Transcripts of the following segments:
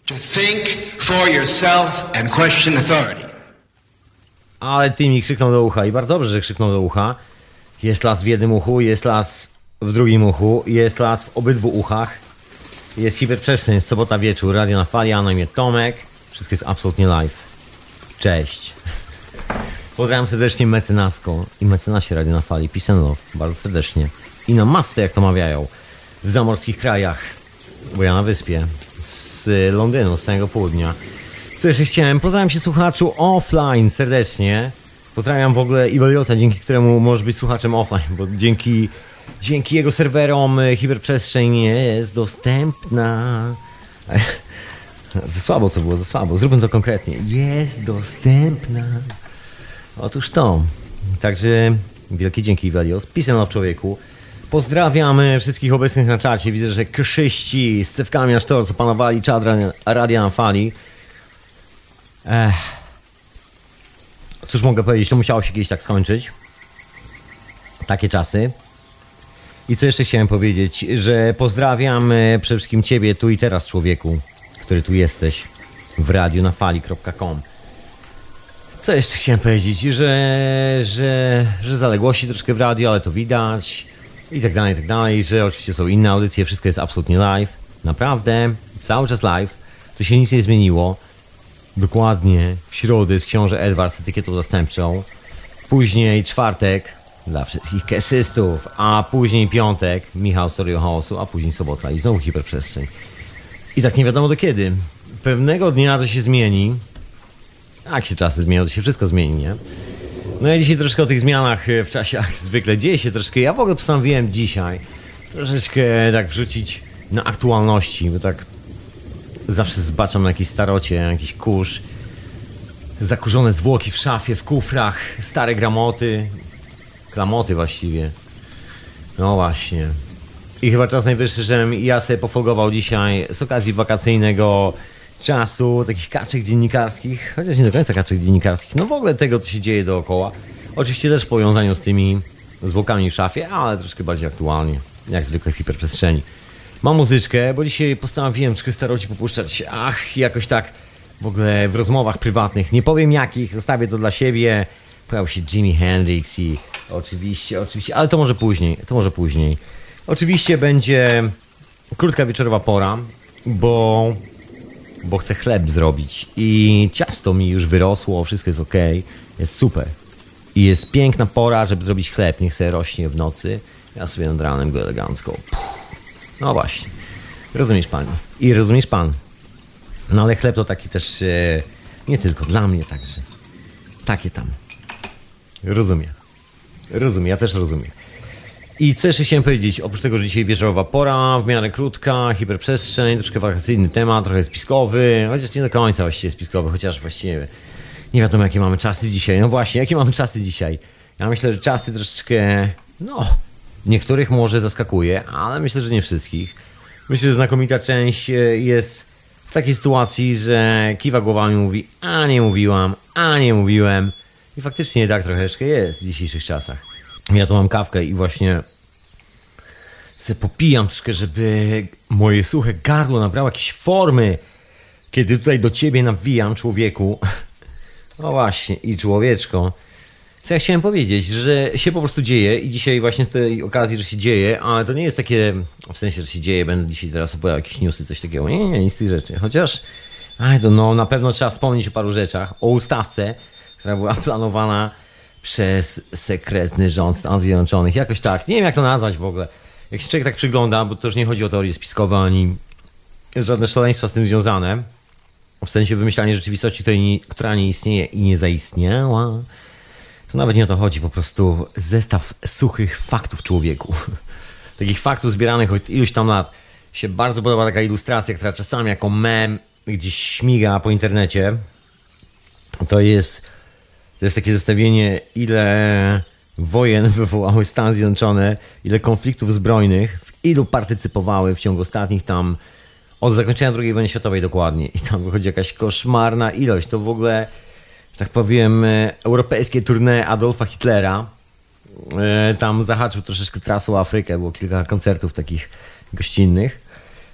To think for yourself and question authority. Ale ty mi krzyknął do ucha i bardzo dobrze, że krzyknął do ucha. Jest las w jednym uchu, jest las w drugim uchu, jest las w obydwu uchach. Jest hiperprzestrzeń, jest sobota wieczór, radio na fali, a na imię Tomek. Wszystko jest absolutnie live. Cześć. Pozdrawiam serdecznie mecenasko i mecenasie radio na fali. Peace and love, bardzo serdecznie. I na mastę, jak to mawiają, w zamorskich krajach. Bo ja na wyspie. Z Londynu, z samego południa. Co jeszcze chciałem? Pozdrawiam się słuchaczu offline serdecznie. Pozdrawiam w ogóle Iweliosa, dzięki któremu możesz być słuchaczem offline, bo dzięki jego serwerom hiperprzestrzeń jest dostępna. Za słabo to było, za słabo. Zróbmy to konkretnie. Jest dostępna. Otóż to. Także wielkie dzięki, Iwelios. Peace and love, człowieku. Pozdrawiam wszystkich obecnych na czacie. Widzę, że krzyści z cewkami aż to, co panowali czad radia na fali. Cóż mogę powiedzieć, to musiało się kiedyś tak skończyć. Takie czasy. I co jeszcze chciałem powiedzieć, że pozdrawiam przede wszystkim ciebie tu i teraz, człowieku, który tu jesteś w radionafali.com. Co jeszcze chciałem powiedzieć, że zaległości troszkę w radio, ale to widać i tak dalej, że oczywiście są inne audycje, wszystko jest absolutnie live, naprawdę, cały czas live, to się nic nie zmieniło. Dokładnie w środę z książę Edward z etykietą zastępczą, później czwartek dla wszystkich kesystów, a później piątek Michał z Teorią Chaosu, a później sobota i znowu hiperprzestrzeń. I tak nie wiadomo do kiedy. Pewnego dnia to się zmieni. Jak się czasy zmienią, to się wszystko zmieni, nie? No ja dzisiaj troszkę o tych zmianach w czasie, jak zwykle dzieje się troszkę. Ja w ogóle postanowiłem dzisiaj troszeczkę tak wrzucić na aktualności, bo tak zawsze zbaczam na jakiejś starocie, jakiś kurz, zakurzone zwłoki w szafie, w kufrach, stare klamoty właściwie. No właśnie. I chyba czas najwyższy, żebym ja sobie pofolgował dzisiaj z okazji wakacyjnego czasu, takich kaczek dziennikarskich, chociaż nie do końca kaczek dziennikarskich, no w ogóle tego, co się dzieje dookoła. Oczywiście też w powiązaniu z tymi zwłokami w szafie, ale troszkę bardziej aktualnie, jak zwykle w hiperprzestrzeni. Mam muzyczkę, bo dzisiaj postanowiłem troszkę staroci popuszczać, jakoś tak w ogóle w rozmowach prywatnych, nie powiem jakich, zostawię to dla siebie. Pojawił się Jimi Hendrix i oczywiście, ale to może później. Oczywiście będzie krótka wieczorowa pora, bo chcę chleb zrobić i ciasto mi już wyrosło, wszystko jest okej, jest super. I jest piękna pora, żeby zrobić chleb, niech sobie rośnie w nocy, ja sobie nad ranem go elegancko. No właśnie, rozumiesz pani i rozumiesz pan. No ale chleb to taki też nie tylko dla mnie także. Takie tam. Rozumiem, ja też rozumiem. I co jeszcze chciałem powiedzieć, oprócz tego, że dzisiaj wieczorowa pora, w miarę krótka, hiperprzestrzeń, troszkę wakacyjny temat, trochę spiskowy, chociaż nie do końca właściwie spiskowy, chociaż właściwie nie wiadomo jakie mamy czasy dzisiaj. No właśnie, jakie mamy czasy dzisiaj? Ja myślę, że czasy troszeczkę, niektórych może zaskakuje, ale myślę, że nie wszystkich. Myślę, że znakomita część jest w takiej sytuacji, że kiwa głowami i mówi, a nie mówiłem. I faktycznie tak troszeczkę jest w dzisiejszych czasach. Ja tu mam kawkę i właśnie se popijam troszkę, żeby moje suche gardło nabrało jakiejś formy, kiedy tutaj do ciebie nawijam, człowieku. No właśnie, i człowieczko. Co ja chciałem powiedzieć, że się po prostu dzieje i dzisiaj właśnie z tej okazji, że się dzieje, ale to nie jest takie, w sensie, że się dzieje, będę dzisiaj teraz opowiadał jakieś newsy, coś takiego. Nie, nic z tych rzeczy. Chociaż, na pewno trzeba wspomnieć o paru rzeczach. O ustawce, która była planowana przez sekretny rząd Stanów Zjednoczonych. Jakoś tak. Nie wiem, jak to nazwać w ogóle. Jak się człowiek tak przygląda, bo to już nie chodzi o teorie spiskowe, ani żadne szaleństwa z tym związane. W sensie wymyślania rzeczywistości, która nie istnieje i nie zaistniała. To nawet nie o to chodzi. Po prostu zestaw suchych faktów, człowieku. Takich faktów zbieranych od iluś tam lat. Się bardzo podoba taka ilustracja, która czasami jako mem gdzieś śmiga po internecie. To jest takie zestawienie, ile wojen wywołały Stany Zjednoczone, ile konfliktów zbrojnych, w ilu partycypowały w ciągu ostatnich tam, od zakończenia II wojny światowej dokładnie. I tam wychodzi jakaś koszmarna ilość. To w ogóle, że tak powiem, europejskie tournée Adolfa Hitlera. Tam zahaczył troszeczkę trasą Afrykę, było kilka koncertów takich gościnnych.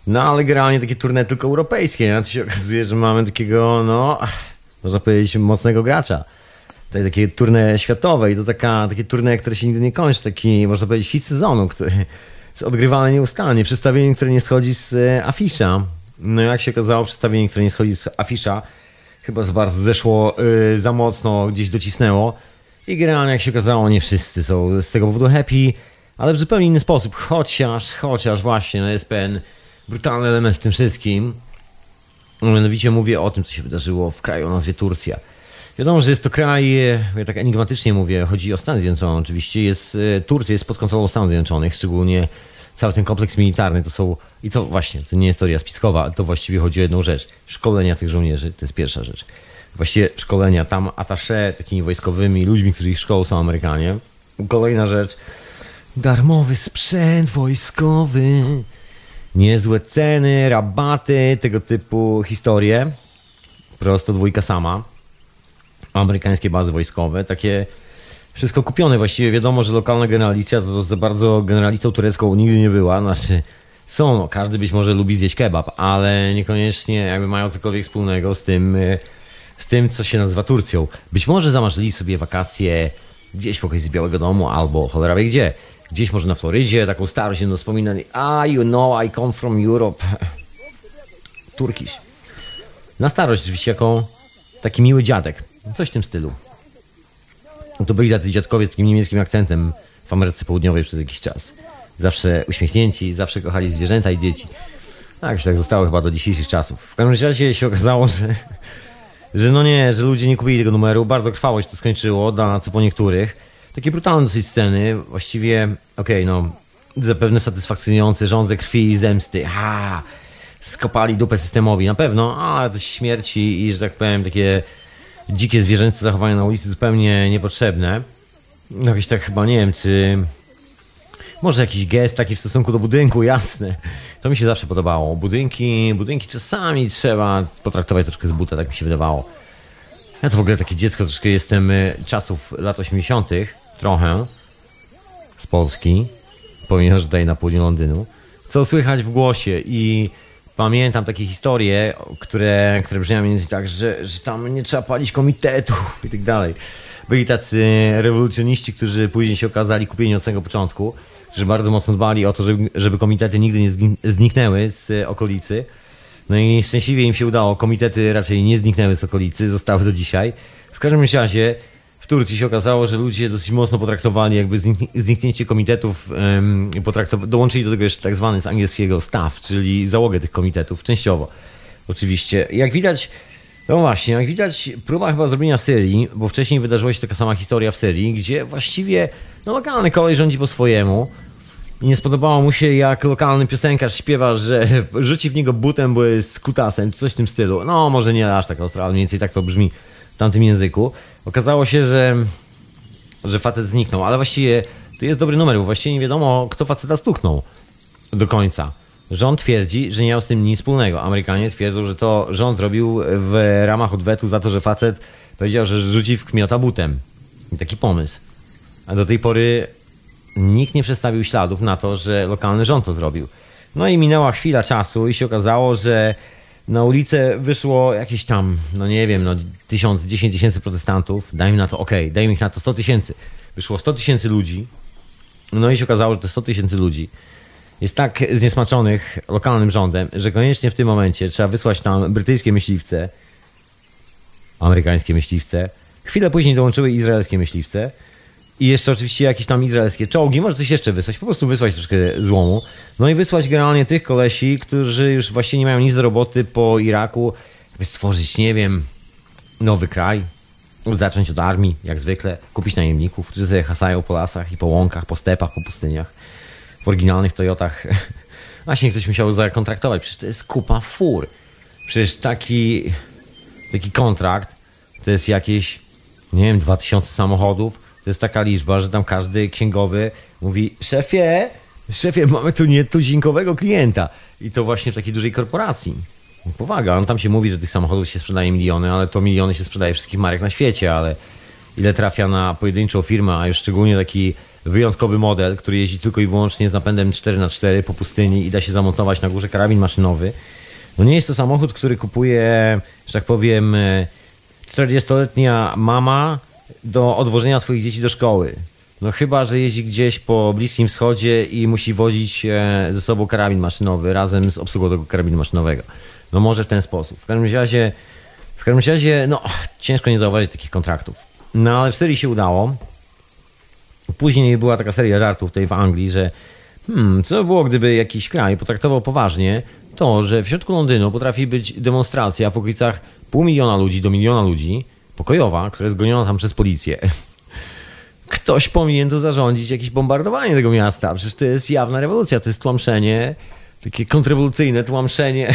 No ale generalnie takie tournée tylko europejskie, no to się okazuje, że mamy takiego, no, można powiedzieć, mocnego gracza. Tutaj takie tournée światowe i to takie tournée, które się nigdy nie kończy, taki, można powiedzieć, hit sezonu, który jest odgrywany nieustannie, przedstawienie, które nie schodzi z afisza. No jak się okazało, przedstawienie, które nie schodzi z afisza, chyba za bardzo zeszło za mocno, gdzieś docisnęło i generalnie jak się okazało, nie wszyscy są z tego powodu happy, ale w zupełnie inny sposób, chociaż właśnie, no jest pewien brutalny element w tym wszystkim. Mianowicie mówię o tym, co się wydarzyło w kraju o nazwie Turcja. Wiadomo, że jest to kraj, ja tak enigmatycznie mówię, chodzi o Stany Zjednoczone oczywiście, Turcja jest pod kontrolą Stanów Zjednoczonych, szczególnie cały ten kompleks militarny, to właśnie, to nie jest teoria spiskowa, to właściwie chodzi o jedną rzecz. Szkolenia tych żołnierzy, to jest pierwsza rzecz. Właściwie szkolenia, tam attaché takimi wojskowymi, ludźmi, którzy ich szkolą, są Amerykanie. Kolejna rzecz, darmowy sprzęt wojskowy, niezłe ceny, rabaty, tego typu historie. Prosto dwójka sama. Amerykańskie bazy wojskowe, takie wszystko kupione. Właściwie wiadomo, że lokalna generalicja to za bardzo generalitą turecką nigdy nie była. Znaczy są, no, każdy być może lubi zjeść kebab, ale niekoniecznie jakby mają cokolwiek wspólnego z tym, co się nazywa Turcją. Być może zamarzyli sobie wakacje gdzieś w okolicy Białego Domu albo cholera wie gdzie. Gdzieś może na Florydzie, taką starość będą wspominali. You know, I come from Europe. Turkish. Na starość oczywiście jako taki miły dziadek. Coś w tym stylu. To byli tacy dziadkowie z takim niemieckim akcentem w Ameryce Południowej przez jakiś czas. Zawsze uśmiechnięci, zawsze kochali zwierzęta i dzieci. Tak zostało chyba do dzisiejszych czasów. W każdym razie się okazało, że ludzie nie kupili tego numeru. Bardzo krwawo się to skończyło, na co po niektórych. Takie brutalne dosyć sceny. Właściwie, zapewne satysfakcjonujące żądze krwi i zemsty. Skopali dupę systemowi, na pewno, ale też śmierci i, że tak powiem, takie dzikie zwierzęce zachowania na ulicy zupełnie niepotrzebne. Jakiś tak chyba, nie wiem, czy może jakiś gest taki w stosunku do budynku, jasne. To mi się zawsze podobało. Budynki czasami trzeba potraktować troszkę z buta, tak mi się wydawało. Ja to w ogóle takie dziecko troszkę jestem czasów lat 80. trochę z Polski, pomimo, że tutaj na południu Londynu. Co słychać w głosie i pamiętam takie historie, które brzmiały między tak, że tam nie trzeba palić komitetów i tak dalej. Byli tacy rewolucjoniści, którzy później się okazali kupieni od samego początku, którzy bardzo mocno dbali o to, żeby komitety nigdy nie zniknęły z okolicy. No i szczęśliwie im się udało. Komitety raczej nie zniknęły z okolicy, zostały do dzisiaj. W każdym razie w Turcji się okazało, że ludzie dosyć mocno potraktowali jakby zniknięcie komitetów, dołączyli do tego jeszcze tak zwany z angielskiego staff, czyli załogę tych komitetów, częściowo oczywiście. Jak widać, próba chyba zrobienia Syrii, bo wcześniej wydarzyła się taka sama historia w Syrii, gdzie właściwie lokalny kolej rządzi po swojemu i nie spodobało mu się, jak lokalny piosenkarz śpiewa, że rzuci w niego butem, bo jest kutasem, czy coś w tym stylu. No może nie aż tak ostro, ale mniej więcej tak to brzmi w tamtym języku. Okazało się, że facet zniknął, ale właściwie to jest dobry numer, bo właściwie nie wiadomo, kto faceta stuknął do końca. Rząd twierdzi, że nie miał z tym nic wspólnego. Amerykanie twierdzą, że to rząd zrobił w ramach odwetu za to, że facet powiedział, że rzuci w kmiota butem. I taki pomysł. A do tej pory nikt nie przedstawił śladów na to, że lokalny rząd to zrobił. No i minęła chwila czasu i się okazało, że na ulicę wyszło jakieś tam, 1000, 10 000 protestantów. Dajmy ich na to 100 000. Wyszło 100 000 ludzi. No i się okazało, że te 100 000 ludzi jest tak zniesmaczonych lokalnym rządem, że koniecznie w tym momencie trzeba wysłać tam brytyjskie myśliwce, amerykańskie myśliwce. Chwilę później dołączyły izraelskie myśliwce i jeszcze oczywiście jakieś tam izraelskie czołgi. Może coś jeszcze wysłać, po prostu wysłać troszkę złomu. No i wysłać generalnie tych kolesi, którzy już właściwie nie mają nic do roboty po Iraku, by stworzyć, nowy kraj. Zacząć od armii, jak zwykle, kupić najemników, którzy sobie hasają po lasach i po łąkach, po stepach, po pustyniach. W oryginalnych Toyotach. Właśnie ktoś musiał zakontraktować. Przecież to jest kupa fur. Przecież taki kontrakt to jest jakieś, 2000 samochodów. To jest taka liczba, że tam każdy księgowy mówi: szefie, mamy tu nietuzinkowego klienta. I to właśnie w takiej dużej korporacji. Powaga, tam się mówi, że tych samochodów się sprzedaje miliony, ale to miliony się sprzedaje wszystkich marek na świecie, ale ile trafia na pojedynczą firmę, a już szczególnie taki wyjątkowy model, który jeździ tylko i wyłącznie z napędem 4x4 po pustyni i da się zamontować na górze karabin maszynowy. No nie jest to samochód, który kupuje, że tak powiem, 40-letnia mama do odwożenia swoich dzieci do szkoły. No chyba, że jeździ gdzieś po Bliskim Wschodzie i musi wozić ze sobą karabin maszynowy razem z obsługą tego karabinu maszynowego. No może w ten sposób. W każdym razie, no ciężko nie zauważyć takich kontraktów. No ale w serii się udało. Później była taka seria żartów tutaj w Anglii, że co by było, gdyby jakiś kraj potraktował poważnie to, że w środku Londynu potrafi być demonstracja w okolicach 500 000 ludzi do 1 000 000 ludzi, pokojowa, która jest goniona tam przez policję. Ktoś powinien tu zarządzić jakieś bombardowanie tego miasta. Przecież to jest jawna rewolucja, to jest tłamszenie, takie kontrrewolucyjne tłamszenie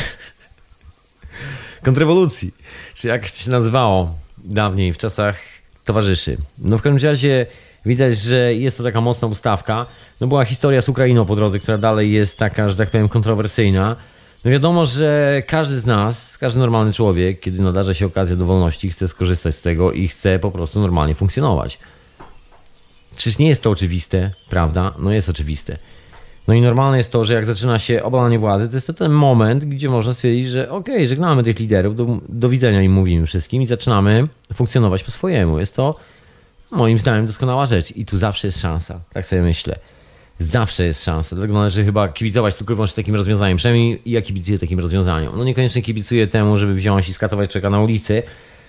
kontrrewolucji, czy jak się nazywało dawniej, w czasach towarzyszy. No w każdym razie widać, że jest to taka mocna ustawka. No była historia z Ukrainą po drodze, która dalej jest taka, że tak powiem, kontrowersyjna. No wiadomo, że każdy z nas, każdy normalny człowiek, kiedy nadarza się okazja do wolności, chce skorzystać z tego i chce po prostu normalnie funkcjonować. Czyż nie jest to oczywiste, prawda? No jest oczywiste. No i normalne jest to, że jak zaczyna się obalanie władzy, to jest to ten moment, gdzie można stwierdzić, że okej, żegnamy tych liderów, do widzenia im mówimy wszystkim i zaczynamy funkcjonować po swojemu. Jest to moim zdaniem doskonała rzecz i tu zawsze jest szansa, tak sobie myślę. Zawsze jest szansa, dlatego należy chyba kibicować tylko i wyłącznie takim rozwiązaniem. Przynajmniej ja kibicuję takim rozwiązaniom. No niekoniecznie kibicuję temu, żeby wziąć i skatować człowieka na ulicy.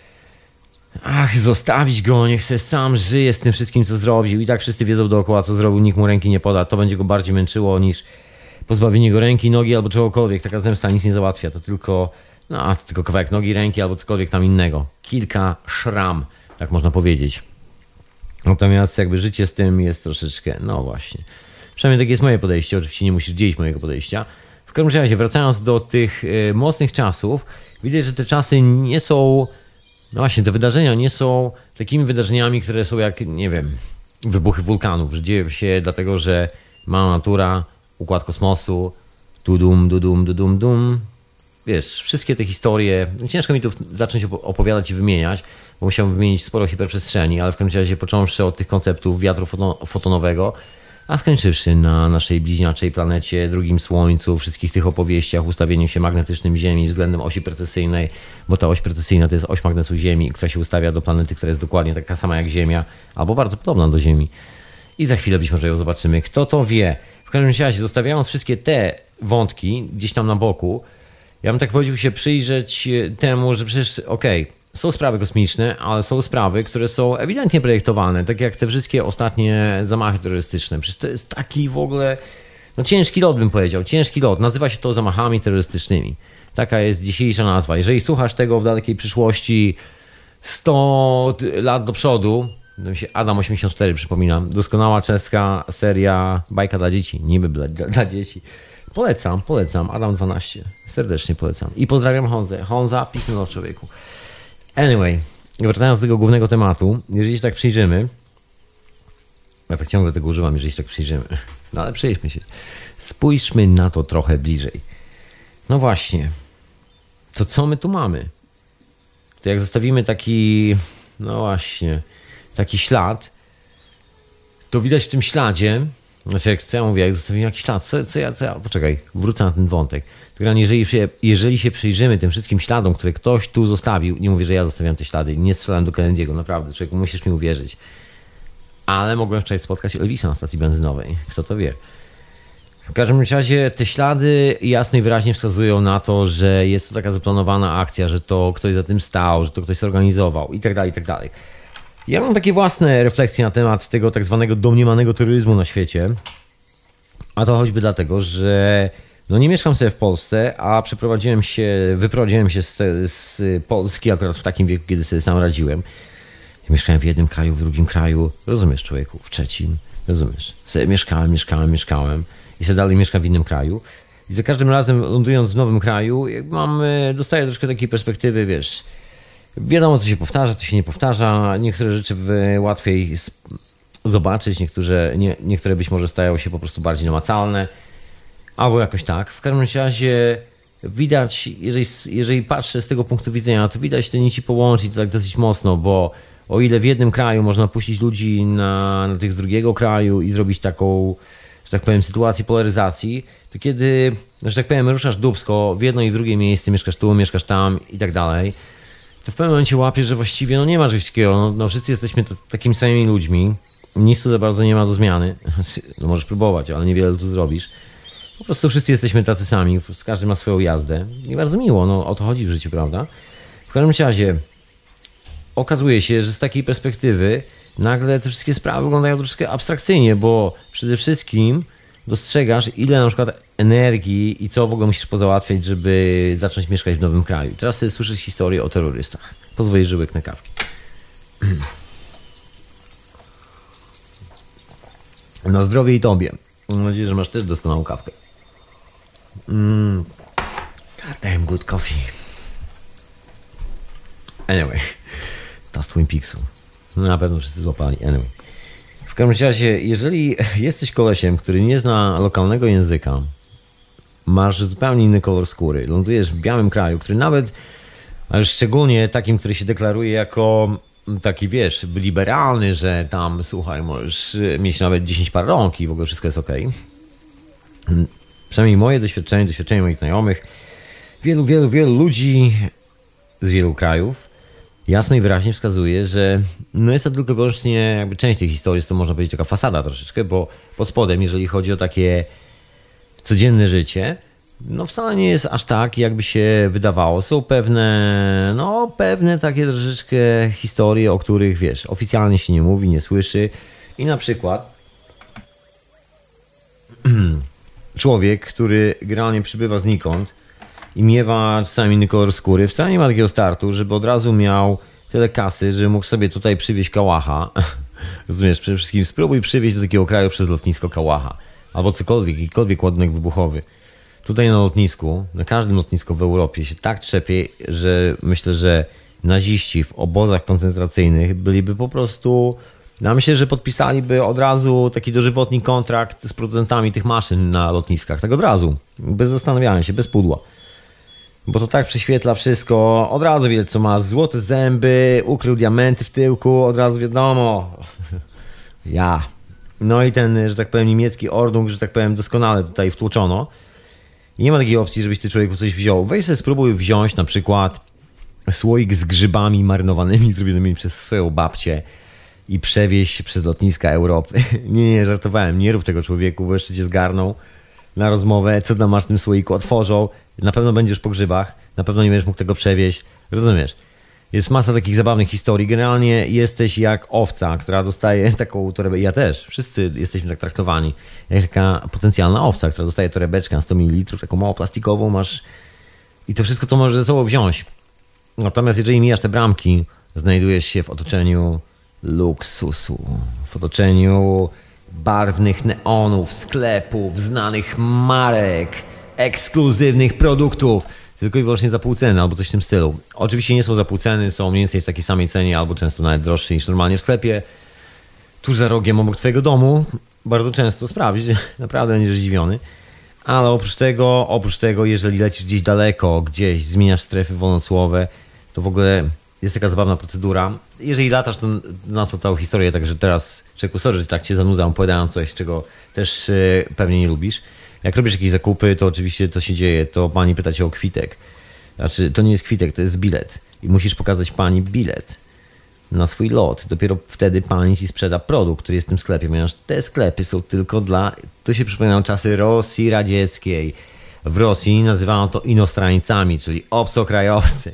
Ach, zostawić go, niech se sam żyje z tym wszystkim, co zrobił. I tak wszyscy wiedzą dookoła, co zrobił, nikt mu ręki nie poda. To będzie go bardziej męczyło niż pozbawienie go ręki, nogi albo czegokolwiek. Taka zemsta nic nie załatwia. To tylko kawałek nogi, ręki albo cokolwiek tam innego. Kilka szram, tak można powiedzieć. Natomiast jakby życie z tym jest troszeczkę, no właśnie. Przynajmniej takie jest moje podejście. Oczywiście nie musisz dzielić mojego podejścia. W każdym razie, wracając do tych mocnych czasów, widać, że te czasy nie są... No właśnie, te wydarzenia nie są takimi wydarzeniami, które są jak, nie wiem, wybuchy wulkanów, że dzieją się dlatego, że mała natura, układ kosmosu, dudum, dudum, dudum, dum. Wiesz, wszystkie te historie, ciężko mi tu zacząć opowiadać i wymieniać, bo musiałbym wymienić sporo hiperprzestrzeni, ale w każdym razie począwszy od tych konceptów wiatru fotonowego, a skończywszy na naszej bliźniaczej planecie, drugim Słońcu, wszystkich tych opowieściach, ustawieniu się magnetycznym Ziemi względem osi precesyjnej, bo ta oś precesyjna to jest oś magnesu Ziemi, która się ustawia do planety, która jest dokładnie taka sama jak Ziemia, albo bardzo podobna do Ziemi. I za chwilę być może ją zobaczymy. Kto to wie? W każdym razie, zostawiając wszystkie te wątki gdzieś tam na boku, ja bym tak powiedział się przyjrzeć temu, że przecież są sprawy kosmiczne, ale są sprawy, które są ewidentnie projektowane, tak jak te wszystkie ostatnie zamachy terrorystyczne. Przecież to jest taki w ogóle, no ciężki lot bym powiedział, ciężki lot. Nazywa się to zamachami terrorystycznymi. Taka jest dzisiejsza nazwa. Jeżeli słuchasz tego w dalekiej przyszłości 100 lat do przodu, to mi się Adam 84 przypominam, doskonała czeska seria bajka dla dzieci, niby dla dzieci. Polecam, Adam 12, serdecznie polecam. I pozdrawiam Honzę. Honza, peace and love człowieku. Anyway, wracając do tego głównego tematu, jeżeli się tak przyjrzymy, ja tak ciągle tego używam, jeżeli się tak przyjrzymy, no ale przejdźmy się, spójrzmy na to trochę bliżej. No właśnie, to co my tu mamy? To jak zostawimy taki, no właśnie, taki ślad, to widać w tym śladzie, znaczy jak ja mówię, jak zostawimy jakiś ślad, co ja, poczekaj, wrócę na ten wątek. Jeżeli się przyjrzymy tym wszystkim śladom, które ktoś tu zostawił, nie mówię, że ja zostawiam te ślady, nie strzelam do Kennedy'ego, naprawdę, człowieku, musisz mi uwierzyć. Ale mogłem wczoraj spotkać Elvisa na stacji benzynowej, kto to wie. W każdym razie te ślady jasno i wyraźnie wskazują na to, że jest to taka zaplanowana akcja, że to ktoś za tym stał, że to ktoś zorganizował i tak dalej, i tak dalej. Ja mam takie własne refleksje na temat tego tak zwanego domniemanego terroryzmu na świecie, a to choćby dlatego, że no nie mieszkam sobie w Polsce, a wyprowadziłem się z Polski akurat w takim wieku, kiedy sobie sam radziłem. Ja mieszkałem w jednym kraju, w drugim kraju, rozumiesz człowieku, w trzecim, rozumiesz. Sobie mieszkałem i sobie dalej mieszkam w innym kraju. I za każdym razem lądując w nowym kraju, dostaję troszkę takiej perspektywy, wiesz, wiadomo co się powtarza, co się nie powtarza, niektóre rzeczy łatwiej zobaczyć, niektóre być może stają się po prostu bardziej namacalne. Albo jakoś tak. W każdym razie widać, jeżeli patrzę z tego punktu widzenia, to widać te nici połączyć tak dosyć mocno, bo o ile w jednym kraju można puścić ludzi na tych z drugiego kraju i zrobić taką, że tak powiem, sytuację polaryzacji, to kiedy, że tak powiem, ruszasz dupsko w jedno i w drugie miejsce, mieszkasz tu, mieszkasz tam i tak dalej, to w pewnym momencie łapiesz, że właściwie no nie ma czegoś takiego, no wszyscy jesteśmy takimi samymi ludźmi, nic tu za bardzo nie ma do zmiany, no możesz próbować, ale niewiele tu zrobisz. Po prostu wszyscy jesteśmy tacy sami, po prostu każdy ma swoją jazdę i bardzo miło, no o to chodzi w życiu, prawda? W każdym razie okazuje się, że z takiej perspektywy nagle te wszystkie sprawy wyglądają troszkę abstrakcyjnie, bo przede wszystkim dostrzegasz, ile na przykład energii i co w ogóle musisz pozałatwiać, żeby zacząć mieszkać w nowym kraju. Teraz sobie słyszysz historię o terrorystach. Pozwolę żyłek na kawki. Na zdrowie i tobie. Mam nadzieję, że masz też doskonałą kawkę. God damn good coffee. Anyway, to z Twin Peaksu. Na pewno wszyscy złapali. Anyway. W każdym razie, jeżeli jesteś kolesiem, który nie zna lokalnego języka, masz zupełnie inny kolor skóry, lądujesz w białym kraju, który nawet, ale szczególnie takim, który się deklaruje jako taki, wiesz, liberalny, że tam, słuchaj, możesz mieć nawet 10 par rąk i w ogóle wszystko jest okej. Przynajmniej moje doświadczenie moich znajomych, wielu ludzi z wielu krajów jasno i wyraźnie wskazuje, że no jest to tylko i wyłącznie jakby część tej historii, jest to można powiedzieć taka fasada troszeczkę, bo pod spodem, jeżeli chodzi o takie codzienne życie, no wcale nie jest aż tak, jakby się wydawało. Są pewne takie troszeczkę historie, o których, wiesz, oficjalnie się nie mówi, nie słyszy i na przykład człowiek, który generalnie przybywa znikąd i miewa czasami inny kolor skóry, wcale nie ma takiego startu, żeby od razu miał tyle kasy, że mógł sobie tutaj przywieźć kałacha. Rozumiesz, przede wszystkim spróbuj przywieźć do takiego kraju przez lotnisko kałacha. Albo cokolwiek, jakikolwiek ładunek wybuchowy. Tutaj na lotnisku, na każdym lotnisku w Europie się tak trzepie, że myślę, że naziści w obozach koncentracyjnych byliby po prostu... Ja myślę, że podpisaliby od razu taki dożywotni kontrakt z producentami tych maszyn na lotniskach. Tak od razu. Bez zastanawiania się, bez pudła. Bo to tak prześwietla wszystko. Od razu wie, co ma. Złote zęby, ukrył diamenty w tyłku. Od razu wiadomo. Ja. No i ten, że tak powiem, niemiecki ordnung, że tak powiem, doskonale tutaj wtłoczono. I nie ma takiej opcji, żebyś ty człowieku coś wziął. Weź sobie spróbuj wziąć na przykład słoik z grzybami marynowanymi zrobionymi przez swoją babcię i przewieźć przez lotniska Europy. Nie, żartowałem. Nie rób tego, człowieku, bo jeszcze cię zgarną na rozmowę. Co tam masz w tym słoiku? Otworzą. Na pewno będziesz po grzybach. Na pewno nie będziesz mógł tego przewieźć. Rozumiesz? Jest masa takich zabawnych historii. Generalnie jesteś jak owca, która dostaje taką torebkę. Ja też. Wszyscy jesteśmy tak traktowani. Jak taka potencjalna owca, która dostaje torebeczkę na 100 ml, taką małą plastikową masz i to wszystko, co możesz ze sobą wziąć. Natomiast jeżeli mijasz te bramki, znajdujesz się w otoczeniu luksusu, w otoczeniu barwnych neonów, sklepów, znanych marek, ekskluzywnych produktów, tylko i wyłącznie za pół ceny albo coś w tym stylu. Oczywiście nie są za pół ceny, są mniej więcej w takiej samej cenie albo często nawet droższe niż normalnie w sklepie. Tuż za rogiem obok twojego domu bardzo często sprawdzić, naprawdę będziesz zdziwiony. Ale oprócz tego, jeżeli lecisz gdzieś daleko, gdzieś zmieniasz strefy wolnocłowe, to w ogóle jest taka zabawna procedura. Jeżeli latasz, to na to całą historię, także teraz, czeku, sorry, że tak cię zanudzam, opowiadając coś, czego też pewnie nie lubisz. Jak robisz jakieś zakupy, to oczywiście co się dzieje, to pani pyta cię o kwitek. Znaczy, to nie jest kwitek, to jest bilet. I musisz pokazać pani bilet na swój lot. Dopiero wtedy pani ci sprzeda produkt, który jest w tym sklepie, ponieważ te sklepy są tylko dla... To się przypominają czasy Rosji radzieckiej. W Rosji nazywano to inostrańcami, czyli obcokrajowcy.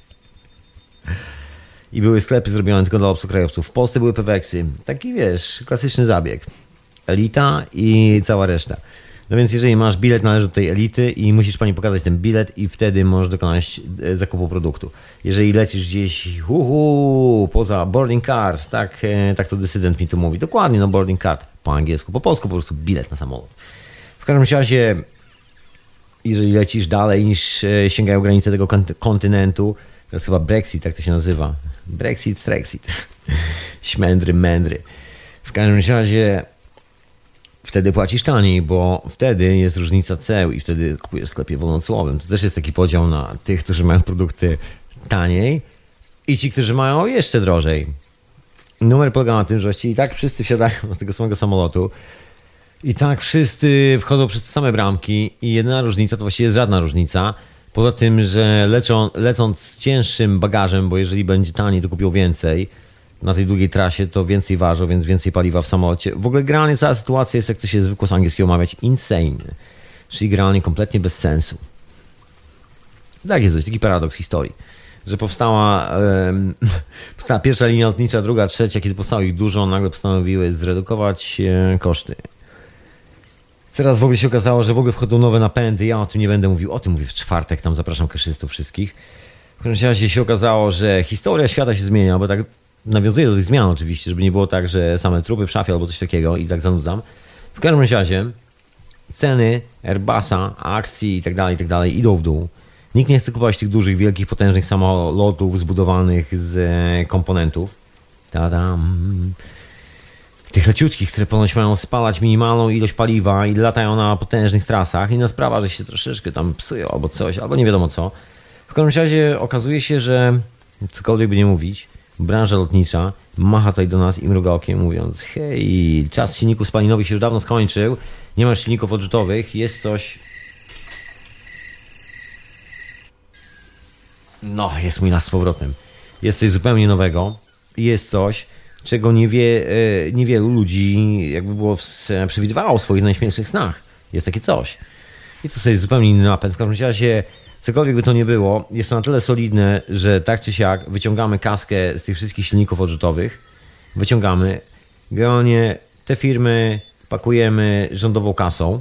I były sklepy zrobione tylko dla obcokrajowców. W Polsce były peweksy. Taki, wiesz, klasyczny zabieg. Elita i cała reszta. No więc jeżeli masz bilet, należy do tej elity i musisz pani pokazać ten bilet i wtedy możesz dokonać zakupu produktu. Jeżeli lecisz gdzieś poza boarding card, tak to dysydent mi tu mówi. Dokładnie, no boarding card po angielsku, po polsku po prostu bilet na samolot. W każdym razie, jeżeli lecisz dalej niż sięgają granice tego kontynentu, to jest chyba Brexit, tak to się nazywa. Brexit. Śmędry, mędry. W każdym razie wtedy płacisz taniej, bo wtedy jest różnica ceł i wtedy kupujesz w sklepie wolnocłowym. To też jest taki podział na tych, którzy mają produkty taniej i ci, którzy mają jeszcze drożej. numer polega na tym, że właściwie i tak wszyscy wsiadają do tego samego samolotu i tak wszyscy wchodzą przez te same bramki i jedyna różnica to właściwie jest żadna różnica. Poza tym, że lecąc z cięższym bagażem, bo jeżeli będzie taniej, to kupią więcej. Na tej długiej trasie to więcej ważą, więc więcej paliwa w samolocie. W ogóle generalnie cała sytuacja jest, jak to się zwykło z angielskiego mawiać, insane. Czyli generalnie kompletnie bez sensu. Tak jest coś, taki paradoks historii. Że powstała pierwsza linia lotnicza, druga, trzecia, kiedy powstało ich dużo, nagle postanowiły zredukować koszty. Teraz w ogóle się okazało, że w ogóle wchodzą nowe napędy. Ja o tym nie będę mówił, o tym mówię w czwartek, tam zapraszam kaszystów wszystkich. W każdym razie się okazało, że historia świata się zmienia, bo tak nawiązuję do tych zmian oczywiście, żeby nie było tak, że same trupy w szafie albo coś takiego i tak zanudzam. W każdym razie ceny Airbusa, akcji i tak dalej idą w dół. Nikt nie chce kupować tych dużych, wielkich, potężnych samolotów zbudowanych z komponentów. Ta-dam. Tych leciutkich, które ponoć mają spalać minimalną ilość paliwa i latają na potężnych trasach. Inna sprawa, że się troszeczkę tam psują albo coś, albo nie wiadomo co. W każdym razie okazuje się, że cokolwiek by nie mówić, branża lotnicza macha tutaj do nas i mruga okiem, mówiąc: hej, czas silników spalinowych się już dawno skończył, nie masz silników odrzutowych, jest coś... No, jest mój las z powrotem. Jest coś zupełnie nowego, jest coś, czego niewielu ludzi jakby było przewidywało w swoich najśmielszych snach. Jest takie coś. I to jest zupełnie inny napęd. W każdym razie, cokolwiek by to nie było, jest to na tyle solidne, że tak czy siak wyciągamy kaskę z tych wszystkich silników odrzutowych. Wyciągamy. Generalnie te firmy pakujemy rządową kasą.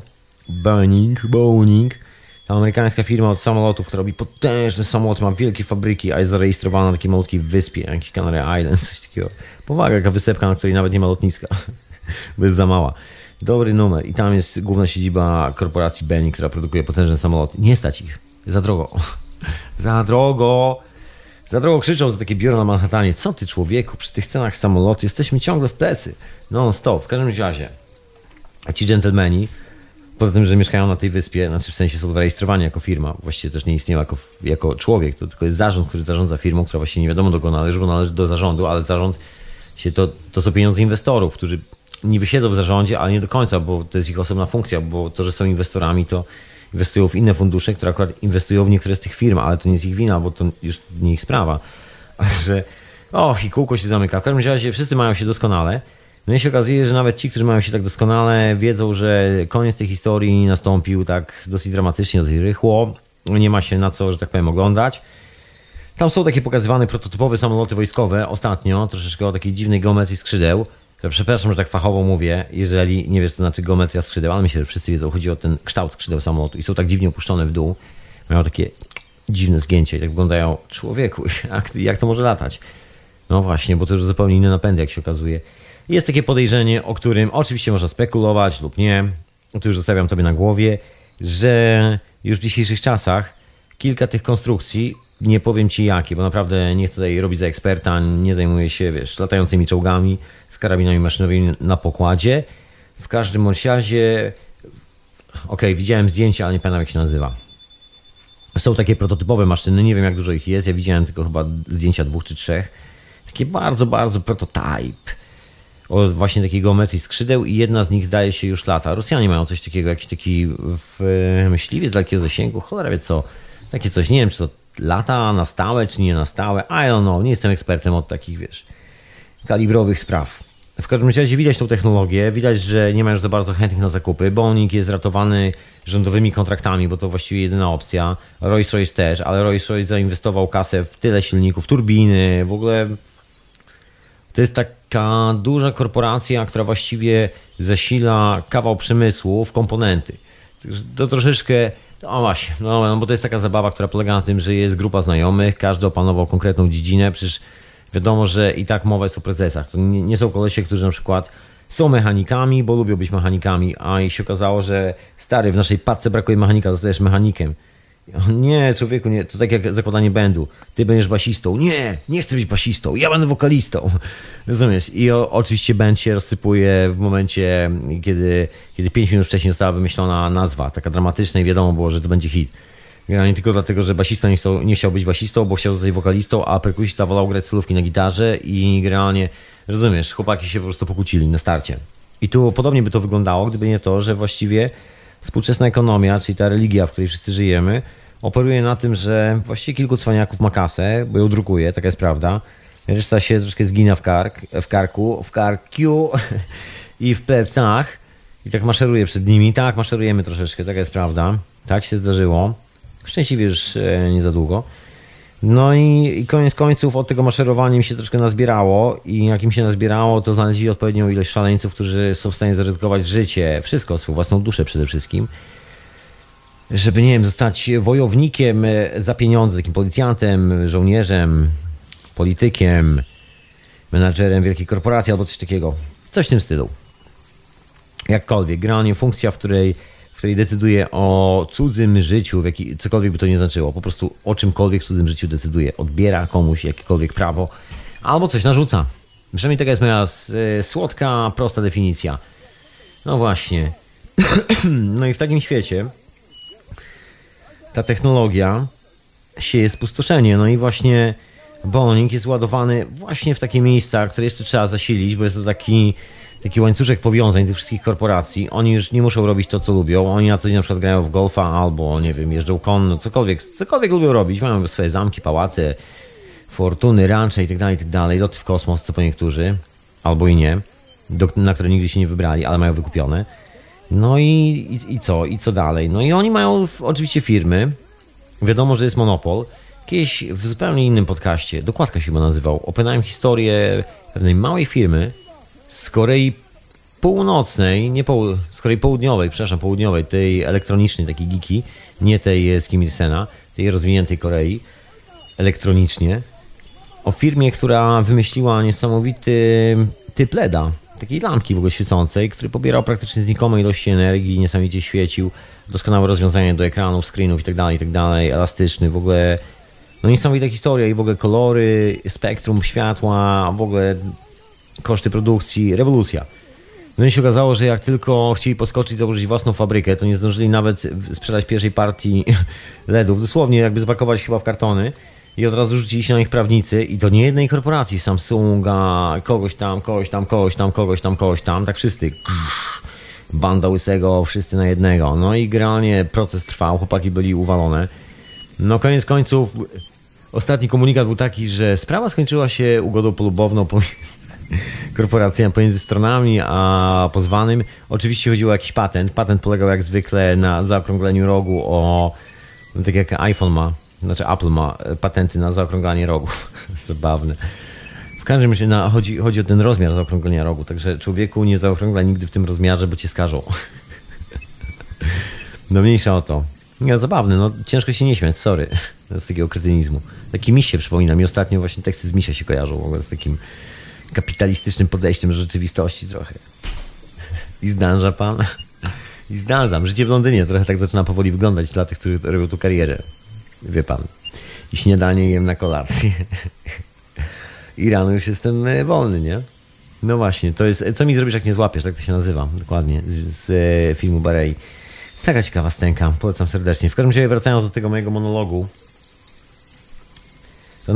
Boeing. Ta amerykańska firma od samolotów, która robi potężne samoloty, ma wielkie fabryki, a jest zarejestrowana na takiej malutkiej wyspie, jakiś Canary Islands, coś takiego. Powaga, jaka wysepka, na której nawet nie ma lotniska, bo jest za mała. Dobry numer. I tam jest główna siedziba korporacji Boeing, która produkuje potężne samoloty. Nie stać ich. Za drogo. Za drogo. Za drogo krzyczą za takie biuro na Manhattanie. Co ty, człowieku, przy tych cenach samolotu jesteśmy ciągle w plecy. No stop. W każdym razie, a ci dżentelmeni, poza tym, że mieszkają na tej wyspie, znaczy w sensie są zarejestrowani jako firma, właściwie też nie istnieją jako człowiek, to tylko jest zarząd, który zarządza firmą, która właściwie nie wiadomo do kogo należy, bo należy do zarządu, ale zarząd to są pieniądze inwestorów, którzy niby siedzą w zarządzie, ale nie do końca, bo to jest ich osobna funkcja, bo to, że są inwestorami, to inwestują w inne fundusze, które akurat inwestują w niektóre z tych firm, ale to nie jest ich wina, bo to już nie ich sprawa. Także i kółko się zamyka. W każdym razie wszyscy mają się doskonale. No i się okazuje, że nawet ci, którzy mają się tak doskonale, wiedzą, że koniec tej historii nastąpił tak dosyć dramatycznie, dosyć rychło. Nie ma się na co, że tak powiem, oglądać. Tam są takie pokazywane prototypowe samoloty wojskowe ostatnio, troszeczkę o takiej dziwnej geometrii skrzydeł. Przepraszam, że tak fachowo mówię, jeżeli nie wiesz, co znaczy geometria skrzydeł, ale myślę, że wszyscy wiedzą, chodzi o ten kształt skrzydeł samolotu i są tak dziwnie opuszczone w dół. Mają takie dziwne zgięcie i tak wyglądają, człowieku, jak to może latać? No właśnie, bo to już zupełnie inne napędy, jak się okazuje. Jest takie podejrzenie, o którym oczywiście można spekulować lub nie, to już zostawiam tobie na głowie, że już w dzisiejszych czasach kilka tych konstrukcji, nie powiem ci jakie, bo naprawdę nie chcę tutaj robić za eksperta, nie zajmuję się, latającymi czołgami z karabinami maszynowymi na pokładzie. W każdym bądź razie, widziałem zdjęcia, ale nie pamiętam jak się nazywa. Są takie prototypowe maszyny, nie wiem jak dużo ich jest, ja widziałem tylko chyba zdjęcia 2 czy 3. Takie bardzo, bardzo prototype. O właśnie takiej geometrii skrzydeł i jedna z nich zdaje się już lata. Rosjanie mają coś takiego, jakiś taki myśliwiec dalekiego zasięgu, cholera wie co. Takie coś, nie wiem czy to lata na stałe, czy nie na stałe. I don't know, nie jestem ekspertem od takich, kalibrowych spraw. W każdym razie widać tą technologię, widać, że nie ma już za bardzo chętnych na zakupy. Boeing jest ratowany rządowymi kontraktami, bo to właściwie jedyna opcja. Rolls-Royce też, ale Rolls-Royce zainwestował kasę w tyle silników, turbiny, w ogóle... To jest taka duża korporacja, która właściwie zasila kawał przemysłu w komponenty. To troszeczkę, bo to jest taka zabawa, która polega na tym, że jest grupa znajomych, każdy opanował konkretną dziedzinę, przecież wiadomo, że i tak mowa jest o prezesach. To nie są kolesie, którzy na przykład są mechanikami, bo lubią być mechanikami, a i się okazało, że stary, w naszej paczce brakuje mechanika, zostajesz mechanikiem. Nie, człowieku, nie. To tak jak zakładanie bandu. Ty będziesz basistą. Nie chcę być basistą. Ja będę wokalistą. Rozumiesz? I oczywiście band się rozsypuje w momencie, kiedy 5 minut wcześniej została wymyślona nazwa. Taka dramatyczna i wiadomo było, że to będzie hit. Nie tylko dlatego, że basista nie chciał być basistą, bo chciał zostać wokalistą, a perkusista wolał grać solówki na gitarze i generalnie Rozumiesz, chłopaki się po prostu pokłócili na starcie. I tu podobnie by to wyglądało, gdyby nie to, że właściwie współczesna ekonomia, czyli ta religia, w której wszyscy żyjemy, operuje na tym, że właściwie kilku cwaniaków ma kasę, bo ją drukuje, taka jest prawda. Reszta się troszkę zgina w karku i w plecach i tak maszeruje przed nimi. Tak, maszerujemy troszeczkę, taka jest prawda. Tak się zdarzyło. Szczęśliwie już nie za długo. No i koniec końców od tego maszerowania mi się troszkę nazbierało i jak im się nazbierało, to znaleźli odpowiednią ilość szaleńców, którzy są w stanie zaryzykować życie, wszystko, swoją własną duszę przede wszystkim, żeby, nie wiem, zostać wojownikiem za pieniądze, takim policjantem, żołnierzem, politykiem, menadżerem wielkiej korporacji albo coś takiego. Coś w tym stylu. Jakkolwiek, generalnie funkcja, w której decyduje o cudzym życiu, cokolwiek by to nie znaczyło. Po prostu o czymkolwiek w cudzym życiu decyduje. Odbiera komuś jakiekolwiek prawo albo coś narzuca. Przynajmniej taka jest moja słodka, prosta definicja. No właśnie. No i w takim świecie ta technologia sieje spustoszenie. No i właśnie Boeing jest ładowany właśnie w takie miejsca, które jeszcze trzeba zasilić, bo jest to taki łańcuszek powiązań tych wszystkich korporacji. Oni już nie muszą robić to, co lubią. Oni na co dzień na przykład grają w golfa albo, nie wiem, jeżdżą konno, cokolwiek lubią robić. Mają swoje zamki, pałace, fortuny, rancze itd., loty w kosmos, co po niektórzy, albo i nie, na które nigdy się nie wybrali, ale mają wykupione. No i co? I co dalej? No i oni mają oczywiście firmy. Wiadomo, że jest monopol. Kiedyś w zupełnie innym podcaście, Dokładka się chyba nazywał, opowiadałem historię pewnej małej firmy z Korei Północnej, z Korei Południowej, tej elektronicznej, takiej geeki, nie tej z Kim Il-sena, tej rozwiniętej Korei, elektronicznie, o firmie, która wymyśliła niesamowity typ LEDa, takiej lampki w ogóle świecącej, który pobierał praktycznie znikome ilości energii, niesamowicie świecił, doskonałe rozwiązanie do ekranów, screenów itd., elastyczny, w ogóle no niesamowita historia i w ogóle kolory, spektrum światła, w ogóle koszty produkcji, rewolucja. No i się okazało, że jak tylko chcieli poskoczyć, założyć własną fabrykę, to nie zdążyli nawet sprzedać pierwszej partii LEDów. Dosłownie jakby zapakować chyba w kartony i od razu rzucili się na nich prawnicy i do niejednej korporacji, Samsunga, kogoś tam, tak wszyscy. Banda łysego, wszyscy na jednego. No i generalnie proces trwał, chłopaki byli uwalone. No koniec końców ostatni komunikat był taki, że sprawa skończyła się ugodą polubowną pomiędzy korporacjami, pomiędzy stronami a pozwanym. Oczywiście chodziło o jakiś patent. Patent polegał jak zwykle na zaokrągleniu rogu tak jak iPhone ma, znaczy Apple ma patenty na zaokrąglanie rogów. Zabawne. W każdym razie chodzi o ten rozmiar zaokrąglenia rogu, także człowieku nie zaokrągla nigdy w tym rozmiarze, bo cię skażą. No mniejsza o to. Nie, zabawne, no ciężko się nie śmiać, sorry. Z takiego kretynizmu. Taki miś się przypomina mi ostatnio, właśnie teksty z misia się kojarzą w ogóle z takim kapitalistycznym podejściem do rzeczywistości trochę. I zdąża pan? I zdążam. Życie w Londynie trochę tak zaczyna powoli wyglądać dla tych, którzy robią tu karierę. Wie pan. I śniadanie jem na kolację. I rano już jestem wolny, nie? No właśnie, to jest... Co mi zrobisz, jak nie złapiesz? Tak to się nazywa. Dokładnie. Z filmu Barei. Taka ciekawa stęka. Polecam serdecznie. W każdym razie, wracając do tego mojego monologu, to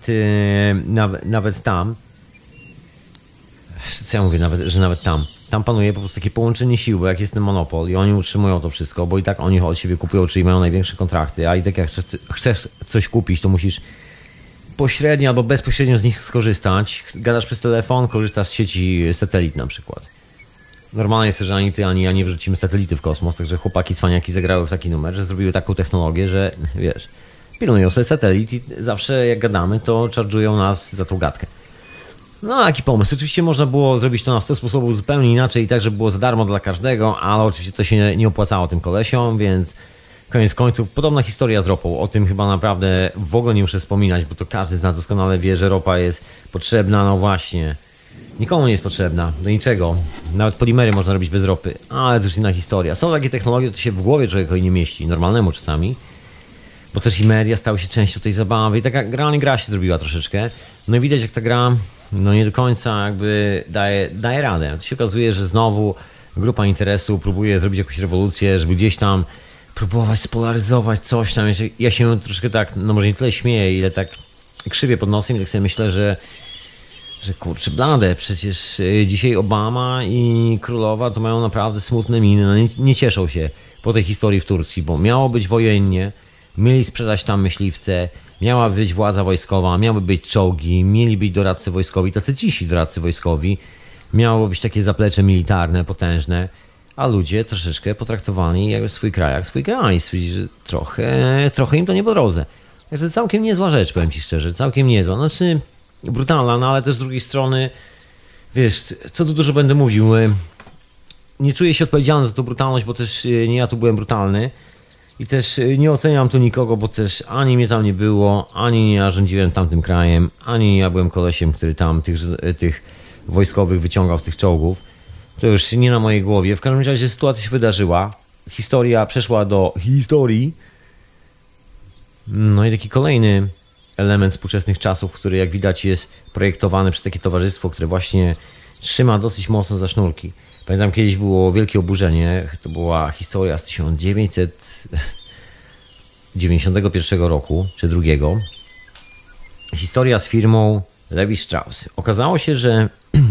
nawet tam, co ja mówię, nawet tam panuje po prostu takie połączenie sił, bo jak jest ten monopol i oni utrzymują to wszystko, bo i tak oni od siebie kupują, czyli mają największe kontrakty, a i tak jak chcesz coś kupić, to musisz pośrednio albo bezpośrednio z nich skorzystać. Gadasz przez telefon, korzystasz z sieci satelit na przykład. Normalnie jest, że ani ty, ani ja nie wrzucimy satelity w kosmos, także chłopaki cwaniaki zagrały w taki numer, że zrobiły taką technologię, że wiesz, pilnują sobie satelit i zawsze jak gadamy, to charge'ują nas za tą gadkę. No, jaki pomysł? Oczywiście można było zrobić to na 100 sposobów zupełnie inaczej i tak, żeby było za darmo dla każdego, ale oczywiście to się nie opłacało tym kolesiom, więc koniec końców podobna historia z ropą. O tym chyba naprawdę w ogóle nie muszę wspominać, bo to każdy z nas doskonale wie, że ropa jest potrzebna, no właśnie. Nikomu nie jest potrzebna, do niczego. Nawet polimery można robić bez ropy, ale to już inna historia. Są takie technologie, to się w głowie człowiekowi nie mieści, normalnemu czasami. Bo też i media stały się częścią tej zabawy i taka gra się zrobiła troszeczkę. No i widać, jak ta gra no nie do końca jakby daje radę. To się okazuje, że znowu grupa interesu próbuje zrobić jakąś rewolucję, żeby gdzieś tam próbować spolaryzować coś tam. Ja się troszkę tak, no może nie tyle śmieję, ile tak krzywię pod nosem i tak sobie myślę, że że kurczę blade, przecież dzisiaj Obama i królowa to mają naprawdę smutne miny, no nie cieszą się po tej historii w Turcji, bo miało być wojennie, mieli sprzedać tam myśliwce, miała być władza wojskowa, miały być czołgi, mieli być doradcy wojskowi, tacy cisi doradcy wojskowi, miało być takie zaplecze militarne, potężne, a ludzie troszeczkę potraktowani jak swój kraj, jak swój kraj, stwierdzili, że trochę im to nie po drodze. Także całkiem niezła rzecz, powiem ci szczerze, całkiem niezła, znaczy brutalna, no ale też z drugiej strony, wiesz, co tu dużo będę mówił, nie czuję się odpowiedzialny za tą brutalność, bo też nie ja tu byłem brutalny i też nie oceniam tu nikogo, bo też ani mnie tam nie było, ani nie ja rządziłem tamtym krajem, ani nie ja byłem kolesiem, który tam tych wojskowych wyciągał z tych czołgów. To już nie na mojej głowie. W każdym razie sytuacja się wydarzyła, historia przeszła do historii. No i taki kolejny element współczesnych czasów, który jak widać jest projektowany przez takie towarzystwo, które właśnie trzyma dosyć mocno za sznurki. Pamiętam, kiedyś było wielkie oburzenie, to była historia z 1991 roku, czy drugiego. Historia z firmą Levi Strauss. Okazało się, że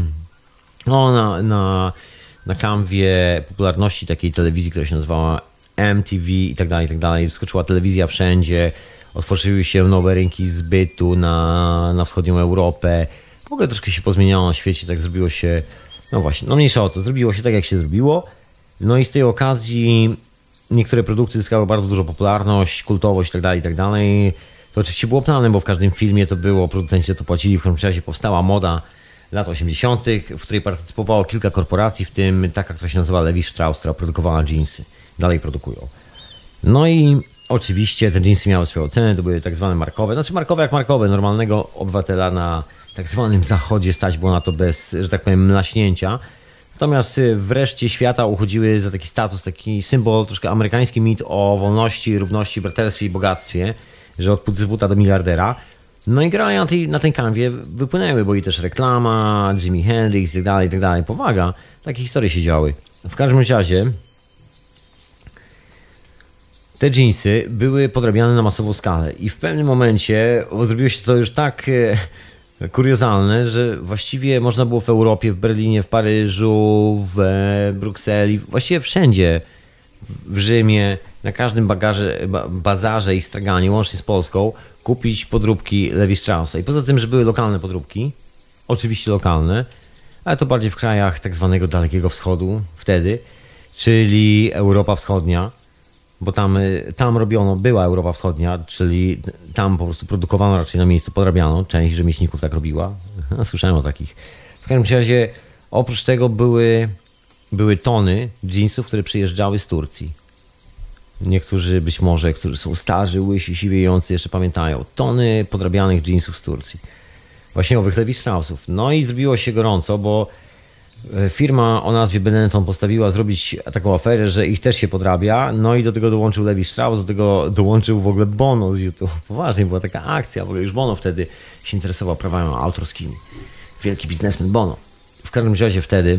na kanwie popularności takiej telewizji, która się nazywała MTV i tak dalej, wyskoczyła telewizja wszędzie, otworzyły się nowe rynki zbytu na wschodnią Europę. W ogóle troszkę się pozmieniało na świecie, tak zrobiło się, no właśnie, no mniejsza o to, zrobiło się tak, jak się zrobiło. No i z tej okazji niektóre produkty zyskały bardzo dużą popularność, kultowość i tak dalej. To oczywiście było planem, bo w każdym filmie to było, producenci to płacili, w każdym razie powstała moda lat 80., w której partycypowało kilka korporacji, w tym taka, która się nazywa Levi Strauss, która produkowała dżinsy. Dalej produkują. No i oczywiście te dżinsy miały swoją cenę, to były tak zwane markowe. Znaczy markowe jak markowe, normalnego obywatela na tak zwanym zachodzie stać było na to bez, że tak powiem, mlaśnięcia. Natomiast w reszcie świata uchodziły za taki status, taki symbol, troszkę amerykański mit o wolności, równości, braterstwie i bogactwie, że od pucybuta do miliardera. No i grania na tej kanwie wypłynęły, bo i też reklama, Jimi Hendrix i tak dalej, powaga. Takie historie się działy. W każdym razie te dżinsy były podrabiane na masową skalę i w pewnym momencie zrobiło się to już tak kuriozalne, że właściwie można było w Europie, w Berlinie, w Paryżu, w Brukseli, właściwie wszędzie, w Rzymie, na każdym bazarze i straganie, łącznie z Polską, kupić podróbki Levi Straussa. I poza tym, że były lokalne podróbki, oczywiście lokalne, ale to bardziej w krajach tak zwanego Dalekiego Wschodu wtedy, czyli Europa Wschodnia, bo tam robiono, była Europa Wschodnia, czyli tam po prostu produkowano raczej na miejscu, podrabiano, część rzemieślników tak robiła, słyszałem o takich. W każdym razie oprócz tego były tony dżinsów, które przyjeżdżały z Turcji. Niektórzy być może, którzy są starzy, łysi, siwiejący, jeszcze pamiętają. Tony podrabianych dżinsów z Turcji. Właśnie owych Levi Straussów. No i zrobiło się gorąco, bo firma o nazwie Benetton postawiła zrobić taką aferę, że ich też się podrabia. No i do tego dołączył Levi Strauss, do tego dołączył w ogóle Bono z YouTube. Poważnie, była taka akcja. W ogóle już Bono wtedy się interesował prawami autorskimi. Wielki biznesmen Bono. W każdym razie wtedy,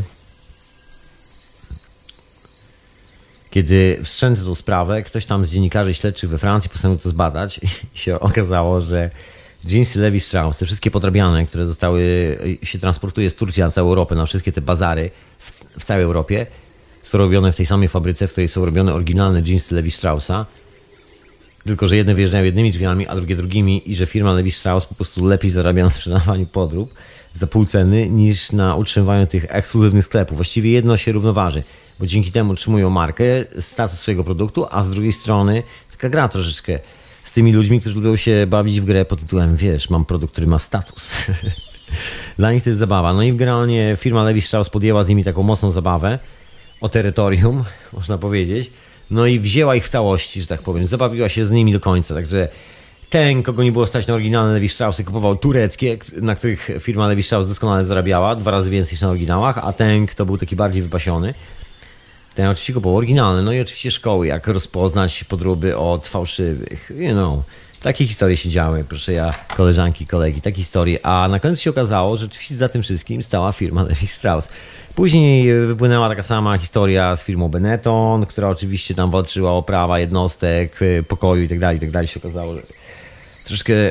kiedy wszczęto tą sprawę, ktoś tam z dziennikarzy śledczych we Francji postanowił to zbadać i się okazało, że dżinsy Levi Strauss, te wszystkie podrabiane, które się transportuje z Turcji na całą Europę, na wszystkie te bazary w całej Europie, są robione w tej samej fabryce, w której są robione oryginalne dżinsy Levi Straussa, tylko że jedne wyjeżdżają jednymi drzwiami, a drugie drugimi i że firma Levi Strauss po prostu lepiej zarabia na sprzedawaniu podrób za pół ceny niż na utrzymywaniu tych ekskluzywnych sklepów. Właściwie jedno się równoważy, bo dzięki temu utrzymują markę, status swojego produktu, a z drugiej strony taka gra troszeczkę z tymi ludźmi, którzy lubią się bawić w grę pod tytułem, wiesz, mam produkt, który ma status. Dla nich to jest zabawa. No i generalnie firma Levi Strauss podjęła z nimi taką mocną zabawę o terytorium, można powiedzieć. No i wzięła ich w całości, że tak powiem. Zabawiła się z nimi do końca. Także ten, kogo nie było stać na oryginalne Levi Straussy, kupował tureckie, na których firma Levi Strauss doskonale zarabiała, 2 razy więcej niż na oryginałach, a ten, kto był taki bardziej wypasiony, ten oczywiście kupował oryginalny. No i oczywiście szkoły, jak rozpoznać podróby od fałszywych. Takie historie się działy, proszę ja, koleżanki, kolegi, takie historie. A na końcu się okazało, że rzeczywiście za tym wszystkim stała firma Levi Strauss. Później wypłynęła taka sama historia z firmą Benetton, która oczywiście tam walczyła o prawa jednostek, pokoju i tak dalej się okazało, że troszkę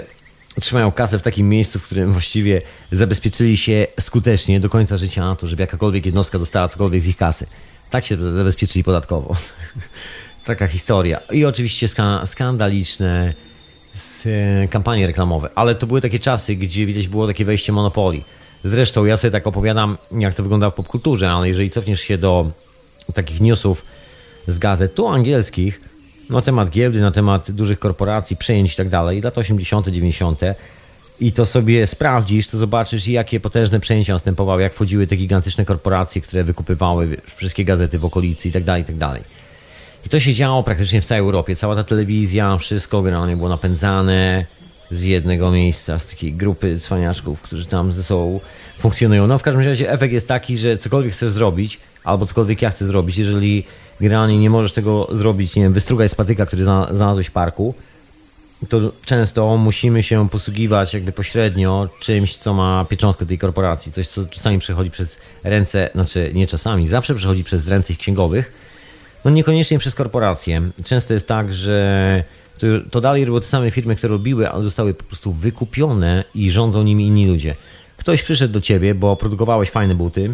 trzymają kasę w takim miejscu, w którym właściwie zabezpieczyli się skutecznie do końca życia na to, żeby jakakolwiek jednostka dostała cokolwiek z ich kasy. Tak się zabezpieczyli podatkowo. Taka historia. I oczywiście skandaliczne kampanie reklamowe. Ale to były takie czasy, gdzie widać było takie wejście monopolii. Zresztą ja sobie tak opowiadam, jak to wygląda w popkulturze, ale jeżeli cofniesz się do takich newsów z gazet, tu angielskich, na temat giełdy, na temat dużych korporacji, przejęć i tak dalej, lata 80., 90. i to sobie sprawdzisz, to zobaczysz, jakie potężne przejęcia następowały, jak wchodziły te gigantyczne korporacje, które wykupywały wszystkie gazety w okolicy i tak dalej, i tak dalej. I to się działo praktycznie w całej Europie. Cała ta telewizja, wszystko generalnie było napędzane z jednego miejsca, z takiej grupy cwaniaczków, którzy tam ze sobą funkcjonują. No w każdym razie efekt jest taki, że cokolwiek chcesz zrobić, albo cokolwiek ja chcę zrobić, jeżeli generalnie nie możesz tego zrobić, nie wiem, wystrugaj z patyka, który znalazłeś w parku, to często musimy się posługiwać jakby pośrednio czymś, co ma pieczątkę tej korporacji. Coś, co czasami przechodzi przez ręce, znaczy nie czasami, zawsze przechodzi przez ręce ich księgowych, no niekoniecznie przez korporacje. Często jest tak, że to dalej robią te same firmy, które robiły, ale zostały po prostu wykupione i rządzą nimi inni ludzie. Ktoś przyszedł do ciebie, bo produkowałeś fajne buty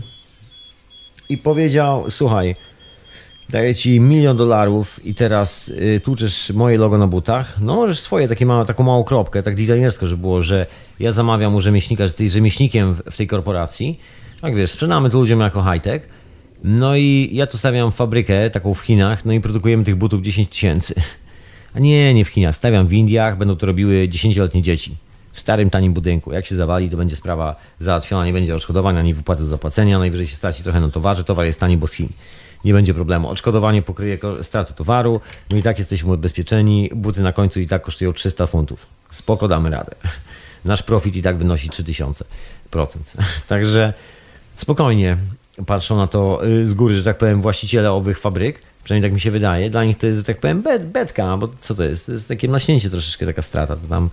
i powiedział, słuchaj, daję ci $1 milion i teraz tłuczesz moje logo na butach, no możesz swoje, taką małą kropkę, tak designersko, że było, że ja zamawiam u rzemieślnika, że jesteś rzemieślnikiem w tej korporacji, tak wiesz, sprzedamy to ludziom jako high-tech, no i ja tu stawiam fabrykę taką w Chinach, no i produkujemy tych butów 10 000. A nie w Chinach, stawiam w Indiach, będą to robiły 10-letnie dzieci. W starym, tanim budynku. Jak się zawali, to będzie sprawa załatwiona, nie będzie odszkodowania, ani wypłaty do zapłacenia, najwyżej się straci trochę na towarze, towar jest tani, bo z Chin. Nie będzie problemu. Odszkodowanie pokryje stratę towaru, no i tak jesteśmy ubezpieczeni, buty na końcu i tak kosztują 300 funtów. Spoko, damy radę. Nasz profit i tak wynosi 3000%. Także spokojnie patrzą na to z góry, że tak powiem, właściciele owych fabryk, przynajmniej tak mi się wydaje. Dla nich to jest, że tak powiem, betka, bo co to jest? To jest takie naśnięcie troszeczkę, taka strata. To tam.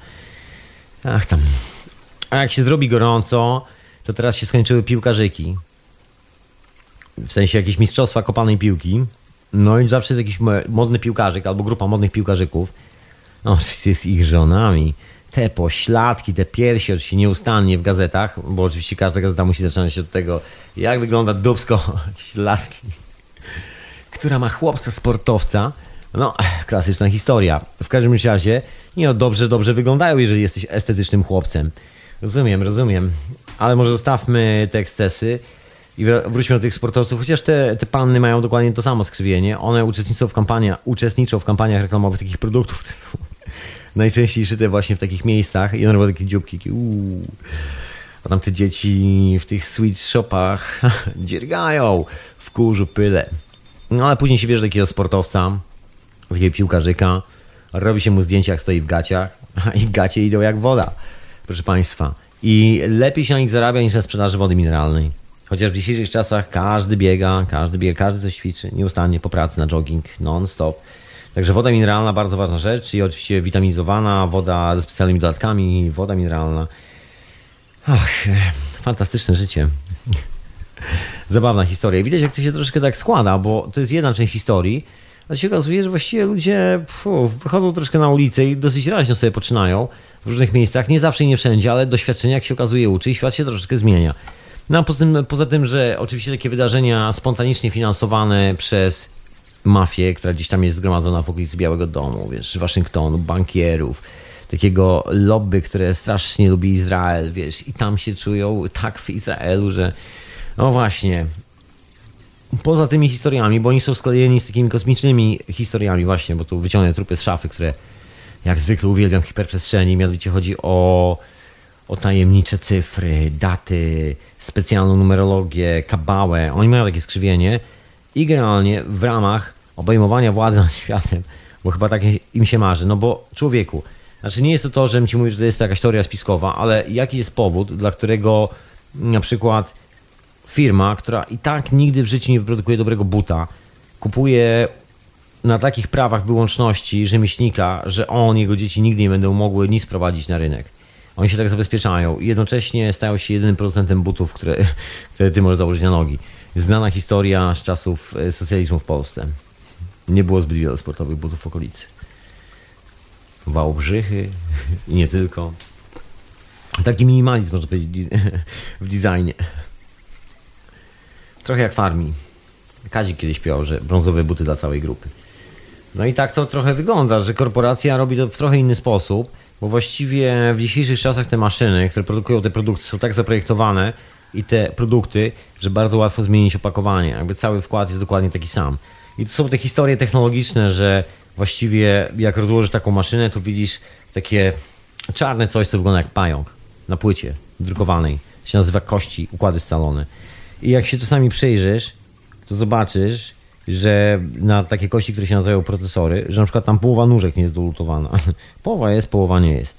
A jak się zrobi gorąco, to teraz się skończyły piłkarzyki. W sensie jakieś mistrzostwa kopanej piłki. No i zawsze jest jakiś modny piłkarzyk albo grupa modnych piłkarzyków. No, oczywiście z ich żonami. Te pośladki, te piersi oczywiście nieustannie w gazetach, bo oczywiście każda gazeta musi zaczynać się od tego, jak wygląda dupsko laski, która ma chłopca sportowca. No, klasyczna historia. W każdym razie, dobrze wyglądają, jeżeli jesteś estetycznym chłopcem. Rozumiem. Ale może zostawmy te ekscesy i wróćmy do tych sportowców, chociaż te panny mają dokładnie to samo skrzywienie. One uczestniczą w kampaniach reklamowych takich produktów, które są najczęściej szyte właśnie w takich miejscach i one robią takie dzióbki, a tam te dzieci w tych sweet shopach dziergają w kurzu pyle. No ale później się bierze takiego sportowca, takiego piłkarzyka, robi się mu zdjęcia, jak stoi w gaciach, i gacie idą jak woda, proszę Państwa. I lepiej się na nich zarabia niż na sprzedaży wody mineralnej. Chociaż w dzisiejszych czasach każdy biega, każdy coś ćwiczy, nieustannie po pracy na jogging, non-stop. Także woda mineralna, bardzo ważna rzecz i oczywiście witaminizowana, woda ze specjalnymi dodatkami, woda mineralna. Ach, fantastyczne życie. Zabawna historia. Widać, jak to się troszkę tak składa, bo to jest jedna część historii, a się okazuje, że właściwie ludzie wychodzą troszkę na ulicę i dosyć raźno sobie poczynają w różnych miejscach, nie zawsze i nie wszędzie, ale doświadczenia, jak się okazuje, uczy i świat się troszeczkę zmienia. No a poza tym, że oczywiście takie wydarzenia spontanicznie finansowane przez mafię, która gdzieś tam jest zgromadzona w okolicy Białego Domu, wiesz, Waszyngtonu, bankierów, takiego lobby, które strasznie lubi Izrael, wiesz, i tam się czują tak w Izraelu, że no właśnie, poza tymi historiami, bo oni są sklejeni z takimi kosmicznymi historiami właśnie, bo tu wyciągnę trupy z szafy, które jak zwykle uwielbiam w hiperprzestrzeni, mianowicie chodzi o tajemnicze cyfry, daty, specjalną numerologię, kabałę. Oni mają takie skrzywienie i generalnie w ramach obejmowania władzy nad światem, bo chyba tak im się marzy, no bo człowieku, znaczy nie jest to, żebym ci mówił, że to jest jakaś teoria spiskowa, ale jaki jest powód, dla którego na przykład firma, która i tak nigdy w życiu nie wyprodukuje dobrego buta, kupuje na takich prawach wyłączności rzemieślnika, że on, jego dzieci nigdy nie będą mogły nic prowadzić na rynek. Oni się tak zabezpieczają i jednocześnie stają się jedynym producentem butów, które ty możesz założyć na nogi. Znana historia z czasów socjalizmu w Polsce. Nie było zbyt wiele sportowych butów w okolicy. Wałbrzychy i nie tylko. Taki minimalizm, można powiedzieć, w designie. Trochę jak w armii. Kazik kiedyś śpiewał, że brązowe buty dla całej grupy. No i tak to trochę wygląda, że korporacja robi to w trochę inny sposób, bo właściwie w dzisiejszych czasach te maszyny, które produkują te produkty, są tak zaprojektowane i te produkty, że bardzo łatwo zmienić opakowanie. Jakby cały wkład jest dokładnie taki sam. I to są te historie technologiczne, że właściwie jak rozłożysz taką maszynę, to widzisz takie czarne coś, co wygląda jak pająk na płycie drukowanej. To się nazywa kości, układy scalone. I jak się czasami przejrzysz, to zobaczysz, że na takie kości, które się nazywają procesory, że na przykład tam połowa nóżek nie jest dolutowana. Połowa jest, połowa nie jest.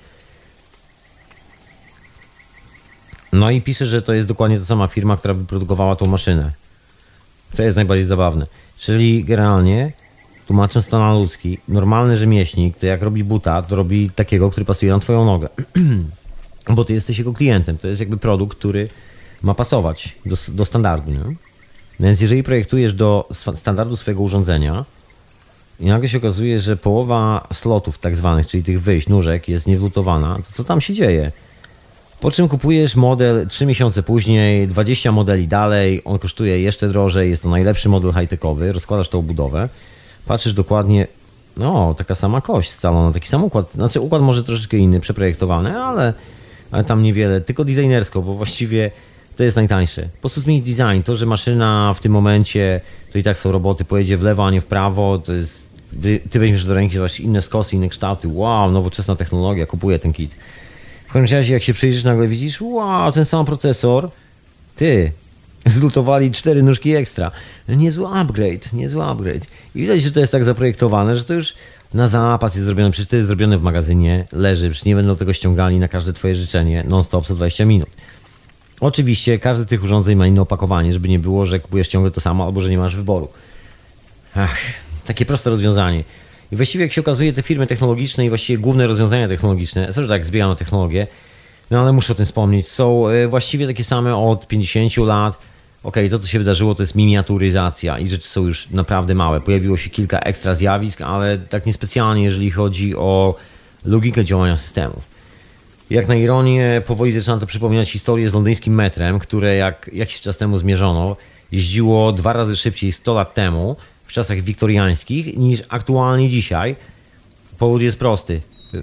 No i pisze, że to jest dokładnie ta sama firma, która wyprodukowała tą maszynę. To jest najbardziej zabawne. Czyli generalnie, tłumacząc to na ludzki, normalny rzemieślnik, to jak robi buta, to robi takiego, który pasuje na twoją nogę. Bo ty jesteś jego klientem. To jest jakby produkt, który ma pasować do standardu, nie? Więc jeżeli projektujesz do standardu swojego urządzenia i nagle się okazuje, że połowa slotów tak zwanych, czyli tych wyjść, nóżek jest niewlutowana, to co tam się dzieje? Po czym kupujesz model 3 miesiące później, 20 modeli dalej, on kosztuje jeszcze drożej, jest to najlepszy model high-techowy, rozkładasz tą budowę, patrzysz dokładnie, no taka sama kość scalona, taki sam układ, znaczy układ może troszeczkę inny, przeprojektowany, ale tam niewiele, tylko designersko, bo właściwie to jest najtańsze. Po prostu zmienić design. To, że maszyna w tym momencie, to i tak są roboty, pojedzie w lewo, a nie w prawo, to jest... Ty weźmiesz do ręki właśnie inne skosy, inne kształty. Wow, nowoczesna technologia, kupuję ten kit. W każdym razie, jak się przyjrzysz, nagle widzisz, wow, ten sam procesor. Ty, zlutowali 4 nóżki ekstra. Niezły upgrade, niezły upgrade. I widać, że to jest tak zaprojektowane, że to już na zapas jest zrobione. Przecież to jest zrobione w magazynie, leży, przecież nie będą tego ściągali na każde twoje życzenie non-stop co 20 minut. Oczywiście każdy z tych urządzeń ma inne opakowanie, żeby nie było, że kupujesz ciągle to samo albo że nie masz wyboru. Ach, takie proste rozwiązanie. I właściwie jak się okazuje, te firmy technologiczne i właściwie główne rozwiązania technologiczne, że tak zbiegam na technologię, no ale muszę o tym wspomnieć, są właściwie takie same od 50 lat. Okej, to co się wydarzyło to jest miniaturyzacja i rzeczy są już naprawdę małe. Pojawiło się kilka ekstra zjawisk, ale tak niespecjalnie jeżeli chodzi o logikę działania systemów. Jak na ironię, powoli zaczyna to przypominać historię z londyńskim metrem, które jak jakiś czas temu zmierzono, jeździło 2 razy szybciej 100 lat temu, w czasach wiktoriańskich, niż aktualnie dzisiaj. Powód jest prosty.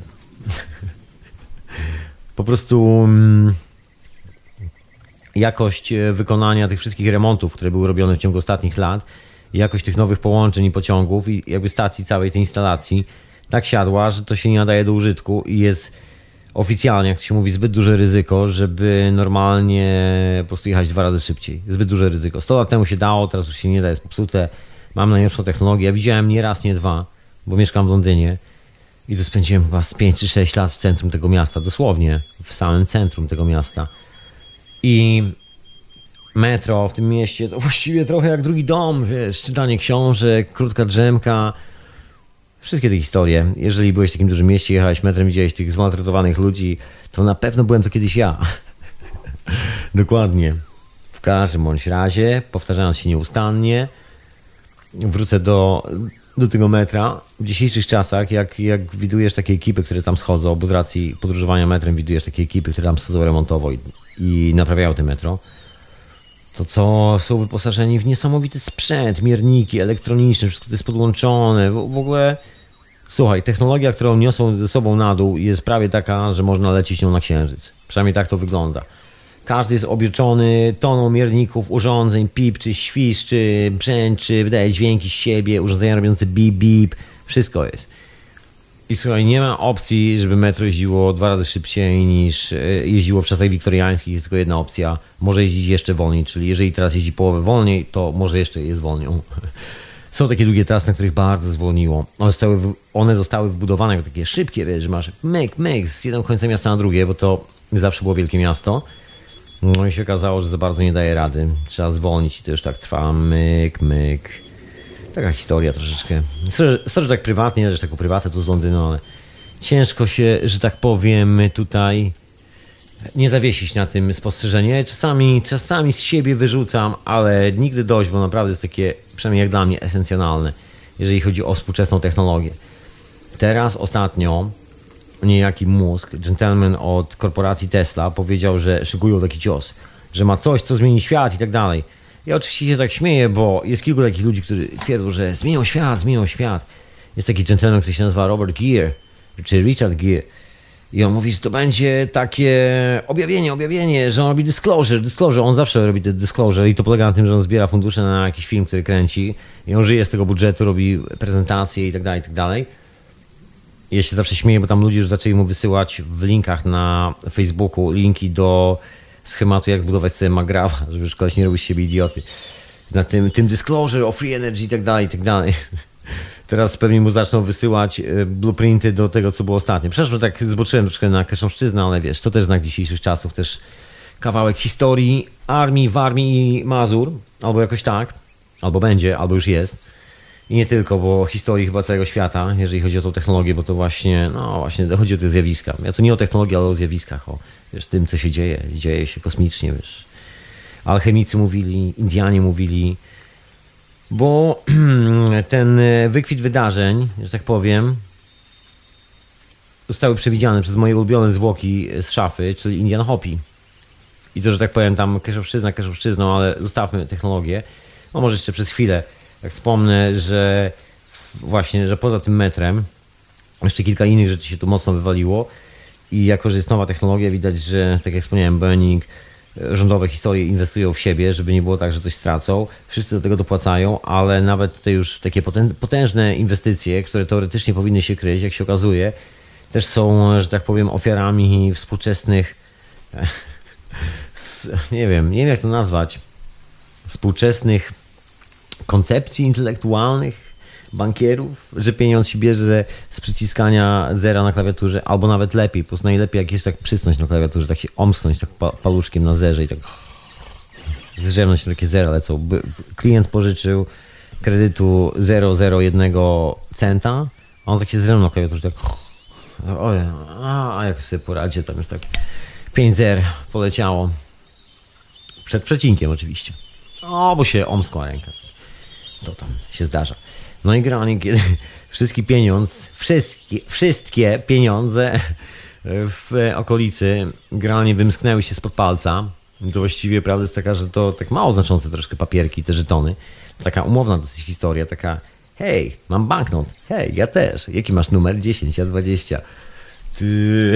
Po prostu jakość wykonania tych wszystkich remontów, które były robione w ciągu ostatnich lat, jakość tych nowych połączeń i pociągów i jakby stacji całej tej instalacji tak siadła, że to się nie nadaje do użytku i jest oficjalnie, jak to się mówi, zbyt duże ryzyko, żeby normalnie po prostu jechać 2 razy szybciej. Zbyt duże ryzyko. 100 lat temu się dało, teraz już się nie da, jest popsute. Mam najnowszą technologię. Ja widziałem nie raz, nie dwa, bo mieszkam w Londynie i to spędziłem chyba z 5 czy 6 lat w centrum tego miasta, dosłownie w samym centrum tego miasta. I metro w tym mieście to właściwie trochę jak drugi dom, wiesz, czytanie książek, krótka drzemka. Wszystkie te historie. Jeżeli byłeś w takim dużym mieście, jechałeś metrem, widziałeś tych zmaltretowanych ludzi, to na pewno byłem to kiedyś ja. Dokładnie. W każdym bądź razie, powtarzając się nieustannie, wrócę do tego metra. W dzisiejszych czasach, jak widujesz takie ekipy, które tam schodzą, bo z racji podróżowania metrem widujesz takie ekipy, które tam schodzą remontowo i naprawiają te metro, to są wyposażeni w niesamowity sprzęt, mierniki elektroniczne, wszystko to jest podłączone. W ogóle, słuchaj, technologia, którą niosą ze sobą na dół jest prawie taka, że można lecieć nią na księżyc. Przynajmniej tak to wygląda. Każdy jest obieczony toną mierników, urządzeń, pipczy, świszczy, brzęczy, wydaje dźwięki z siebie, urządzenia robiące bip, bip, wszystko jest. I słuchaj, nie ma opcji, żeby metro jeździło 2 razy szybciej niż jeździło w czasach wiktoriańskich. Jest tylko jedna opcja. Może jeździć jeszcze wolniej, czyli jeżeli teraz jeździ połowę wolniej, to może jeszcze je zwolnią. Są takie długie trasy, na których bardzo zwolniło. One zostały wbudowane jako takie szybkie, wiesz, że masz myk, z jednego końca miasta na drugie, bo to zawsze było wielkie miasto. No i się okazało, że za bardzo nie daje rady. Trzeba zwolnić i to już tak trwa, myk. Taka historia troszeczkę. Sorry, że tak prywatnie, że taką prywatę to z Londynu, ale ciężko się, że tak powiem, tutaj nie zawiesić na tym spostrzeżenie. Czasami z siebie wyrzucam, ale nigdy dość, bo naprawdę jest takie, przynajmniej jak dla mnie, esencjonalne, jeżeli chodzi o współczesną technologię. Teraz ostatnio niejaki mózg, gentleman od korporacji Tesla, powiedział, że szykują taki cios, że ma coś, co zmieni świat i tak dalej. Ja oczywiście się tak śmieję, bo jest kilku takich ludzi, którzy twierdzą, że zmienią świat. Jest taki gentleman, który się nazywa Robert Gear, czy Richard Gere. I on mówi, że to będzie takie objawienie, że on robi disclosure. On zawsze robi te disclosure i to polega na tym, że on zbiera fundusze na jakiś film, który kręci i on żyje z tego budżetu, robi prezentacje i tak dalej. I ja się zawsze śmieję, bo tam ludzie już zaczęli mu wysyłać w linkach na Facebooku linki do schematu, jak zbudować sobie Magrawa, żeby już koleś nie robił z siebie idioty. Na tym disclosure o free energy i tak dalej. Teraz pewnie mu zaczną wysyłać blueprinty do tego, co było ostatnio. Przepraszam, że tak zboczyłem troszkę na Kaszanszczyznę, ale wiesz, to też znak dzisiejszych czasów, też kawałek historii Warmii i Mazur, albo jakoś tak, albo będzie, albo już jest. I nie tylko, bo historii chyba całego świata, jeżeli chodzi o tą technologię, bo to właśnie chodzi o te zjawiska. Ja tu nie o technologii, ale o zjawiskach, o wiesz, tym, co się dzieje się kosmicznie, wiesz. Alchemicy mówili, Indianie mówili, bo ten wykwit wydarzeń, że tak powiem, zostały przewidziane przez moje ulubione zwłoki z szafy, czyli Indian Hopi. I to, że tak powiem, tam Kaszowszczyzną, ale zostawmy technologię. No może jeszcze przez chwilę. Tak wspomnę, że właśnie, że poza tym metrem jeszcze kilka innych rzeczy się tu mocno wywaliło i jako, że jest nowa technologia, widać, że tak jak wspomniałem, Boeing, rządowe historie inwestują w siebie, żeby nie było tak, że coś stracą. Wszyscy do tego dopłacają, ale nawet te już takie potężne inwestycje, które teoretycznie powinny się kryć, jak się okazuje, też są, że tak powiem, ofiarami współczesnych nie wiem jak to nazwać, współczesnych koncepcji intelektualnych bankierów, że pieniądz się bierze z przyciskania zera na klawiaturze, albo nawet lepiej, po prostu najlepiej jak jest tak przysnąć na klawiaturze, tak się omsknąć tak paluszkiem na zerze i tak zrzemnąć się takie zera lecą. Klient pożyczył kredytu 0,01 centa, a on tak się zrzemnął na klawiaturze, tak a jak sobie poradzie, tam już tak 5 zer poleciało. Przed przecinkiem oczywiście. Bo się omskła ręka. To tam się zdarza. No i generalnie, kiedy wszystkie pieniądze w okolicy generalnie wymsknęły się spod palca, to właściwie prawda jest taka, że to tak mało znaczące troszkę papierki, te żetony. Taka umowna dosyć historia, taka hej, mam banknot, hej, ja też. Jaki masz numer? 10, ja 20. Ty...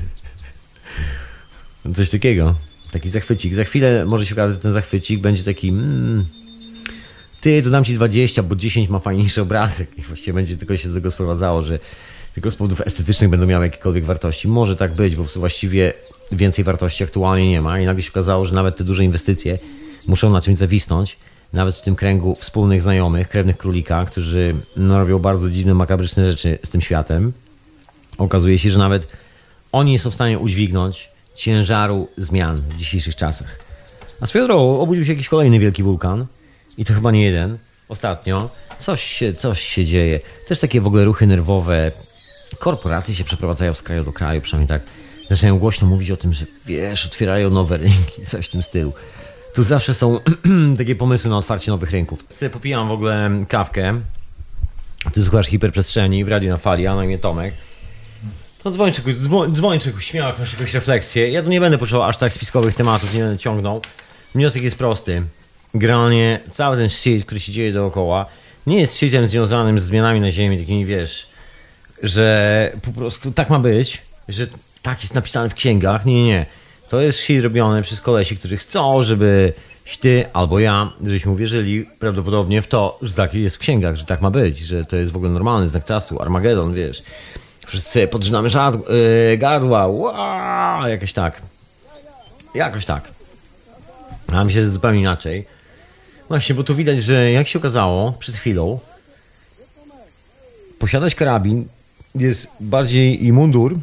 Coś takiego. Taki zachwycik. Za chwilę może się okazać, że ten zachwycik będzie taki ty, to dam ci 20, bo 10 ma fajniejszy obrazek. I właściwie będzie tylko się do tego sprowadzało, że tylko z powodów estetycznych będą miały jakiekolwiek wartości. Może tak być, bo właściwie więcej wartości aktualnie nie ma i nagle się okazało, że nawet te duże inwestycje muszą na czymś zawisnąć. Nawet w tym kręgu wspólnych znajomych, krewnych królika, którzy robią bardzo dziwne, makabryczne rzeczy z tym światem. Okazuje się, że nawet oni nie są w stanie udźwignąć ciężaru zmian w dzisiejszych czasach. A swoją drogą obudził się jakiś kolejny wielki wulkan i to chyba nie jeden. Ostatnio coś się dzieje. Też takie w ogóle ruchy nerwowe. Korporacje się przeprowadzają z kraju do kraju, przynajmniej tak. Zaczynają głośno mówić o tym, że wiesz, otwierają nowe rynki, coś w tym stylu. Tu zawsze są takie pomysły na otwarcie nowych rynków. Sobie popijam w ogóle kawkę. Ty słuchasz Hiperprzestrzeni w Radiu na Fali, a na imię Tomek. No dzwończyku, śmiało jakąś refleksję. Ja tu nie będę poruszał aż tak spiskowych tematów, nie będę ciągnął. Wniosek jest prosty. Generalnie cały ten shit, który się dzieje dookoła, nie jest shitem związanym z zmianami na Ziemi, takimi wiesz, że po prostu tak ma być, że tak jest napisane w księgach. Nie. To jest shit robione przez kolesi, którzy chcą, żeby ty albo ja, żebyśmy uwierzyli prawdopodobnie w to, że tak jest w księgach, że tak ma być, że to jest w ogóle normalny znak czasu, Armagedon, wiesz. Wszyscy podrzynamy gardła, wow, jakoś tak. A myślę, że zupełnie inaczej. Właśnie, bo tu widać, że jak się okazało przed chwilą, posiadać karabin jest bardziej i mundur,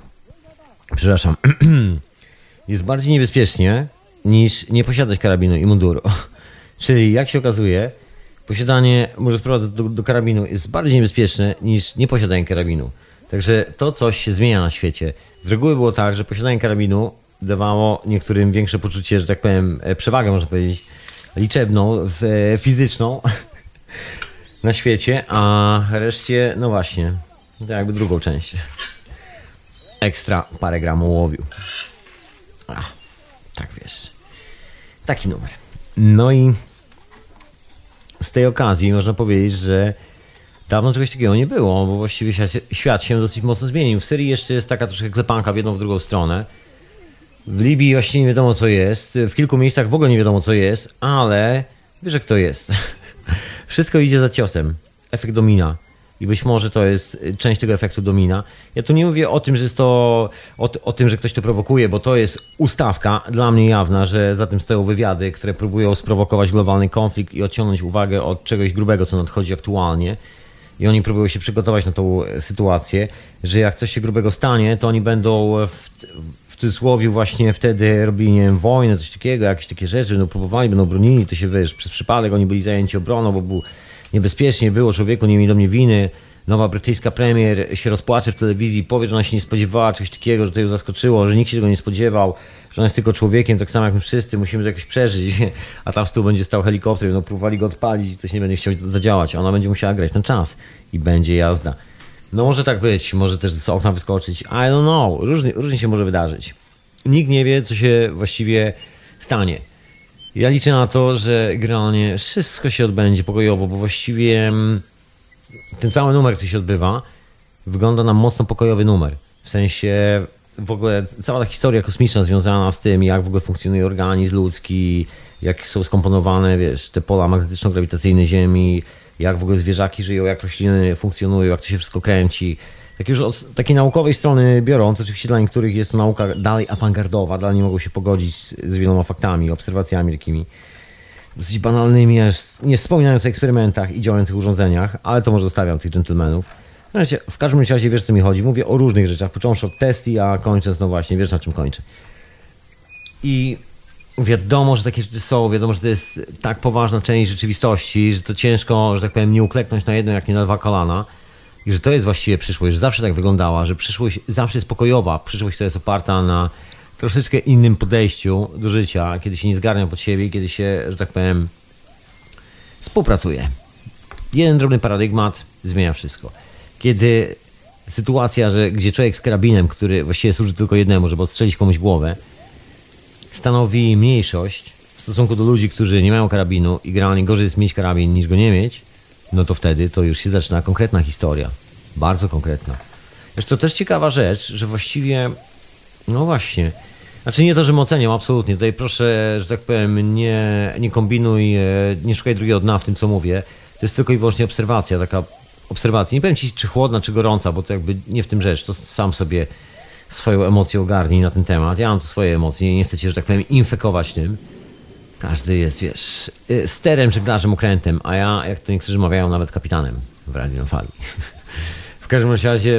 jest bardziej niebezpiecznie niż nie posiadać karabinu i munduru. Czyli jak się okazuje, posiadanie, może sprowadzać do karabinu jest bardziej niebezpieczne niż nieposiadanie karabinu. Także to coś się zmienia na świecie. Z reguły było tak, że posiadanie karabinu dawało niektórym większe poczucie, że tak powiem, przewagę, można powiedzieć, liczebną, fizyczną na świecie, a reszcie, no właśnie, to jakby drugą część. ekstra parę gram ołowiu. Tak wiesz. Taki numer. No i z tej okazji można powiedzieć, że dawno czegoś takiego nie było, bo właściwie świat się dosyć mocno zmienił. W Syrii jeszcze jest taka troszkę klepanka w jedną, w drugą stronę. W Libii właśnie nie wiadomo co jest. W kilku miejscach w ogóle nie wiadomo co jest, ale wiesz jak to jest. Wszystko idzie za ciosem. Efekt domina. I być może to jest część tego efektu domina. Ja tu nie mówię o tym, że jest to o tym, że ktoś to prowokuje, bo to jest ustawka dla mnie jawna, że za tym stoją wywiady, które próbują sprowokować globalny konflikt i odciągnąć uwagę od czegoś grubego, co nadchodzi aktualnie. I oni próbują się przygotować na tą sytuację, że jak coś się grubego stanie, to oni będą w cudzysłowie właśnie wtedy robili, nie wiem, wojnę, coś takiego, jakieś takie rzeczy, będą próbowali, będą bronili, to się wiesz, przez przypadek oni byli zajęci obroną, bo był niebezpiecznie, było człowieku, nie mieli do mnie winy. Nowa brytyjska premier się rozpłacze w telewizji, powie, że ona się nie spodziewała czegoś takiego, że to ją zaskoczyło, że nikt się tego nie spodziewał, że ona jest tylko człowiekiem, tak samo jak my wszyscy, musimy to jakoś przeżyć, a tam w tyłu będzie stał helikopter, będą próbowali go odpalić i coś nie będzie chciał zadziałać, a ona będzie musiała grać ten czas i będzie jazda. No może tak być, może też z okna wyskoczyć, I don't know, różnie się może wydarzyć. Nikt nie wie, co się właściwie stanie. Ja liczę na to, że generalnie wszystko się odbędzie pokojowo, bo właściwie ten cały numer, który się odbywa, wygląda na mocno pokojowy numer. W sensie w ogóle cała ta historia kosmiczna związana z tym, jak w ogóle funkcjonuje organizm ludzki, jak są skomponowane, wiesz, te pola magnetyczno-grawitacyjne Ziemi, jak w ogóle zwierzaki żyją, jak rośliny funkcjonują, jak to się wszystko kręci. Tak już od takiej naukowej strony biorąc, oczywiście dla niektórych jest to nauka dalej awangardowa, dalej nie mogą się pogodzić z wieloma faktami, obserwacjami takimi dosyć banalnymi, nie wspominając o eksperymentach i działających urządzeniach, ale to może zostawiam tych dżentelmenów. W każdym razie wiesz, co mi chodzi. Mówię o różnych rzeczach, począwszy od testy, a kończąc, no właśnie, wiesz, na czym kończę. I wiadomo, że takie rzeczy są, wiadomo, że to jest tak poważna część rzeczywistości, że to ciężko, że tak powiem, nie ukleknąć na jedno, jak nie na dwa kolana. I że to jest właściwie przyszłość, że zawsze tak wyglądała, że przyszłość zawsze jest pokojowa. Przyszłość, która jest oparta na troszeczkę innym podejściu do życia, kiedy się nie zgarnia pod siebie, kiedy się, że tak powiem, współpracuje. Jeden drobny paradygmat zmienia wszystko. Kiedy sytuacja, gdzie człowiek z karabinem, który właściwie służy tylko jednemu, żeby odstrzelić komuś głowę, stanowi mniejszość w stosunku do ludzi, którzy nie mają karabinu i generalnie gorzej jest mieć karabin niż go nie mieć, no to wtedy to już się zaczyna konkretna historia. Bardzo konkretna. Zresztą też ciekawa rzecz, że właściwie, no właśnie, znaczy nie to, że oceniam, absolutnie. Tutaj proszę, że tak powiem, nie kombinuj, nie szukaj drugiego dna w tym, co mówię. To jest tylko i wyłącznie obserwacja, taka obserwacja. Nie powiem ci, czy chłodna, czy gorąca, bo to jakby nie w tym rzecz. To sam sobie swoją emocję ogarnij na ten temat. Ja mam tu swoje emocje, nie chcę cię, że tak powiem, infekować tym. Każdy jest, wiesz, sterem, żeglarzem, okrętem, a ja, jak to niektórzy mawiają, nawet kapitanem w Radiu na Fali. W każdym razie,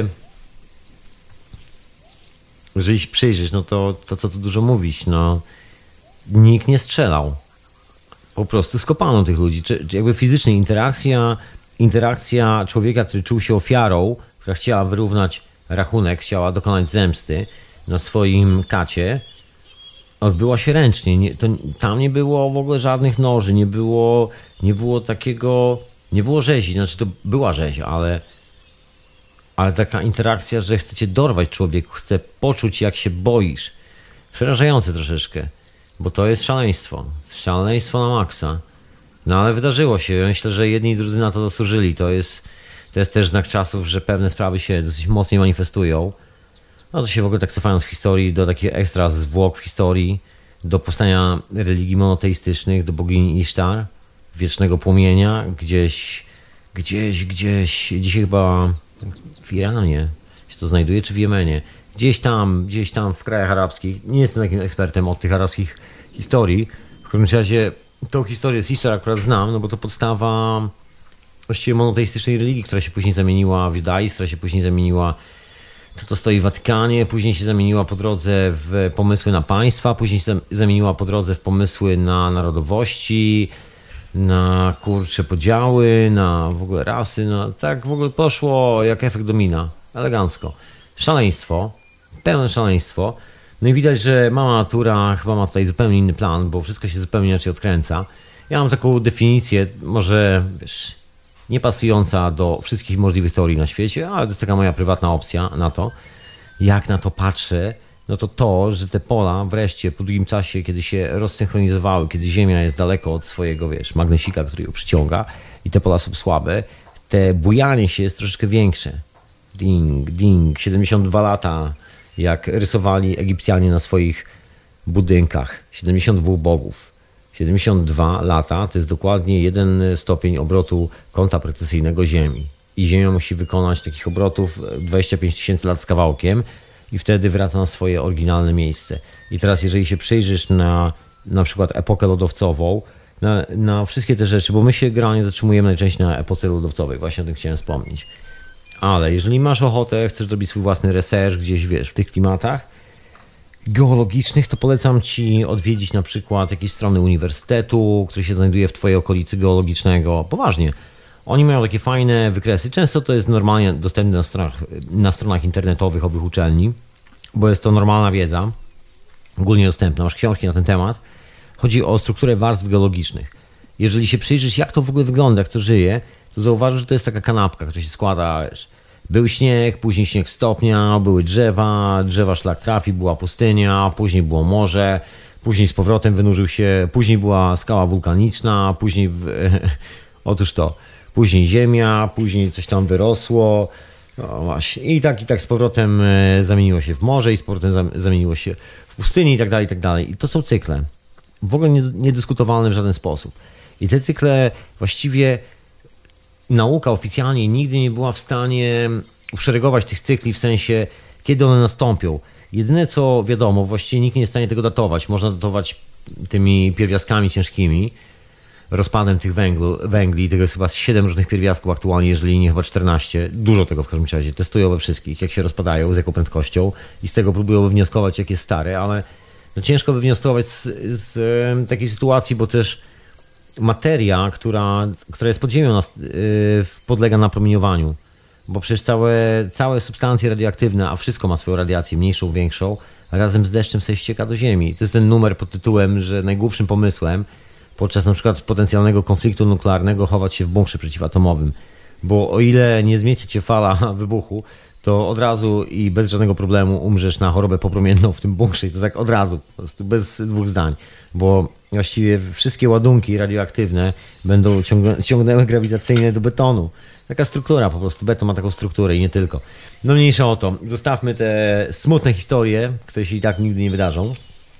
jeżeli się przyjrzeć, no to co tu dużo mówić, no nikt nie strzelał. Po prostu skopano tych ludzi. Jakby fizycznie interakcja człowieka, który czuł się ofiarą, która chciała wyrównać rachunek, chciała dokonać zemsty na swoim kacie, odbyła się ręcznie. Tam nie było w ogóle żadnych noży, nie było takiego, nie było rzezi. Znaczy to była rzeź, ale taka interakcja, że chce cię dorwać człowieku, chce poczuć, jak się boisz. Przerażające troszeczkę, bo to jest szaleństwo. Szaleństwo na maksa. No ale wydarzyło się. Ja myślę, że jedni i drudzy na to zasłużyli. To jest też znak czasów, że pewne sprawy się dosyć mocniej manifestują. No to się w ogóle tak cofając w historii do takich ekstra zwłok w historii, do powstania religii monoteistycznych, do bogini Isztar, wiecznego płomienia, gdzieś, dzisiaj chyba w Iranie się to znajduje, czy w Jemenie. Gdzieś tam w krajach arabskich. Nie jestem takim ekspertem od tych arabskich historii. W każdym razie tą historię z Isztar akurat znam, no bo to podstawa właściwie monoteistycznej religii, która się później zamieniła w judaizm, która się później zamieniła to stoi w Watykanie, później się zamieniła po drodze w pomysły na państwa, później się zamieniła po drodze w pomysły na narodowości, na podziały, na w ogóle rasy, tak w ogóle poszło jak efekt domina, elegancko. Szaleństwo, pełne szaleństwo. No i widać, że mama natura chyba ma tutaj zupełnie inny plan, bo wszystko się zupełnie inaczej odkręca. Ja mam taką definicję, może wiesz, nie pasująca do wszystkich możliwych teorii na świecie, ale to jest taka moja prywatna opcja na to, jak na to patrzę, no to, że te pola wreszcie po długim czasie, kiedy się rozsynchronizowały, kiedy Ziemia jest daleko od swojego, magnesika, który ją przyciąga i te pola są słabe, te bujanie się jest troszeczkę większe. Ding, ding, 72 lata, jak rysowali Egipcjanie na swoich budynkach. 72 bogów. 72 lata to jest dokładnie 1 stopień obrotu kąta precesyjnego Ziemi. I Ziemia musi wykonać takich obrotów 25 tysięcy lat z kawałkiem i wtedy wraca na swoje oryginalne miejsce. I teraz jeżeli się przyjrzysz na przykład epokę lodowcową, na wszystkie te rzeczy, bo my się generalnie zatrzymujemy najczęściej na epoce lodowcowej, właśnie o tym chciałem wspomnieć. Ale jeżeli masz ochotę, chcesz zrobić swój własny research gdzieś, w tych klimatach geologicznych, to polecam Ci odwiedzić na przykład jakieś strony uniwersytetu, który się znajduje w Twojej okolicy geologicznego. Poważnie. Oni mają takie fajne wykresy. Często to jest normalnie dostępne na stronach internetowych owych uczelni, bo jest to normalna wiedza, ogólnie dostępna. Masz książki na ten temat. Chodzi o strukturę warstw geologicznych. Jeżeli się przyjrzysz, jak to w ogóle wygląda, jak to żyje, to zauważysz, że to jest taka kanapka, która się składa. Był śnieg, później śnieg stopniał, były drzewa szlak trafi, była pustynia, później było morze, później z powrotem wynurzył się, później była skała wulkaniczna, później otóż to, później ziemia, później coś tam wyrosło, no właśnie, i tak z powrotem zamieniło się w morze i z powrotem zamieniło się w pustynię i tak dalej, i tak dalej. I to są cykle, w ogóle niedyskutowalne w żaden sposób. I te cykle właściwie nauka oficjalnie nigdy nie była w stanie uszeregować tych cykli w sensie, kiedy one nastąpią. Jedyne co wiadomo, właściwie nikt nie jest w stanie tego datować. Można datować tymi pierwiastkami ciężkimi, rozpadem tych węgli. Tego jest chyba 7 różnych pierwiastków aktualnie, jeżeli nie chyba 14. Dużo tego w każdym razie. Testują we wszystkich, jak się rozpadają, z jaką prędkością i z tego próbują wywnioskować, jak jest stare, ale no ciężko wywnioskować z takiej sytuacji, bo też materia, która jest pod ziemią, podlega napromieniowaniu, bo przecież całe substancje radioaktywne, a wszystko ma swoją radiację, mniejszą, większą, razem z deszczem sobie ścieka do ziemi. To jest ten numer pod tytułem, że najgłupszym pomysłem podczas na przykład potencjalnego konfliktu nuklearnego chować się w bunkrze przeciwatomowym, bo o ile nie zmiecie cię fala wybuchu, to od razu i bez żadnego problemu umrzesz na chorobę popromienną w tym bunkrze i to tak od razu, po prostu bez dwóch zdań, bo właściwie wszystkie ładunki radioaktywne będą ciągnęły grawitacyjne do betonu. Taka struktura po prostu, beton ma taką strukturę i nie tylko. No mniejsza o to, zostawmy te smutne historie, które się i tak nigdy nie wydarzą.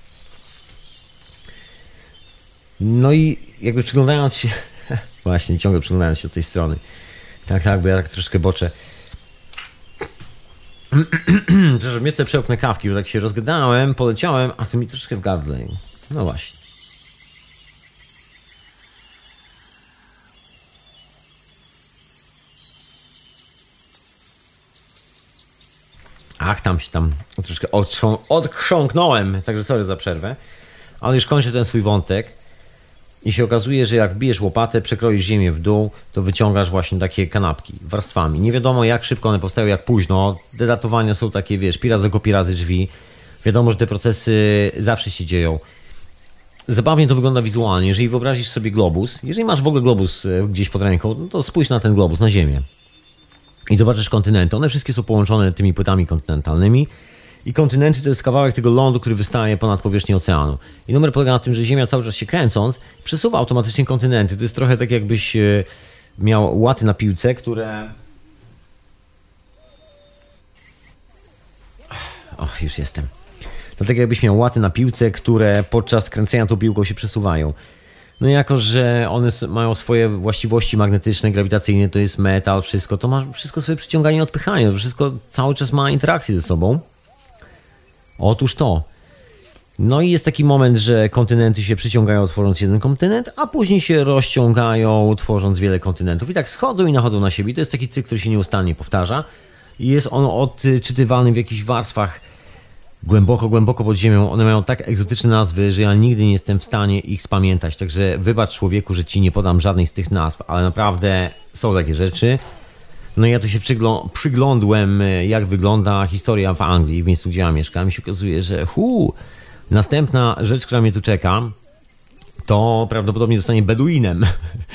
No i jakby przyglądając się, właśnie ciągle przyglądając się od tej strony, tak, bo ja tak troszkę boczę. Przepraszam, jeszcze przełknę kawki, bo tak się rozgadałem, poleciałem, a to mi troszkę w gardle. No właśnie. Ach, tam troszkę odchrząknąłem, także sorry za przerwę, ale już kończę ten swój wątek i się okazuje, że jak wbijesz łopatę, przekroisz ziemię w dół, to wyciągasz właśnie takie kanapki warstwami. Nie wiadomo jak szybko one powstają, jak późno. Te datowania są takie, pi razy oko, pi razy drzwi. Wiadomo, że te procesy zawsze się dzieją. Zabawnie to wygląda wizualnie. Jeżeli wyobrazisz sobie globus, jeżeli masz w ogóle globus gdzieś pod ręką, no to spójrz na ten globus, na Ziemię. I zobaczysz kontynenty. One wszystkie są połączone tymi płytami kontynentalnymi. I kontynenty to jest kawałek tego lądu, który wystaje ponad powierzchnię oceanu. I numer polega na tym, że Ziemia cały czas się kręcąc, przesuwa automatycznie kontynenty. To jest trochę tak jakbyś miał łaty na piłce, które... Och, już jestem. To tak jakbyś miał łaty na piłce, które podczas kręcenia tą piłką się przesuwają. No jako, że one mają swoje właściwości magnetyczne, grawitacyjne, to jest metal, wszystko, to ma wszystko swoje przyciąganie i odpychanie. To wszystko cały czas ma interakcję ze sobą. Otóż to. No i jest taki moment, że kontynenty się przyciągają, tworząc jeden kontynent, a później się rozciągają, tworząc wiele kontynentów. I tak schodzą i nachodzą na siebie. I to jest taki cykl, który się nieustannie powtarza. I jest on odczytywany w jakichś warstwach głęboko pod ziemią. One mają tak egzotyczne nazwy, że ja nigdy nie jestem w stanie ich spamiętać. Także wybacz człowieku, że ci nie podam żadnej z tych nazw, ale naprawdę są takie rzeczy. No i ja tu się przyglądłem, jak wygląda historia w Anglii, w miejscu, gdzie ja mieszkam. I się okazuje, że następna rzecz, która mnie tu czeka, to prawdopodobnie zostanie Beduinem.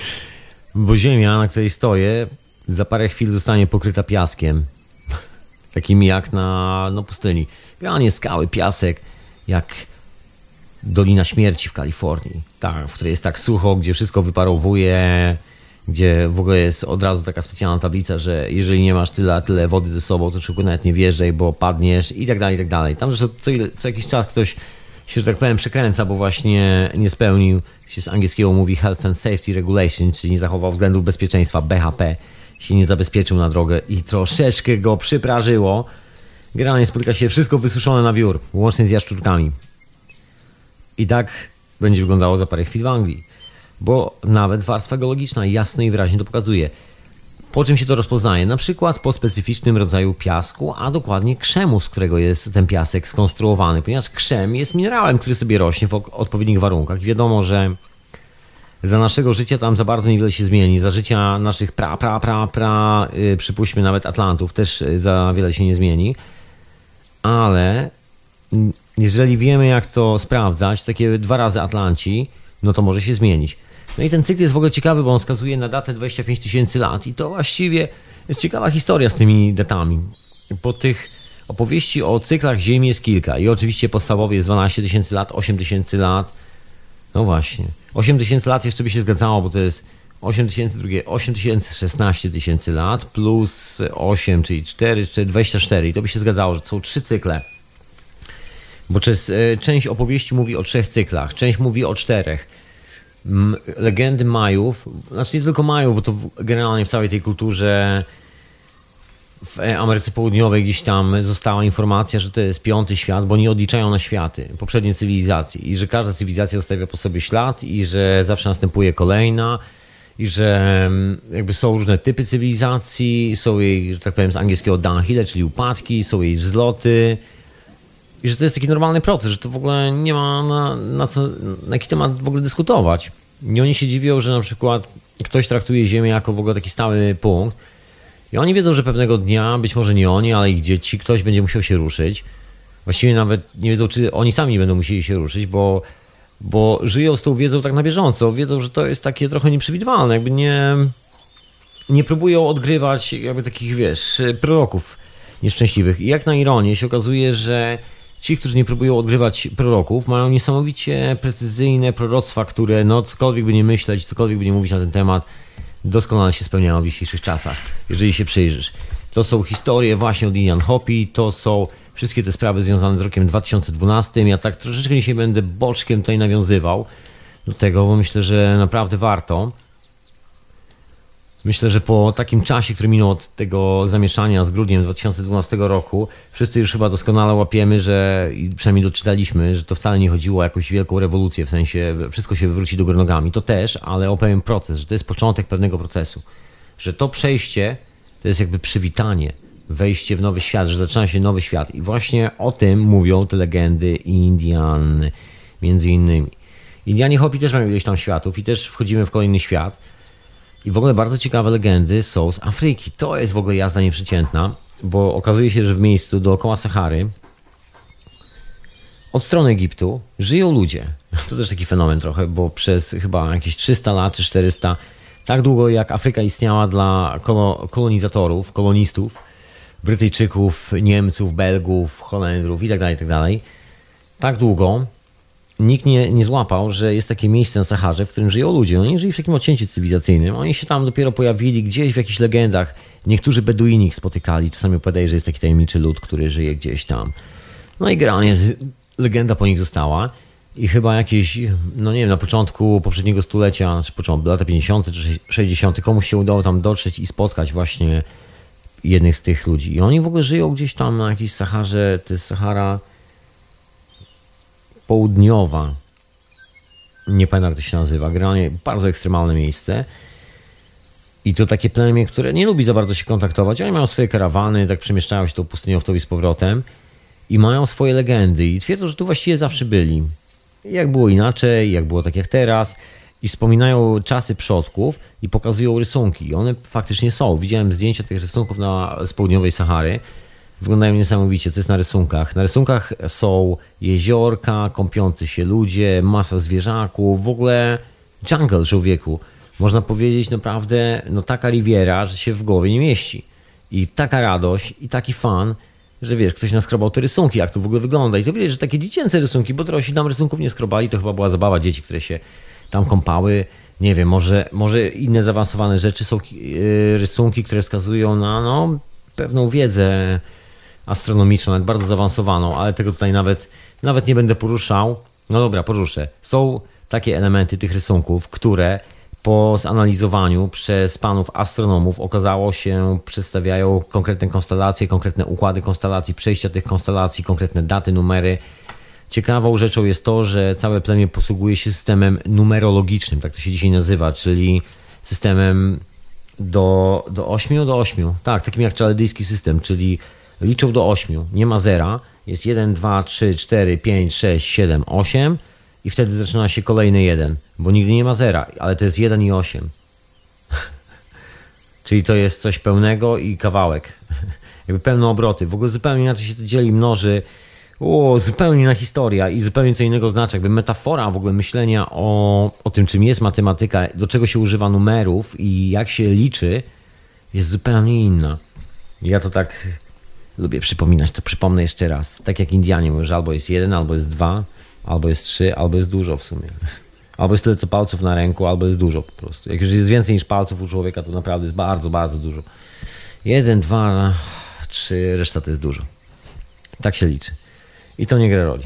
Bo ziemia, na której stoję, za parę chwil zostanie pokryta piaskiem. takimi jak na pustyni. Generalnie skały, piasek, jak Dolina Śmierci w Kalifornii, tak, w której jest tak sucho, gdzie wszystko wyparowuje, gdzie w ogóle jest od razu taka specjalna tablica, że jeżeli nie masz tyle wody ze sobą, to człowieku nawet nie wjeżdżaj, bo padniesz i tak dalej, i tak dalej. Tam że co jakiś czas ktoś się, że tak powiem, przekręca, bo właśnie nie spełnił, się z angielskiego mówi Health and Safety Regulation, czyli nie zachował względów bezpieczeństwa, BHP, się nie zabezpieczył na drogę i troszeczkę go przyprażyło. Generalnie spotyka się wszystko wysuszone na wiór, łącznie z jaszczurkami. I tak będzie wyglądało za parę chwil w Anglii. Bo nawet warstwa geologiczna jasno i wyraźnie to pokazuje. Po czym się to rozpoznaje? Na przykład po specyficznym rodzaju piasku, a dokładnie krzemu, z którego jest ten piasek skonstruowany. Ponieważ krzem jest minerałem, który sobie rośnie w odpowiednich warunkach. I wiadomo, że za naszego życia tam za bardzo niewiele się zmieni. Za życia naszych przypuśćmy nawet Atlantów też za wiele się nie zmieni. Ale jeżeli wiemy, jak to sprawdzać, takie 2 razy Atlanci, no to może się zmienić. No i ten cykl jest w ogóle ciekawy, bo on wskazuje na datę 25 000 lat i to właściwie jest ciekawa historia z tymi datami. Po tych opowieści o cyklach Ziemi jest kilka i oczywiście podstawowy jest 12 000 lat, 8 000 lat. No właśnie, 8 000 lat jeszcze by się zgadzało, bo to jest 8 000, 16 000 lat plus 8, czyli 4, 24 i to by się zgadzało, że to są 3 cykle. Bo część opowieści mówi o 3 cyklach, część mówi o 4. Legendy Majów, znaczy nie tylko Majów, bo to generalnie w całej tej kulturze w Ameryce Południowej gdzieś tam została informacja, że to jest 5. świat, bo nie odliczają na światy poprzedniej cywilizacji i że każda cywilizacja zostawia po sobie ślad i że zawsze następuje kolejna i że jakby są różne typy cywilizacji, są jej, że tak powiem z angielskiego downhill, czyli upadki, są jej wzloty. I że to jest taki normalny proces, że to w ogóle nie ma na jaki temat w ogóle dyskutować. I oni się dziwią, że na przykład ktoś traktuje Ziemię jako w ogóle taki stały punkt. I oni wiedzą, że pewnego dnia, być może nie oni, ale ich dzieci, ktoś będzie musiał się ruszyć. Właściwie nawet nie wiedzą, czy oni sami nie będą musieli się ruszyć, bo żyją z tą wiedzą tak na bieżąco. Wiedzą, że to jest takie trochę nieprzewidywalne. Jakby nie próbują odgrywać jakby takich, proroków nieszczęśliwych. I jak na ironię się okazuje, że ci, którzy nie próbują odgrywać proroków, mają niesamowicie precyzyjne proroctwa, które cokolwiek by nie myśleć, cokolwiek by nie mówić na ten temat, doskonale się spełniają w dzisiejszych czasach, jeżeli się przyjrzysz. To są historie właśnie od Indian Hopi, to są wszystkie te sprawy związane z rokiem 2012. Ja tak troszeczkę dzisiaj będę boczkiem tutaj nawiązywał do tego, bo myślę, że naprawdę warto. Myślę, że po takim czasie, który minął od tego zamieszania z grudniem 2012 roku, wszyscy już chyba doskonale łapiemy, że i przynajmniej doczytaliśmy, że to wcale nie chodziło o jakąś wielką rewolucję, w sensie wszystko się wywróci do góry nogami. To też, ale o pewien proces, że to jest początek pewnego procesu. Że to przejście to jest jakby przywitanie, wejście w nowy świat, że zaczyna się nowy świat. I właśnie o tym mówią te legendy Indian, między innymi. Indianie Hopi też mają ileś tam światów i też wchodzimy w kolejny świat. I w ogóle bardzo ciekawe legendy są z Afryki. To jest w ogóle jazda nieprzeciętna, bo okazuje się, że w miejscu dookoła Sahary, od strony Egiptu, żyją ludzie. To też taki fenomen trochę, bo przez chyba jakieś 300 lat czy 400, tak długo jak Afryka istniała dla kolonizatorów, kolonistów, Brytyjczyków, Niemców, Belgów, Holendrów itd., tak długo nikt nie złapał, że jest takie miejsce na Saharze, w którym żyją ludzie. Oni żyli w takim odcięciu cywilizacyjnym. Oni się tam dopiero pojawili gdzieś w jakichś legendach. Niektórzy Beduini ich spotykali. Czasami opowiadali, że jest taki tajemniczy lud, który żyje gdzieś tam. No i generalnie legenda po nich została. I chyba jakieś, na początku poprzedniego stulecia, lata 50. czy 60. komuś się udało tam dotrzeć i spotkać właśnie jednych z tych ludzi. I oni w ogóle żyją gdzieś tam na jakiejś Saharze. To jest Sahara południowa, nie pamiętam jak to się nazywa, generalnie bardzo ekstremalne miejsce i to takie plemię, które nie lubi za bardzo się kontaktować, oni mają swoje karawany, tak przemieszczają się tą pustynią w z powrotem i mają swoje legendy i twierdzą, że tu właściwie zawsze byli. Jak było inaczej, jak było tak jak teraz i wspominają czasy przodków i pokazują rysunki i one faktycznie są. Widziałem zdjęcia tych rysunków z południowej Sahary. Wyglądają niesamowicie, co jest na rysunkach. Na rysunkach są jeziorka, kąpiący się ludzie, masa zwierzaków, w ogóle jungle człowieku. Można powiedzieć naprawdę, taka riviera, że się w głowie nie mieści. I taka radość i taki fan, że wiesz, ktoś naskrobał te rysunki, jak to w ogóle wygląda. I to wiesz, że takie dziecięce rysunki, bo dorośli tam rysunków nie skrobali, to chyba była zabawa dzieci, które się tam kąpały. Nie wiem, może inne zaawansowane rzeczy są rysunki, które wskazują na pewną wiedzę astronomiczną, nawet bardzo zaawansowaną, ale tego tutaj nawet nie będę poruszał. No dobra, poruszę. Są takie elementy tych rysunków, które po zanalizowaniu przez panów astronomów okazało się, przedstawiają konkretne konstelacje, konkretne układy konstelacji, przejścia tych konstelacji, konkretne daty, numery. Ciekawą rzeczą jest to, że całe plemię posługuje się systemem numerologicznym, tak to się dzisiaj nazywa, czyli systemem do 8? Do 8. Tak, takim jak czaledyjski system, czyli liczą do 8. Nie ma zera. Jest 1, 2, 3, 4, 5, 6, 7, 8 i wtedy zaczyna się kolejny 1, bo nigdy nie ma zera, ale to jest 1 i 8. Czyli to jest coś pełnego i kawałek. Jakby pełne obroty. W ogóle zupełnie inaczej się to dzieli, mnoży. Zupełnie inna historia i zupełnie co innego znaczy. Jakby metafora w ogóle myślenia o tym, czym jest matematyka, do czego się używa numerów i jak się liczy, jest zupełnie inna. Ja to tak lubię przypominać, to przypomnę jeszcze raz. Tak jak Indianie mówią, że albo jest 1, albo jest 2, albo jest 3, albo jest dużo w sumie. Albo jest tyle co palców na ręku, albo jest dużo po prostu. Jak już jest więcej niż palców u człowieka, to naprawdę jest bardzo, bardzo dużo. 1, 2, 3, reszta to jest dużo. Tak się liczy. I to nie gra roli.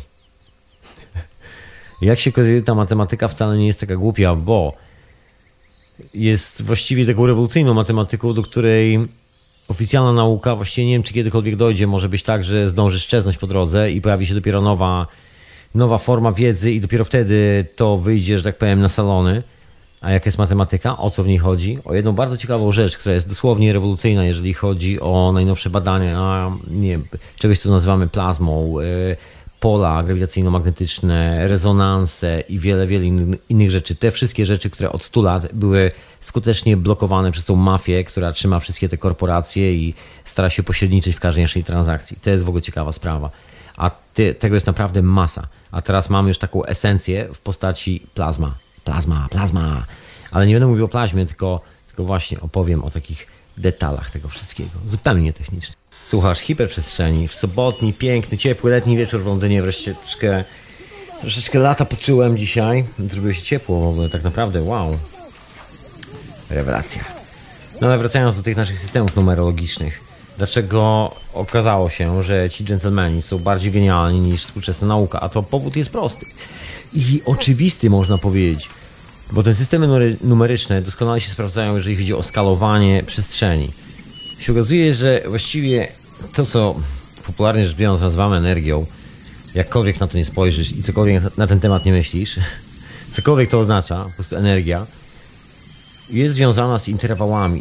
Jak się okazuje, ta matematyka wcale nie jest taka głupia, bo jest właściwie taką rewolucyjną matematyką, do której oficjalna nauka, właściwie nie wiem, czy kiedykolwiek dojdzie, może być tak, że zdąży szczeznąć po drodze i pojawi się dopiero nowa forma wiedzy i dopiero wtedy to wyjdzie, że tak powiem, na salony. A jaka jest matematyka? O co w niej chodzi? O jedną bardzo ciekawą rzecz, która jest dosłownie rewolucyjna, jeżeli chodzi o najnowsze badania, nie wiem, czegoś, co nazywamy plazmą, pola grawitacyjno-magnetyczne, rezonanse i wiele, wiele innych rzeczy. Te wszystkie rzeczy, które od 100 lat były skutecznie blokowane przez tą mafię, która trzyma wszystkie te korporacje i stara się pośredniczyć w każdej naszej transakcji. To jest w ogóle ciekawa sprawa. A tego jest naprawdę masa. A teraz mamy już taką esencję w postaci plazma. Plazma. Ale nie będę mówił o plazmie, tylko właśnie opowiem o takich detalach tego wszystkiego. Zupełnie technicznie. Słuchasz hiperprzestrzeni. W sobotni, piękny, ciepły, letni wieczór w Londynie. Wreszcie troszeczkę lata poczułem dzisiaj. Zrobiło się ciepło w ogóle, tak naprawdę. Wow. Rewelacja. No ale wracając do tych naszych systemów numerologicznych. Dlaczego okazało się, że ci dżentelmeni są bardziej genialni niż współczesna nauka? A to powód jest prosty. I oczywisty, można powiedzieć. Bo te systemy numeryczne doskonale się sprawdzają, jeżeli chodzi o skalowanie przestrzeni. Się okazuje, że właściwie to, co popularnie rzecz biorąc nazywamy energią, jakkolwiek na to nie spojrzysz i cokolwiek na ten temat nie myślisz, cokolwiek to oznacza, po prostu energia, jest związana z interwałami.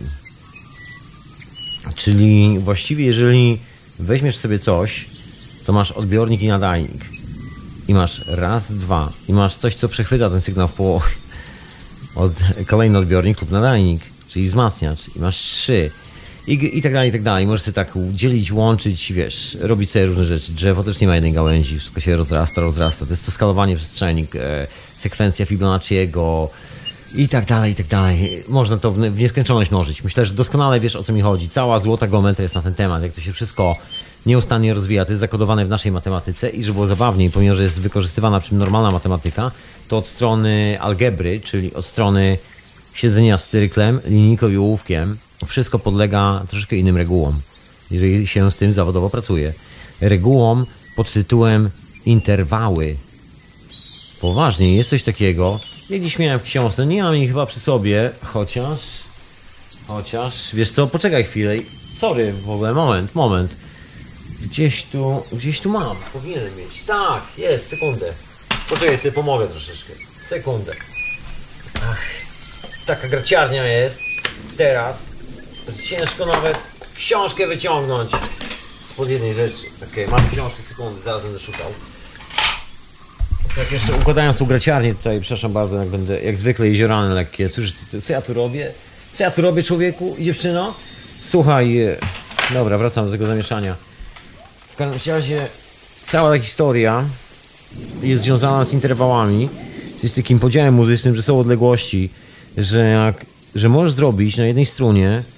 Czyli właściwie jeżeli weźmiesz sobie coś, to masz odbiornik i nadajnik. I masz raz, dwa. I masz coś, co przechwyta ten sygnał w połowie. Kolejny odbiornik lub nadajnik, czyli wzmacniacz. I masz 3. I tak dalej, i tak dalej. Możesz sobie tak dzielić, łączyć, wiesz, robić sobie różne rzeczy. Drzewo też nie ma jednej gałęzi, wszystko się rozrasta. To jest to skalowanie przestrzeni, sekwencja Fibonacciego i tak dalej, i tak dalej. Można to w nieskończoność mnożyć. Myślę, że doskonale wiesz, o co mi chodzi. Cała złota geometria jest na ten temat, jak to się wszystko nieustannie rozwija. To jest zakodowane w naszej matematyce i żeby było zabawniej, pomimo że jest wykorzystywana przy normalna matematyka, to od strony algebry, czyli od strony siedzenia z cyklem, linijką i ołówkiem, wszystko podlega troszkę innym regułom, jeżeli się z tym zawodowo pracuje. Regułom pod tytułem interwały. Poważnie, jest coś takiego. Ja gdzieś miałem w książce, nie mam jej chyba przy sobie, chociaż, wiesz co, poczekaj chwilę. Sorry, w ogóle, moment. Gdzieś tu mam, powinienem mieć. Tak, jest, sekundę. Poczekaj, sobie pomogę troszeczkę. Sekundę. Ach, taka graciarnia jest. Teraz. Ciężko nawet książkę wyciągnąć spod jednej rzeczy. Okej, mam książkę, sekundę, zaraz będę szukał. Tak jeszcze układając tą graciarnię tutaj, przepraszam bardzo, jak zwykle jeziorane lekkie. Słyszysz, co ja tu robię? Co ja tu robię, człowieku i dziewczyno? Słuchaj, dobra, wracam do tego zamieszania. W każdym razie cała ta historia jest związana z interwałami, czyli z takim podziałem muzycznym, że są odległości, że możesz zrobić na jednej strunie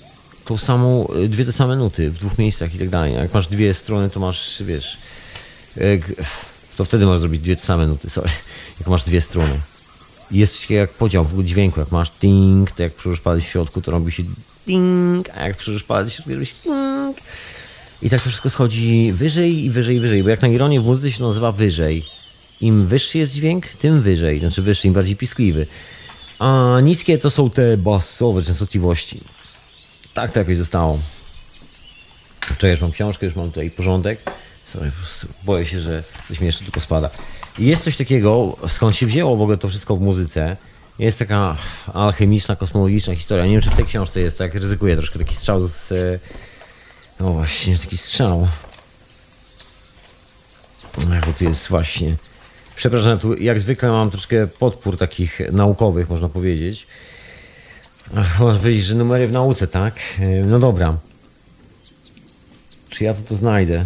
dwie te same nuty w dwóch miejscach i tak dalej. Jak masz dwie strony, to masz, wiesz, to wtedy możesz zrobić dwie te same nuty, sorry. Jak masz dwie strony. Jest coś takiego jak podział w dźwięku, jak masz ding, to jak przyłożysz palec w środku, to robi się ding, a jak przyłożysz palec w środku, to robi się ding. I tak to wszystko schodzi wyżej i wyżej i wyżej, bo jak na ironię w muzyce się nazywa wyżej. Im wyższy jest dźwięk, tym wyżej, znaczy wyższy, im bardziej piskliwy. A niskie to są te basowe częstotliwości. Tak to jakoś zostało. Czekaj, już mam książkę, już mam tutaj porządek. Sorry, boję się, że coś mi jeszcze tylko spada. I jest coś takiego, skąd się wzięło w ogóle to wszystko w muzyce. Jest taka alchemiczna, kosmologiczna historia. Nie wiem, czy w tej książce jest, tak ryzykuję troszkę taki strzał z... No właśnie, taki strzał. Bo tu jest właśnie... Przepraszam, tu jak zwykle mam troszkę podpór takich naukowych, można powiedzieć. Można powiedzieć, że numery w nauce, tak? No dobra. Czy ja to znajdę?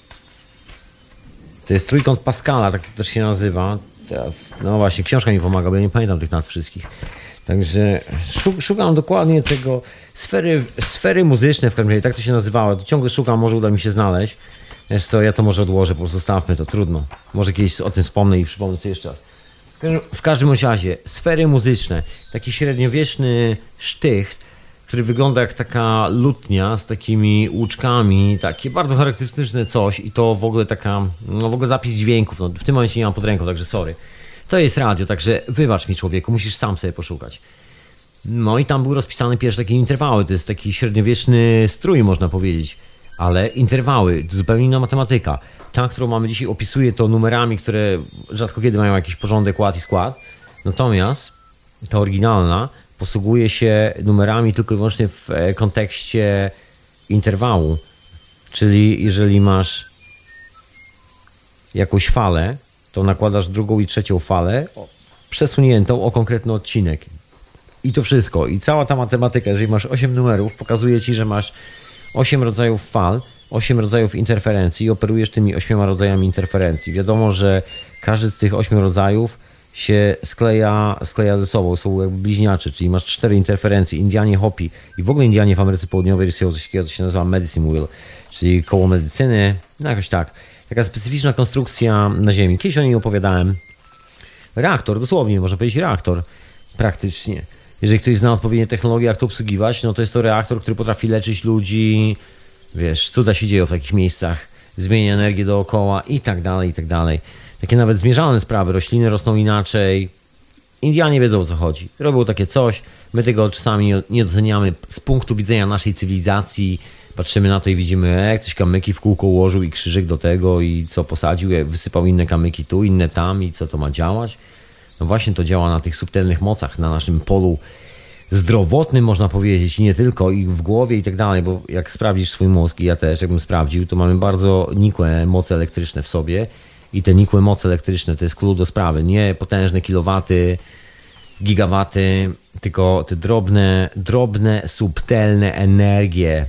To jest trójkąt Pascala, tak to też się nazywa. Teraz, no właśnie, książka mi pomaga, bo ja nie pamiętam tych nazw wszystkich. Także szukam dokładnie tego. Sfery muzyczne, w każdym razie, tak to się nazywało. To ciągle szukam, może uda mi się znaleźć. Wiesz co, ja to może odłożę, po prostu zostawmy to, trudno. Może kiedyś o tym wspomnę i przypomnę sobie jeszcze raz. W każdym razie, sfery muzyczne, taki średniowieczny sztycht, który wygląda jak taka lutnia z takimi łuczkami, takie bardzo charakterystyczne coś i to w ogóle taka, no w ogóle zapis dźwięków, no w tym momencie nie mam pod ręką, także sorry. To jest radio, także wybacz mi człowieku, musisz sam sobie poszukać. No i tam były rozpisane pierwsze takie interwały, to jest taki średniowieczny strój, można powiedzieć, ale interwały, to zupełnie inna matematyka. Ta, którą mamy dzisiaj, opisuje to numerami, które rzadko kiedy mają jakiś porządek, ład i skład, natomiast ta oryginalna posługuje się numerami tylko i wyłącznie w kontekście interwału. Czyli jeżeli masz jakąś falę, to nakładasz drugą i trzecią falę przesuniętą o konkretny odcinek. I to wszystko. I cała ta matematyka, jeżeli masz 8 numerów, pokazuje ci, że masz 8 rodzajów fal, 8 rodzajów interferencji i operujesz tymi 8 rodzajami interferencji. Wiadomo, że każdy z tych 8 rodzajów się skleja ze sobą, są jakby bliźniacze, czyli masz 4 interferencje, Indianie Hopi i w ogóle Indianie w Ameryce Południowej rysują coś takiego, co się nazywa medicine wheel, czyli koło medycyny, no jakoś tak. Taka specyficzna konstrukcja na Ziemi. Kiedyś o niej opowiadałem. Reaktor, dosłownie, można powiedzieć reaktor, praktycznie. Jeżeli ktoś zna odpowiednie technologie, jak to obsługiwać, no to jest to reaktor, który potrafi leczyć ludzi, wiesz, cuda się dzieją w takich miejscach, zmienia energię dookoła i tak dalej, i tak dalej. Takie nawet zmierzalne sprawy, rośliny rosną inaczej. Indianie wiedzą, o co chodzi. Robią takie coś, my tego czasami nie doceniamy z punktu widzenia naszej cywilizacji. Patrzymy na to i widzimy, jak coś kamyki w kółko ułożył i krzyżyk do tego i co posadził, wysypał inne kamyki tu, inne tam i co to ma działać. No właśnie to działa na tych subtelnych mocach, na naszym polu zdrowotnym, można powiedzieć, i nie tylko, i w głowie i tak dalej, bo jak sprawdzisz swój mózg, i ja też, jakbym sprawdził, to mamy bardzo nikłe moce elektryczne w sobie i te nikłe moce elektryczne to jest klucz do sprawy, nie potężne kilowaty, gigawaty, tylko te drobne, subtelne energie.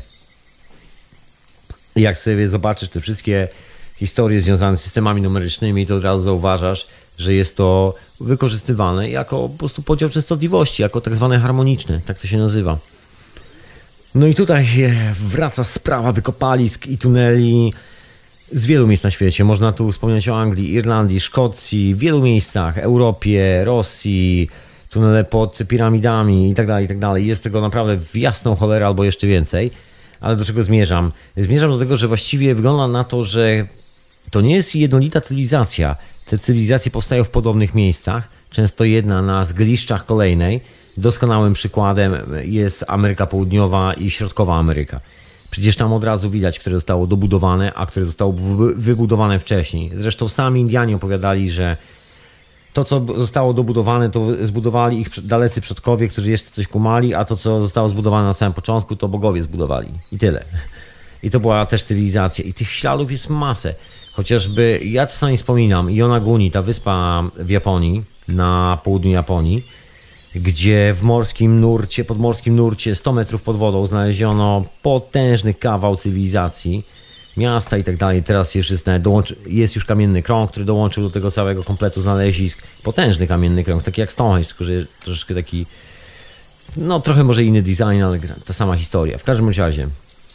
I jak sobie zobaczysz te wszystkie historie związane z systemami numerycznymi, to od razu zauważasz, że jest to wykorzystywane jako po prostu podział częstotliwości, jako tak zwane harmoniczne, tak to się nazywa. No i tutaj wraca sprawa wykopalisk i tuneli z wielu miejsc na świecie. Można tu wspomnieć o Anglii, Irlandii, Szkocji, w wielu miejscach, Europie, Rosji, tunele pod piramidami i tak dalej, i tak dalej. Jest tego naprawdę w jasną cholerę albo jeszcze więcej. Ale do czego zmierzam? Zmierzam do tego, że właściwie wygląda na to, że to nie jest jednolita cywilizacja. Te cywilizacje powstają w podobnych miejscach, często jedna na zgliszczach kolejnej. Doskonałym przykładem jest Ameryka Południowa i Środkowa Ameryka. Przecież tam od razu widać, które zostało dobudowane, a które zostało wybudowane wcześniej. Zresztą sami Indianie opowiadali, że to, co zostało dobudowane, to zbudowali ich dalecy przodkowie, którzy jeszcze coś kumali, a to, co zostało zbudowane na samym początku, to bogowie zbudowali. I tyle. I to była też cywilizacja. I tych śladów jest masę. Chociażby, ja czasami wspominam, Yonaguni, ta wyspa w Japonii, na południu Japonii, gdzie w morskim nurcie, podmorskim nurcie, 100 metrów pod wodą znaleziono potężny kawał cywilizacji, miasta i tak dalej. Teraz jest już kamienny krąg, który dołączył do tego całego kompletu znalezisk. Potężny kamienny krąg, taki jak Stonehenge, tylko że troszeczkę taki No trochę może inny design, ale ta sama historia. W każdym razie,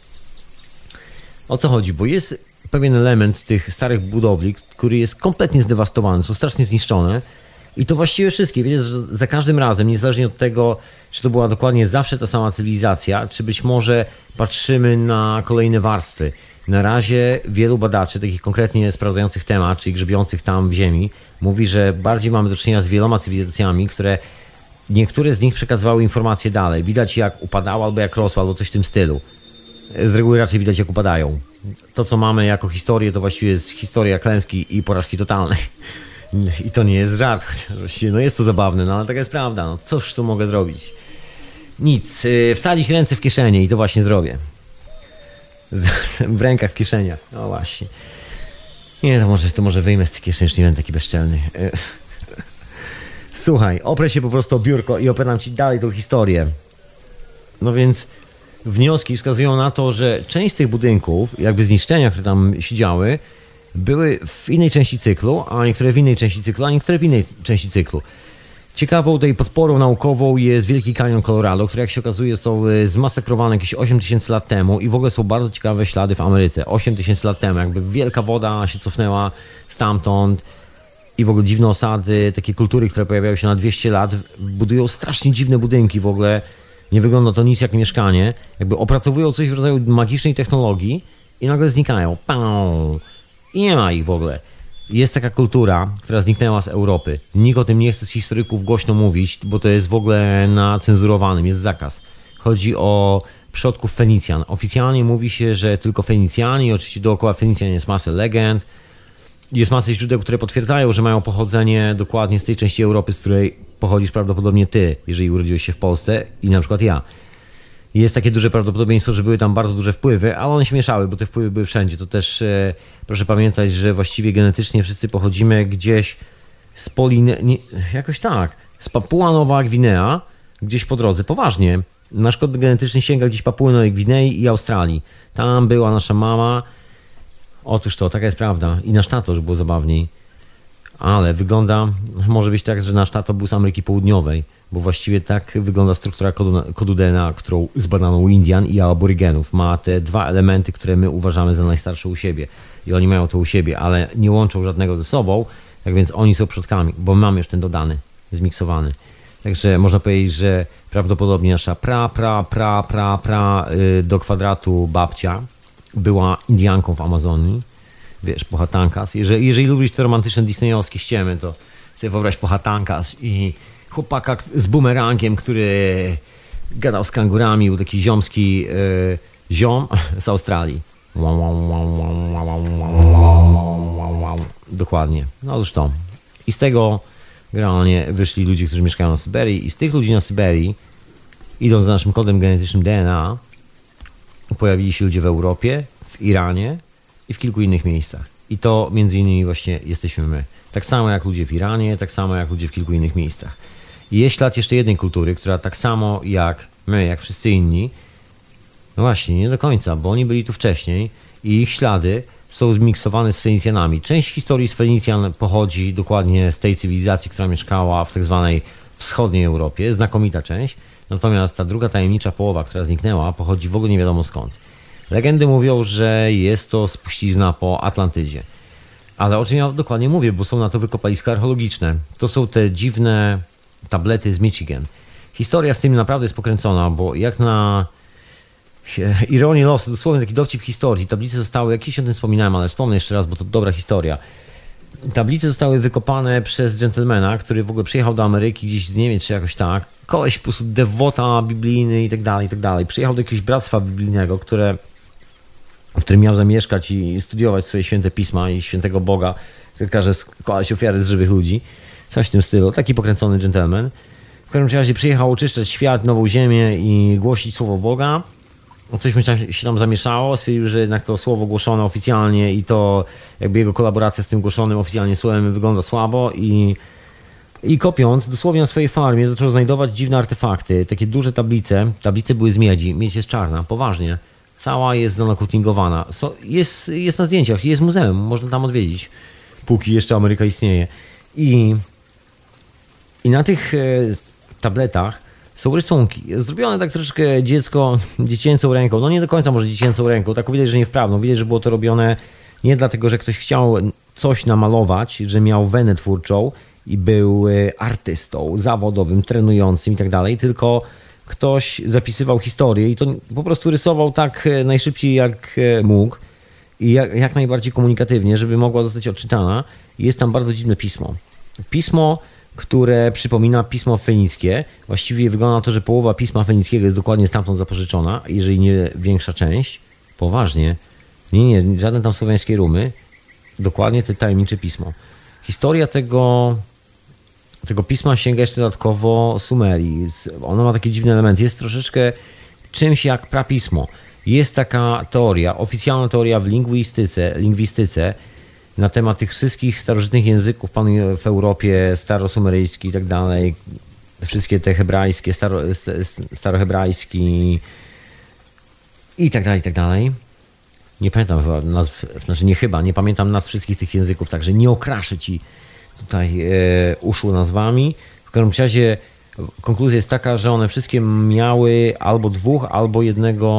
o co chodzi? Bo jest pewien element tych starych budowli, który jest kompletnie zdewastowany, są strasznie zniszczone i to właściwie wszystkie. Wiecie, że za każdym razem, niezależnie od tego, czy to była dokładnie zawsze ta sama cywilizacja, czy być może patrzymy na kolejne warstwy. Na razie wielu badaczy, takich konkretnie sprawdzających temat, czyli grzebiących tam w ziemi, mówi, że bardziej mamy do czynienia z wieloma cywilizacjami, które niektóre z nich przekazywały informacje dalej. Widać jak upadało, albo jak rosło, albo coś w tym stylu. Z reguły raczej widać jak upadają. To co mamy jako historię to właściwie jest historia klęski i porażki totalnej. I to nie jest żart, chociaż właściwie no jest to zabawne, no ale taka jest prawda. No cóż tu mogę zrobić? Nic. Wsadzić ręce w kieszenie i to właśnie zrobię. W rękach, w kieszeniach. No właśnie. Nie, to może wyjmę z tych kieszeni, już nie będę taki bezczelny. Słuchaj, oprę się po prostu o biurko i opowiadam ci dalej tą historię. No więc wnioski wskazują na to, że część z tych budynków, jakby zniszczenia, które tam siedziały, były w innej części cyklu, a niektóre w innej części cyklu, a niektóre w innej części cyklu. Ciekawą tej podporą naukową jest Wielki Kanion Colorado, który jak się okazuje został zmasakrowany jakieś 8000 lat temu i w ogóle są bardzo ciekawe ślady w Ameryce. 8000 lat temu, jakby wielka woda się cofnęła stamtąd i w ogóle dziwne osady, takie kultury, które pojawiają się na 200 lat, budują strasznie dziwne budynki w ogóle. Nie wygląda to nic jak mieszkanie. Jakby opracowują coś w rodzaju magicznej technologii i nagle znikają. Pau! I nie ma ich w ogóle. Jest taka kultura, która zniknęła z Europy. Nikt o tym nie chce z historyków głośno mówić, bo to jest w ogóle na cenzurowanym, jest zakaz. Chodzi o przodków Fenicjan. Oficjalnie mówi się, że tylko Fenicjanie i oczywiście dookoła Fenicjan jest masę legend. Jest masę źródeł, które potwierdzają, że mają pochodzenie dokładnie z tej części Europy, z której pochodzisz prawdopodobnie ty, jeżeli urodziłeś się w Polsce i na przykład ja. Jest takie duże prawdopodobieństwo, że były tam bardzo duże wpływy, ale one się mieszały, bo te wpływy były wszędzie. To też proszę pamiętać, że właściwie genetycznie wszyscy pochodzimy gdzieś z jakoś tak, z Papua Nowa Gwinea, gdzieś po drodze, poważnie. Nasz kod genetyczny sięga gdzieś Papuły Nowej Gwinei i Australii. Tam była nasza mama. Otóż to, taka jest prawda. I nasz tato, żeby było zabawniej. Ale wygląda, może być tak, że nasz tato był z Ameryki Południowej, bo właściwie tak wygląda struktura kodu DNA, którą zbadano u Indian i aborygenów. Ma te dwa elementy, które my uważamy za najstarsze u siebie. I oni mają to u siebie, ale nie łączą żadnego ze sobą, tak więc oni są przodkami, bo mamy już ten dodany, zmiksowany. Także można powiedzieć, że prawdopodobnie nasza do kwadratu babcia była Indianką w Amazonii. Wiesz, Pohatankas. Jeżeli lubisz te romantyczne disneyowskie ściemy, to sobie wyobraź Pohatankas i chłopaka z bumerangiem, który gadał z kangurami, był taki ziomski ziom z Australii. Dokładnie. No otóż to. I z tego generalnie wyszli ludzie, którzy mieszkają na Syberii i z tych ludzi na Syberii, idąc za naszym kodem genetycznym DNA, pojawili się ludzie w Europie, w Iranie i w kilku innych miejscach. I to między innymi właśnie jesteśmy my. Tak samo jak ludzie w Iranie, tak samo jak ludzie w kilku innych miejscach. I jest ślad jeszcze jednej kultury, która tak samo jak my, jak wszyscy inni, no właśnie, nie do końca, bo oni byli tu wcześniej i ich ślady są zmiksowane z Fenicjanami. Część historii z Fenicjan pochodzi dokładnie z tej cywilizacji, która mieszkała w tak zwanej wschodniej Europie, znakomita część. Natomiast ta druga tajemnicza połowa, która zniknęła, pochodzi w ogóle nie wiadomo skąd. Legendy mówią, że jest to spuścizna po Atlantydzie. Ale o czym ja dokładnie mówię, bo są na to wykopaliska archeologiczne. To są te dziwne tablety z Michigan. Historia z tym naprawdę jest pokręcona, bo jak na ironię losu, dosłownie taki dowcip historii, tablice zostały, jakiś o tym wspominałem, ale wspomnę jeszcze raz, bo to dobra historia. Tablice zostały wykopane przez dżentelmena, który w ogóle przyjechał do Ameryki gdzieś z Niemiec czy jakoś tak. Koleś po prostu dewota biblijny i tak dalej, i tak dalej. Przyjechał do jakiegoś bractwa biblijnego, w którym miał zamieszkać i studiować swoje święte pisma i świętego Boga, który każe składać ofiary z żywych ludzi. Coś w tym stylu. Taki pokręcony dżentelmen. W każdym razie przyjechał oczyszczać świat, nową ziemię i głosić słowo Boga. Coś mu się tam zamieszało, stwierdził, że jednak to słowo głoszone oficjalnie i to jakby jego kolaboracja z tym głoszonym oficjalnie słowem wygląda słabo i kopiąc dosłownie na swojej farmie zaczął znajdować dziwne artefakty, takie duże tablice. Tablice były z miedzi, miedź jest czarna, poważnie. Cała jest zanokoutingowana. Jest na zdjęciach, jest muzeum, można tam odwiedzić, póki jeszcze Ameryka istnieje. I na tych tabletach są rysunki. Zrobione tak troszeczkę dziecięcą ręką. No nie do końca może dziecięcą ręką. Tak widać, że nie wprawną. Widać, że było to robione nie dlatego, że ktoś chciał coś namalować, że miał wenę twórczą i był artystą zawodowym, trenującym i tak dalej, tylko ktoś zapisywał historię i to po prostu rysował tak najszybciej jak mógł i jak najbardziej komunikatywnie, żeby mogła zostać odczytana. Jest tam bardzo dziwne pismo. Pismo, które przypomina pismo fenickie. Właściwie wygląda na to, że połowa pisma fenickiego jest dokładnie stamtąd zapożyczona, jeżeli nie większa część. Poważnie. Nie, żadne tam słowiańskie rumy. Dokładnie to tajemnicze pismo. Historia tego pisma sięga jeszcze dodatkowo Sumerii. Ono ma takie dziwne elementy. Jest troszeczkę czymś jak prapismo. Jest taka teoria, oficjalna teoria w lingwistyce na temat tych wszystkich starożytnych języków panujących w Europie, starosumeryjski i tak dalej, wszystkie te hebrajskie, starohebrajski i tak dalej. Nie pamiętam chyba nazw, nie pamiętam nazw wszystkich tych języków, także nie okraszę ci tutaj uszu nazwami. W każdym razie konkluzja jest taka, że one wszystkie miały albo dwóch, albo jednego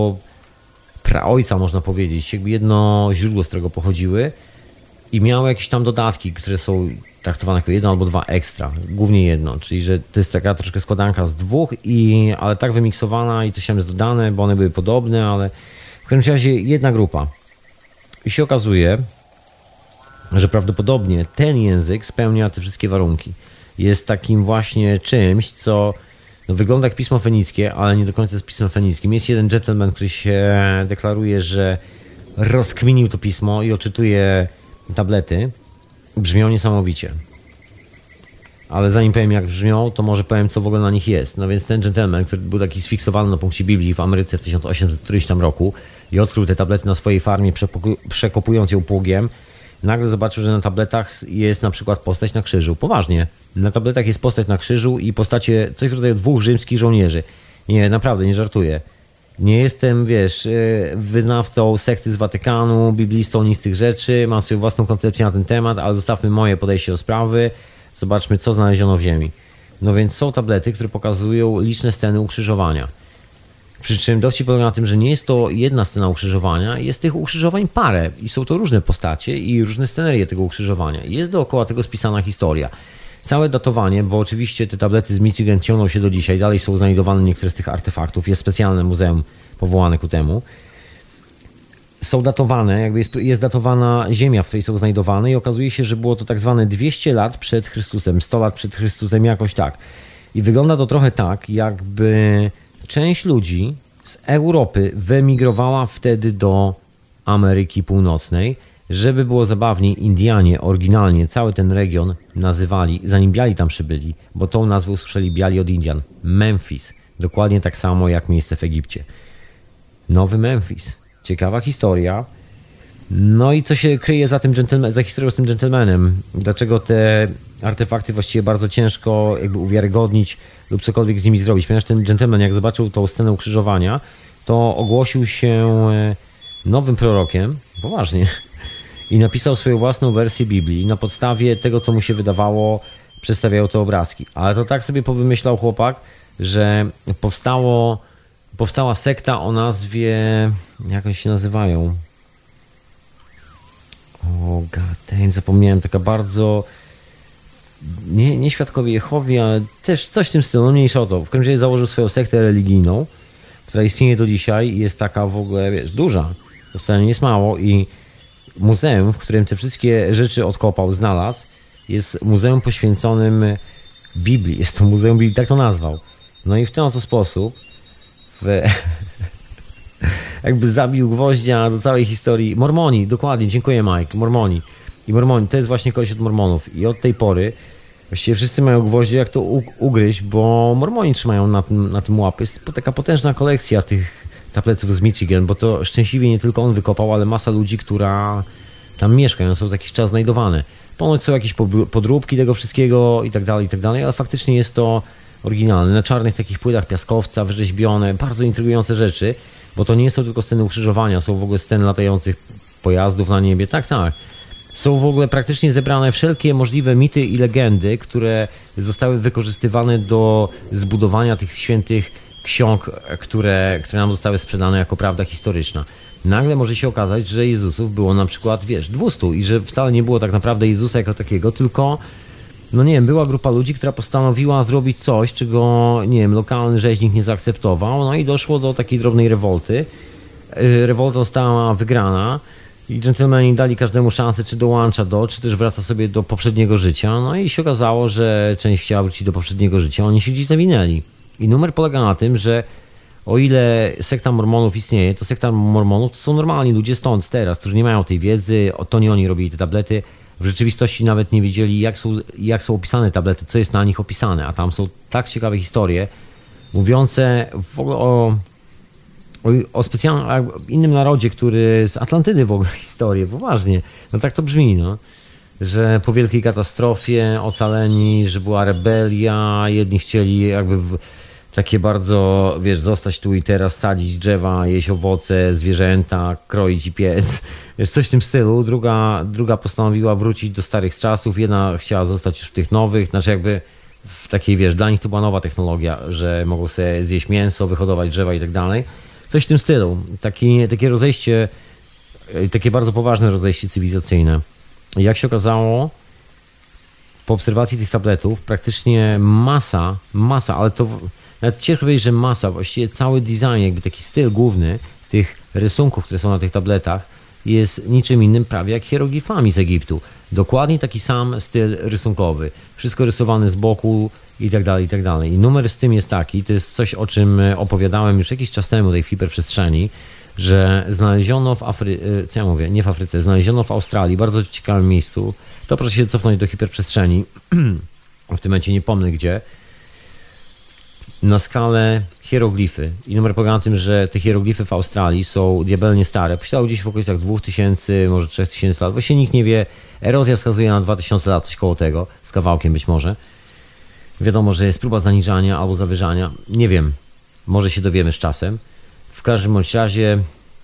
praojca, można powiedzieć, jakby jedno źródło, z którego pochodziły i miały jakieś tam dodatki, które są traktowane jako jedno albo dwa ekstra, głównie jedno, czyli że to jest taka troszkę składanka z dwóch, ale tak wymiksowana i coś tam jest dodane, bo one były podobne, ale w każdym razie jedna grupa. I się okazuje, że prawdopodobnie ten język spełnia te wszystkie warunki. Jest takim właśnie czymś, co wygląda jak pismo fenickie, ale nie do końca jest pismem fenickim. Jest jeden gentleman, który się deklaruje, że rozkminił to pismo i odczytuje tablety. Brzmią niesamowicie. Ale zanim powiem, jak brzmią, to może powiem, co w ogóle na nich jest. No więc ten gentleman, który był taki sfiksowany na punkcie Biblii w Ameryce w 1800 któryś tam roku i odkrył te tablety na swojej farmie, przekopując ją pługiem, nagle zobaczył, że na tabletach jest na przykład postać na krzyżu. Poważnie. Na tabletach jest postać na krzyżu i postacie, coś w rodzaju dwóch rzymskich żołnierzy. Nie, naprawdę, nie żartuję. Nie jestem, wyznawcą sekty z Watykanu, biblistą, nic z tych rzeczy. Mam swoją własną koncepcję na ten temat, ale zostawmy moje podejście do sprawy. Zobaczmy, co znaleziono w ziemi. No więc są tablety, które pokazują liczne sceny ukrzyżowania. Przy czym dowcip polega na tym, że nie jest to jedna scena ukrzyżowania, jest tych ukrzyżowań parę i są to różne postacie i różne scenerie tego ukrzyżowania. Jest dookoła tego spisana historia. Całe datowanie, bo oczywiście te tablety z Michigan ciągną się do dzisiaj, dalej są znajdowane niektóre z tych artefaktów, jest specjalne muzeum powołane ku temu. Są datowane, jakby jest datowana ziemia, w której są znajdowane i okazuje się, że było to tak zwane 200 lat przed Chrystusem, 100 lat przed Chrystusem, jakoś tak. I wygląda to trochę tak, jakby część ludzi z Europy wyemigrowała wtedy do Ameryki Północnej. Żeby było zabawniej, Indianie oryginalnie cały ten region nazywali, zanim biali tam przybyli, bo tą nazwę usłyszeli biali od Indian, Memphis. Dokładnie tak samo jak miejsce w Egipcie. Nowy Memphis. Ciekawa historia. No i co się kryje za historią z tym gentlemanem? Dlaczego te artefakty właściwie bardzo ciężko jakby uwiarygodnić lub cokolwiek z nimi zrobić? Ponieważ ten gentleman, jak zobaczył tą scenę ukrzyżowania, to ogłosił się nowym prorokiem, poważnie, i napisał swoją własną wersję Biblii. Na podstawie tego, co mu się wydawało, przedstawiają te obrazki. Ale to tak sobie powymyślał chłopak, że powstała sekta o nazwie, jak oni się nazywają? O goddammit, zapomniałem, taka bardzo, nie świadkowie Jehowi, ale też coś w tym stylu, no mniejsza o to. W każdym razie założył swoją sektę religijną, która istnieje do dzisiaj i jest taka w ogóle, duża. To wcale nie jest mało i muzeum, w którym te wszystkie rzeczy odkopał, znalazł, jest muzeum poświęconym Biblii. Jest to Muzeum Biblii, tak to nazwał. No i w ten oto sposób jakby zabił gwoździa do całej historii. Mormoni, dokładnie, dziękuję Mike, Mormoni. I Mormoni, to jest właśnie koleś od Mormonów. I od tej pory właściwie wszyscy mają gwoździe, jak to ugryźć, bo Mormoni trzymają na tym łapy. Jest taka potężna kolekcja tych tabletów z Michigan, bo to szczęśliwie nie tylko on wykopał, ale masa ludzi, która tam mieszka, one są za jakiś czas znajdowane. Ponoć są jakieś podróbki tego wszystkiego i tak dalej, ale faktycznie jest to oryginalne. Na czarnych takich płytach piaskowca wyrzeźbione, bardzo intrygujące rzeczy, bo to nie są tylko sceny ukrzyżowania, są w ogóle sceny latających pojazdów na niebie. Tak. są w ogóle praktycznie zebrane wszelkie możliwe mity i legendy, które zostały wykorzystywane do zbudowania tych świętych ksiąg, które nam zostały sprzedane jako prawda historyczna. Nagle może się okazać, że Jezusów było na przykład, 200 i że wcale nie było tak naprawdę Jezusa jako takiego, tylko była grupa ludzi, która postanowiła zrobić coś, czego, lokalny rzeźnik nie zaakceptował, no i doszło do takiej drobnej rewolty. Rewolta została wygrana i dżentelmeni dali każdemu szansę, czy dołącza czy też wraca sobie do poprzedniego życia, no i się okazało, że część chciała wrócić do poprzedniego życia, oni się gdzieś zawinęli. I numer polega na tym, że o ile sekta mormonów istnieje, to sekta mormonów to są normalni ludzie stąd, teraz, którzy nie mają tej wiedzy, to nie oni robili te tablety, w rzeczywistości nawet nie wiedzieli, jak są opisane tablety, co jest na nich opisane, a tam są tak ciekawe historie, mówiące w ogóle o specjalnym innym narodzie, który z Atlantydy w ogóle historię, poważnie, tak to brzmi, że po wielkiej katastrofie ocaleni, że była rebelia, jedni chcieli takie bardzo, zostać tu i teraz, sadzić drzewa, jeść owoce, zwierzęta, kroić i piec. Coś w tym stylu. Druga postanowiła wrócić do starych czasów. Jedna chciała zostać już w tych nowych. W takiej, dla nich to była nowa technologia, że mogą sobie zjeść mięso, wyhodować drzewa i tak dalej. Coś w tym stylu. Takie rozejście, takie bardzo poważne rozejście cywilizacyjne. Jak się okazało, po obserwacji tych tabletów praktycznie masa, ale to nawet ciężko powiedzieć, że masa, właściwie cały design, taki styl główny tych rysunków, które są na tych tabletach, jest niczym innym prawie jak hieroglifami z Egiptu. Dokładnie taki sam styl rysunkowy. Wszystko rysowane z boku i tak dalej, i tak dalej. I numer z tym jest taki, to jest coś, o czym opowiadałem już jakiś czas temu tej hiperprzestrzeni, że znaleziono znaleziono w Australii, bardzo ciekawym miejscu, to proszę się cofnąć do hiperprzestrzeni, w tym momencie nie pomnę gdzie, na skalę hieroglify. I numer polega na tym, że te hieroglify w Australii są diabelnie stare. Posiadały gdzieś w okolicach 2000, może 3000 lat. Właśnie nikt nie wie. Erozja wskazuje na 2000 lat, coś koło tego, z kawałkiem być może. Wiadomo, że jest próba zaniżania albo zawyżania. Nie wiem. Może się dowiemy z czasem. W każdym bądź razie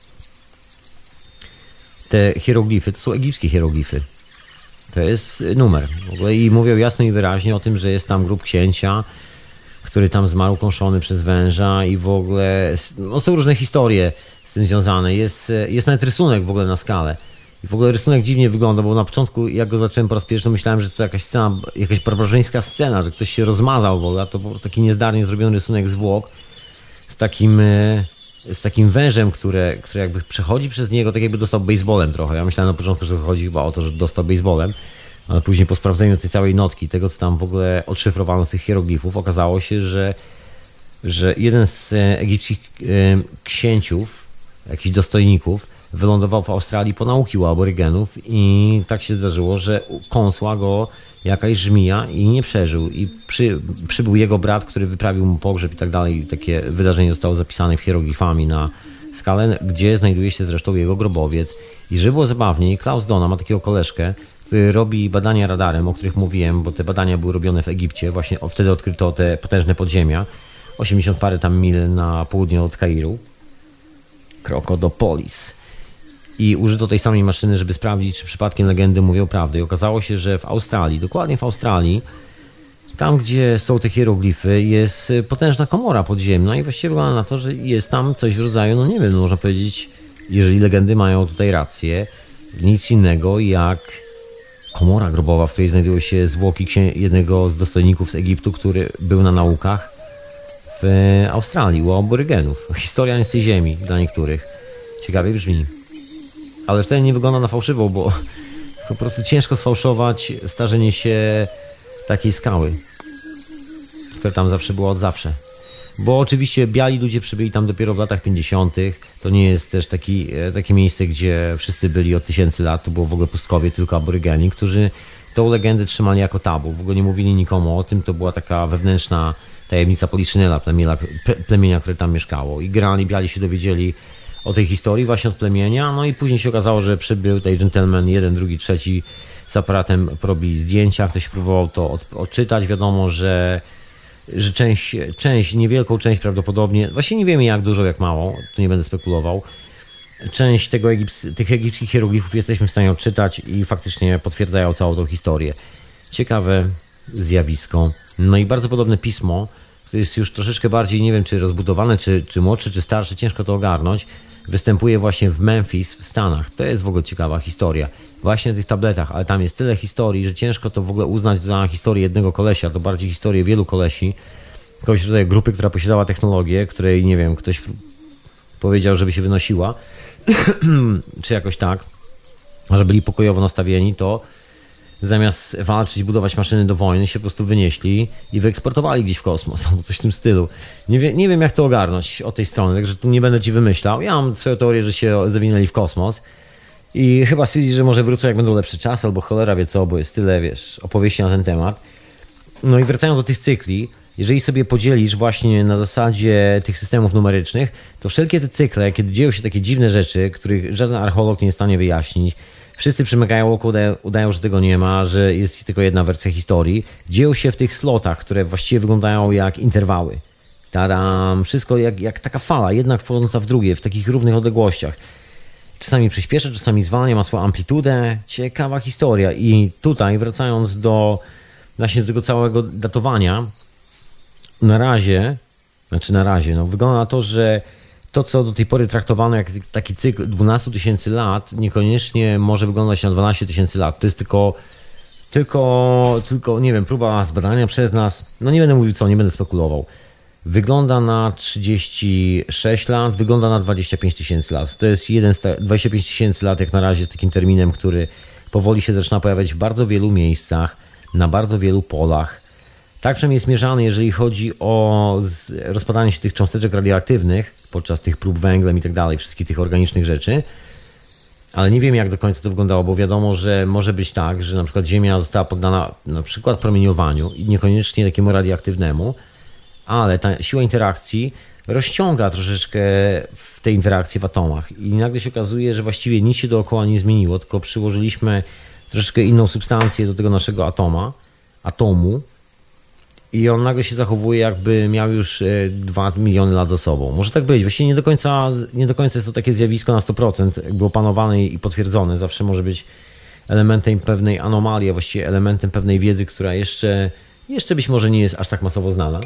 te hieroglify to są egipskie hieroglify. To jest numer. W ogóle i mówią jasno i wyraźnie o tym, że jest tam grób księcia, który tam zmarł kąszony przez węża i w ogóle są różne historie z tym związane. Jest nawet rysunek w ogóle na skalę. I w ogóle rysunek dziwnie wygląda, bo na początku jak go zacząłem po raz pierwszy, to myślałem, że to jakaś scena, jakaś barbarzyńska scena, że ktoś się rozmazał w ogóle, a to po prostu taki niezdarnie zrobiony rysunek zwłok z takim wężem, który jakby przechodzi przez niego, tak jakby dostał baseballem trochę. Ja myślałem na początku, że chodzi chyba o to, że dostał baseballem, ale później po sprawdzeniu tej całej notki, tego co tam w ogóle odszyfrowano z tych hieroglifów, okazało się, że jeden z egipskich księciów, jakichś dostojników, wylądował w Australii po nauki u aborygenów i tak się zdarzyło, że kąsła go jakaś żmija i nie przeżył. I przybył jego brat, który wyprawił mu pogrzeb i tak dalej. Takie wydarzenie zostało zapisane w hieroglifami na skalę, gdzie znajduje się zresztą jego grobowiec. I żeby było zabawniej, Klaus Dona ma takiego koleżkę, który robi badania radarem, o których mówiłem, bo te badania były robione w Egipcie. Właśnie wtedy odkryto te potężne podziemia. 80 parę tam mil na południe od Kairu. Krokodopolis. I użyto tej samej maszyny, żeby sprawdzić, czy przypadkiem legendy mówią prawdę. I okazało się, że w Australii, dokładnie w Australii, tam gdzie są te hieroglify, jest potężna komora podziemna i właściwie wygląda na to, że jest tam coś w rodzaju, nie wiem, można powiedzieć, jeżeli legendy mają tutaj rację, nic innego jak komora grobowa, w której znajdują się zwłoki jednego z dostojników z Egiptu, który był na naukach w Australii, u aborygenów. Historia z tej ziemi dla niektórych. Ciekawie brzmi. Ale wtedy nie wygląda na fałszywą, bo po prostu ciężko sfałszować starzenie się takiej skały, która tam zawsze była od zawsze. Bo oczywiście biali ludzie przybyli tam dopiero w latach 50. To nie jest też takie miejsce, gdzie wszyscy byli od tysięcy lat. To było w ogóle pustkowie, tylko aborygeni, którzy tą legendę trzymali jako tabu. W ogóle nie mówili nikomu o tym. To była taka wewnętrzna tajemnica Poliszynela, plemienia, które tam mieszkało. I generalnie biali się dowiedzieli o tej historii właśnie od plemienia, no i później się okazało, że przybył tutaj gentleman, jeden, drugi, trzeci z aparatem porobili zdjęcia, ktoś próbował to odczytać, wiadomo, że część, niewielką część prawdopodobnie, właśnie nie wiemy jak dużo, jak mało, tu nie będę spekulował, część tych egipskich hieroglifów jesteśmy w stanie odczytać i faktycznie potwierdzają całą tą historię. Ciekawe zjawisko. No i bardzo podobne pismo, to jest już troszeczkę bardziej, nie wiem czy rozbudowane, czy młodsze, czy starsze, ciężko to ogarnąć, występuje właśnie w Memphis w Stanach. To jest w ogóle ciekawa historia. Właśnie na tych tabletach, ale tam jest tyle historii, że ciężko to w ogóle uznać za historię jednego kolesia, to bardziej historię wielu kolesi, kogoś rodzaju grupy, która posiadała technologię, której, nie wiem, ktoś powiedział, żeby się wynosiła, czy jakoś tak, że byli pokojowo nastawieni, to zamiast walczyć, budować maszyny do wojny, się po prostu wynieśli i wyeksportowali gdzieś w kosmos, albo coś w tym stylu. Nie wiem jak to ogarnąć od tej strony, także tu nie będę ci wymyślał. Ja mam swoją teorię, że się zawinęli w kosmos i chyba stwierdzili, że może wrócą jak będą lepsze czasy, albo cholera wie co, bo jest tyle, wiesz, opowieści na ten temat. No i wracając do tych cykli, jeżeli sobie podzielisz właśnie na zasadzie tych systemów numerycznych, to wszelkie te cykle, kiedy dzieją się takie dziwne rzeczy, których żaden archeolog nie jest w stanie wyjaśnić, wszyscy przymykają oko, udają, że tego nie ma, że jest tylko jedna wersja historii, dzieją się w tych slotach, które właściwie wyglądają jak interwały. Tadam, wszystko jak taka fala, jedna wchodząca w drugie, w takich równych odległościach. Czasami przyspiesza, czasami zwalnia, ma swoją amplitudę. Ciekawa historia. I tutaj, wracając do właśnie do tego całego datowania, na razie, wygląda na to, że to, co do tej pory traktowano jak taki cykl 12 000 lat, niekoniecznie może wyglądać na 12 000 lat. To jest tylko, nie wiem, próba zbadania przez nas. No nie będę mówił co, nie będę spekulował. Wygląda na 36 lat, wygląda na 25 000 lat. To jest 25 000 lat jak na razie jest takim terminem, który powoli się zaczyna pojawiać w bardzo wielu miejscach, na bardzo wielu polach. Tak przynajmniej jest mierzany, jeżeli chodzi o rozpadanie się tych cząsteczek radioaktywnych podczas tych prób węglem i tak dalej, wszystkich tych organicznych rzeczy. Ale nie wiem jak do końca to wyglądało, bo wiadomo, że może być tak, że na przykład Ziemia została poddana na przykład promieniowaniu i niekoniecznie takiemu radioaktywnemu, ale ta siła interakcji rozciąga troszeczkę w tej interakcji w atomach i nagle się okazuje, że właściwie nic się dookoła nie zmieniło, tylko przyłożyliśmy troszeczkę inną substancję do tego naszego atomu i on nagle się zachowuje, jakby miał już 2 miliony lat za sobą. Może tak być. Właściwie nie do końca jest to takie zjawisko na 100% jakby opanowane i potwierdzone. Zawsze może być elementem pewnej anomalii, a właściwie elementem pewnej wiedzy, która jeszcze być może nie jest aż tak masowo znana.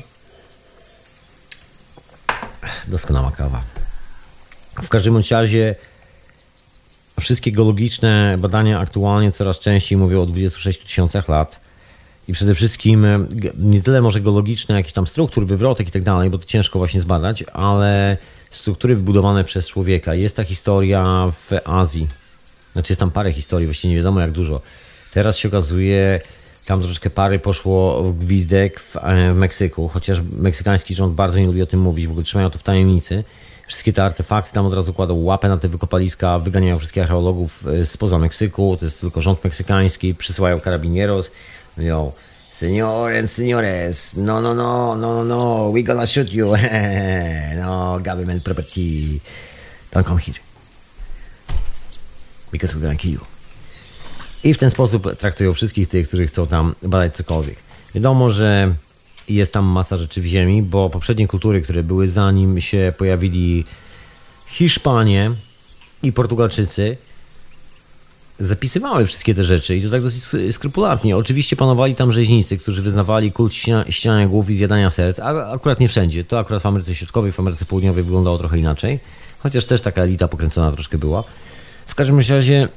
Doskonała kawa. W każdym razie wszystkie geologiczne badania aktualnie coraz częściej mówią o 26 000 lat. I przede wszystkim nie tyle może geologiczne, jakichś tam struktur, wywrotek i tak dalej, bo to ciężko właśnie zbadać, ale struktury wybudowane przez człowieka. Jest ta historia w Azji. Znaczy jest tam parę historii, właściwie nie wiadomo jak dużo. Teraz się okazuje, tam troszeczkę pary poszło w gwizdek w Meksyku, chociaż meksykański rząd bardzo nie lubi o tym mówić, w ogóle trzymają to w tajemnicy. Wszystkie te artefakty tam od razu kładą łapę na te wykopaliska, wyganiają wszystkich archeologów spoza Meksyku, to jest tylko rząd meksykański, przysyłają carabinieros. Yo, señor and señores, no, we gonna shoot you. No, government property. Don't come here. Because we're gonna kill you. I w ten sposób traktują wszystkich tych, którzy chcą tam badać cokolwiek. Wiadomo, że jest tam masa rzeczy w ziemi, bo poprzednie kultury, które były zanim się pojawili Hiszpanie i Portugalczycy, zapisywały wszystkie te rzeczy i to tak dosyć skrupulatnie. Oczywiście panowali tam rzeźnicy, którzy wyznawali kult ścinania głów i zjadania serc, a akurat nie wszędzie. To akurat w Ameryce Środkowej, w Ameryce Południowej wyglądało trochę inaczej, chociaż też taka elita pokręcona troszkę była. W każdym razie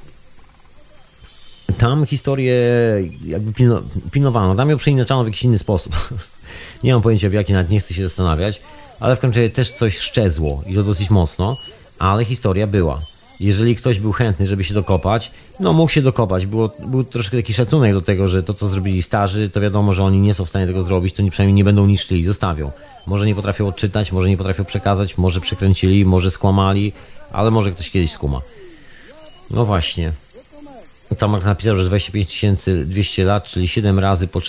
tam historię jakby pilnowano, tam ją przeinaczano w jakiś inny sposób. Nie mam pojęcia w jaki, nawet nie chcę się zastanawiać, ale w każdym razie też coś szczezło i to dosyć mocno, ale historia była. Jeżeli ktoś był chętny, żeby się dokopać, no mógł się dokopać. Był troszkę taki szacunek do tego, że to, co zrobili starzy, to wiadomo, że oni nie są w stanie tego zrobić, to przynajmniej nie będą niszczyli, zostawią. Może nie potrafią odczytać, może nie potrafią przekazać, może przekręcili, może skłamali, ale może ktoś kiedyś skuma. No właśnie. Tam napisał, że 25 200 lat, czyli 7 razy po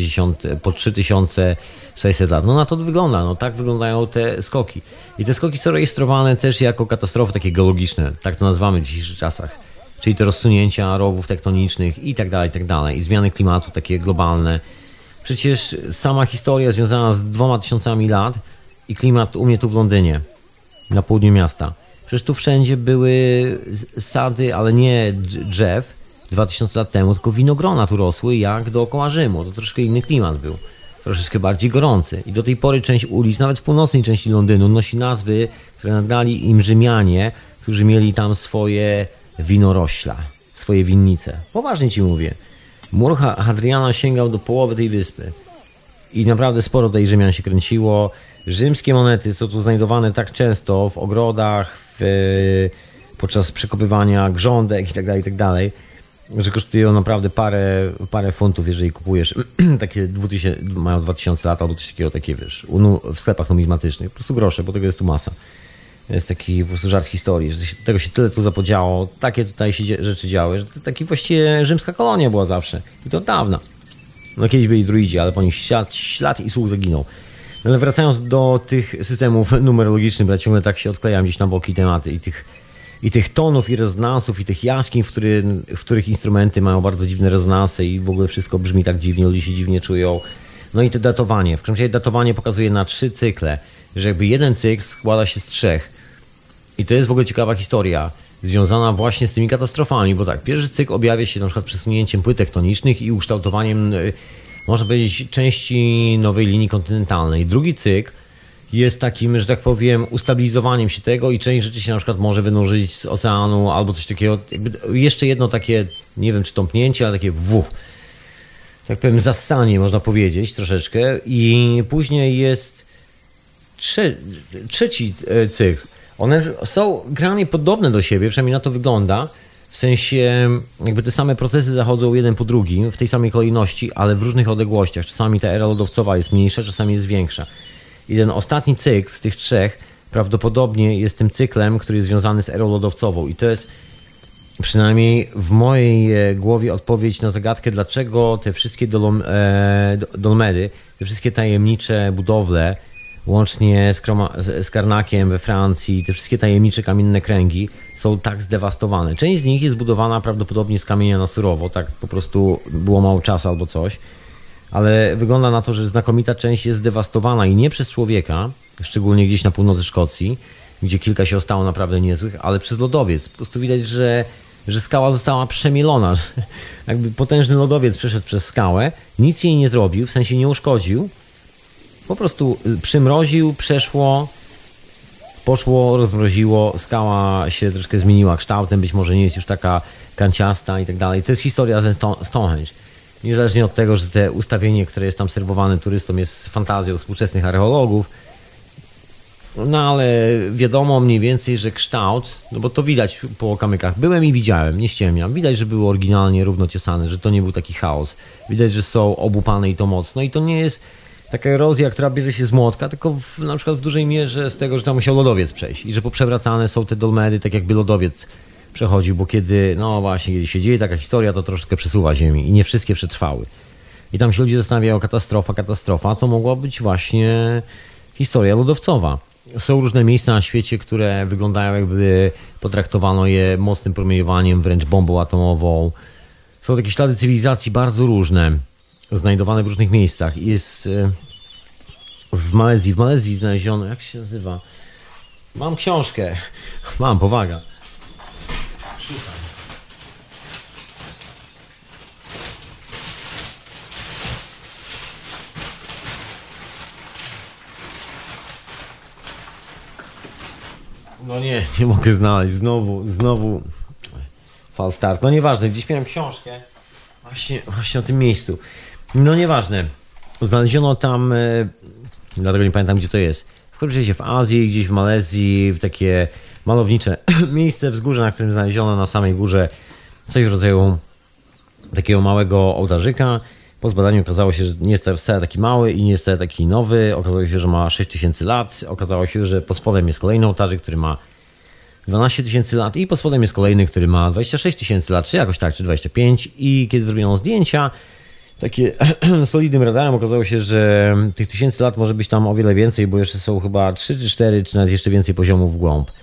3600 lat. No na to wygląda, no tak wyglądają te skoki. I te skoki są rejestrowane też jako katastrofy takie geologiczne, tak to nazywamy w dzisiejszych czasach. Czyli te rozsunięcia rowów tektonicznych i tak dalej, i zmiany klimatu takie globalne. Przecież sama historia związana z 2000 lat i klimat u mnie tu w Londynie, na południu miasta. Przecież tu wszędzie były sady, ale nie drzew 2000 lat temu, tylko winogrona tu rosły jak dookoła Rzymu. To troszkę inny klimat był. Troszeczkę bardziej gorący. I do tej pory część ulic, nawet w północnej części Londynu, nosi nazwy, które nadali im Rzymianie, którzy mieli tam swoje winorośla, swoje winnice. Poważnie ci mówię. Mur Hadriana sięgał do połowy tej wyspy. I naprawdę sporo tej Rzymian się kręciło. Rzymskie monety są tu znajdowane tak często w ogrodach, podczas przekopywania grządek itd., że kosztują naprawdę parę funtów, jeżeli kupujesz takie mają 2000 lat albo coś takiego, takie wiesz, w sklepach numizmatycznych. Po prostu grosze, bo tego jest tu masa. To jest taki po prostu żart historii, że tego się tyle tu zapodziało, takie tutaj się rzeczy działy, że to taki właściwie rzymska kolonia była zawsze. I to od dawna. No kiedyś byli druidzi, ale po nich ślad i słuch zaginął. No ale wracając do tych systemów numerologicznych, bo ja ciągle tak się odklejam gdzieś na boki tematy i tych tonów i rezonansów i tych jaskiń, w których instrumenty mają bardzo dziwne rezonanse i w ogóle wszystko brzmi tak dziwnie, ludzie się dziwnie czują. No i to datowanie. W każdym razie datowanie pokazuje na 3 cykle, że jakby jeden cykl składa się z 3. I to jest w ogóle ciekawa historia związana właśnie z tymi katastrofami, bo tak, pierwszy cykl objawia się na przykład przesunięciem płyt tektonicznych i ukształtowaniem, można powiedzieć, części nowej linii kontynentalnej. Drugi cykl jest takim, że tak powiem, ustabilizowaniem się tego i część rzeczy się na przykład może wynurzyć z oceanu albo coś takiego. Jakby jeszcze jedno takie, nie wiem czy tąpnięcie, ale takie tak powiem, zassanie można powiedzieć troszeczkę i później jest trzeci cykl. One są granie podobne do siebie, przynajmniej na to wygląda. W sensie jakby te same procesy zachodzą jeden po drugim w tej samej kolejności, ale w różnych odległościach. Czasami ta era lodowcowa jest mniejsza, czasami jest większa. I ten ostatni cykl z tych 3 prawdopodobnie jest tym cyklem, który jest związany z erą lodowcową. I to jest przynajmniej w mojej głowie odpowiedź na zagadkę, dlaczego te wszystkie dolmedy, te wszystkie tajemnicze budowle, łącznie z Karnakiem we Francji, te wszystkie tajemnicze kamienne kręgi są tak zdewastowane. Część z nich jest zbudowana prawdopodobnie z kamienia na surowo, tak po prostu było mało czasu albo coś, ale wygląda na to, że znakomita część jest zdewastowana i nie przez człowieka, szczególnie gdzieś na północy Szkocji, gdzie kilka się ostało naprawdę niezłych, ale przez lodowiec. Po prostu widać, że skała została przemielona. Jakby potężny lodowiec przeszedł przez skałę, nic jej nie zrobił, w sensie nie uszkodził, po prostu przymroził, poszło, rozmroziło, skała się troszkę zmieniła kształtem, być może nie jest już taka kanciasta i tak dalej. To jest historia ze Stonehenge. Niezależnie od tego, że te ustawienie, które jest tam serwowane turystom, jest fantazją współczesnych archeologów, no ale wiadomo mniej więcej, że kształt, no bo to widać po kamykach. Byłem i widziałem, nie ściemniam. Widać, że było oryginalnie równo ciosane, że to nie był taki chaos. Widać, że są obłupane i to mocno. I to nie jest taka erozja, która bierze się z młotka, tylko na przykład w dużej mierze z tego, że tam musiał lodowiec przejść i że poprzewracane są te dolmedy, tak jakby lodowiec przechodził, bo kiedy się dzieje taka historia, to troszeczkę przesuwa ziemi i nie wszystkie przetrwały. I tam się ludzie zastanawiają, katastrofa, to mogła być właśnie historia lodowcowa. Są różne miejsca na świecie, które wyglądają jakby potraktowano je mocnym promieniowaniem, wręcz bombą atomową. Są takie ślady cywilizacji bardzo różne, znajdowane w różnych miejscach. Jest w Malezji znaleziono, jak się nazywa? Mam książkę. Powaga. Szukam. No nie mogę znaleźć. Znowu fal start. No nieważne, gdzieś miałem książkę. Właśnie o tym miejscu. No nieważne. Znaleziono tam, dlatego nie pamiętam gdzie to jest. W każdym razie w Azji, gdzieś w Malezji, w takie malownicze miejsce, wzgórze, na którym znaleziono na samej górze coś w rodzaju takiego małego ołtarzyka. Po zbadaniu okazało się, że nie jest wcale taki mały i nie jest wcale taki nowy. Okazało się, że ma 6000 lat. Okazało się, że pod spodem jest kolejny ołtarzyk, który ma 12 000 lat i pod spodem jest kolejny, który ma 26 000 lat, czy jakoś tak, czy 25. I kiedy zrobiono zdjęcia, takie solidnym radarem, okazało się, że tych 1000 lat może być tam o wiele więcej, bo jeszcze są chyba 3 czy 4, czy nawet jeszcze więcej poziomów w głąb.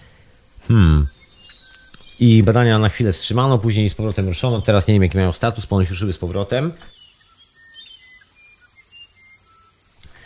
I badania na chwilę wstrzymano, później z powrotem ruszono. Teraz nie wiem, jaki mają status, ponoć ruszyły z powrotem.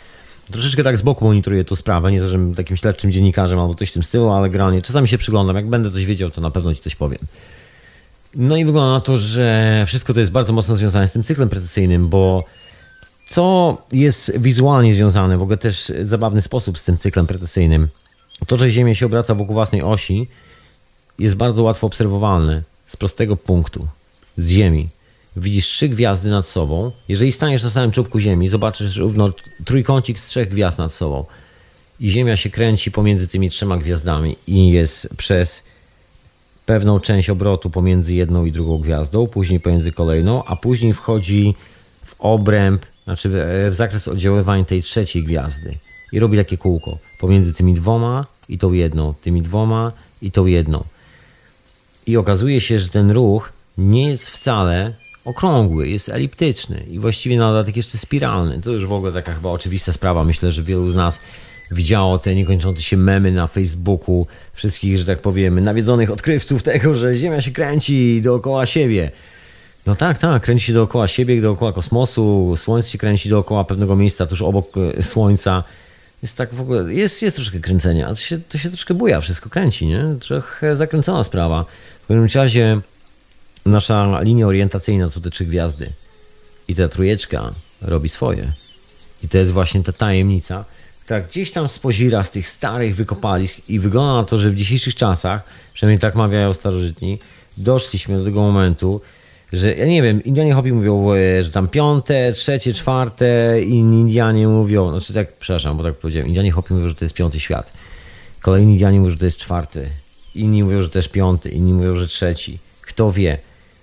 Troszeczkę tak z boku monitoruję tą sprawę, nie to, że takim śledczym dziennikarzem albo coś w tym stylu, ale generalnie czasami się przyglądam. Jak będę coś wiedział, to na pewno ci coś powiem. No i wygląda na to, że wszystko to jest bardzo mocno związane z tym cyklem precesyjnym, bo co jest wizualnie związane, w ogóle też w zabawny sposób z tym cyklem precesyjnym, to, że Ziemia się obraca wokół własnej osi, jest bardzo łatwo obserwowalne z prostego punktu, z Ziemi. Widzisz 3 gwiazdy nad sobą. Jeżeli staniesz na samym czubku Ziemi, zobaczysz równo trójkącik z 3 gwiazd nad sobą. I Ziemia się kręci pomiędzy tymi 3 gwiazdami i jest przez pewną część obrotu pomiędzy jedną i drugą gwiazdą, później pomiędzy kolejną, a później wchodzi w obręb, znaczy w zakres oddziaływań tej 3 gwiazdy. I robi takie kółko pomiędzy tymi 2 i tą jedną, tymi 2 i tą jedną. I okazuje się, że ten ruch nie jest wcale okrągły, jest eliptyczny i właściwie na dodatek jeszcze spiralny. To już w ogóle taka chyba oczywista sprawa. Myślę, że wielu z nas widziało te niekończące się memy na Facebooku wszystkich, że tak powiem, nawiedzonych odkrywców tego, że Ziemia się kręci dookoła siebie. No tak, kręci się dookoła siebie, dookoła kosmosu, Słońce się kręci dookoła pewnego miejsca tuż obok Słońca. Jest tak w ogóle, jest troszkę kręcenia, a to się troszkę buja, wszystko kręci, nie? Trochę zakręcona sprawa. W każdym razie nasza linia orientacyjna to te 3 gwiazdy i ta trójeczka robi swoje. I to jest właśnie ta tajemnica, która gdzieś tam spozira z tych starych wykopalisk i wygląda na to, że w dzisiejszych czasach, przynajmniej tak mawiają starożytni, doszliśmy do tego momentu, że ja nie wiem, Indianie Hopi mówią, że tam 5., 3., 4., inni Indianie mówią, znaczy tak, przepraszam, bo tak powiedziałem, Indianie Hopi mówią, że to jest 5. świat. Kolejni Indianie mówią, że to jest 4., inni mówią, że też 5., inni mówią, że 3. Kto wie?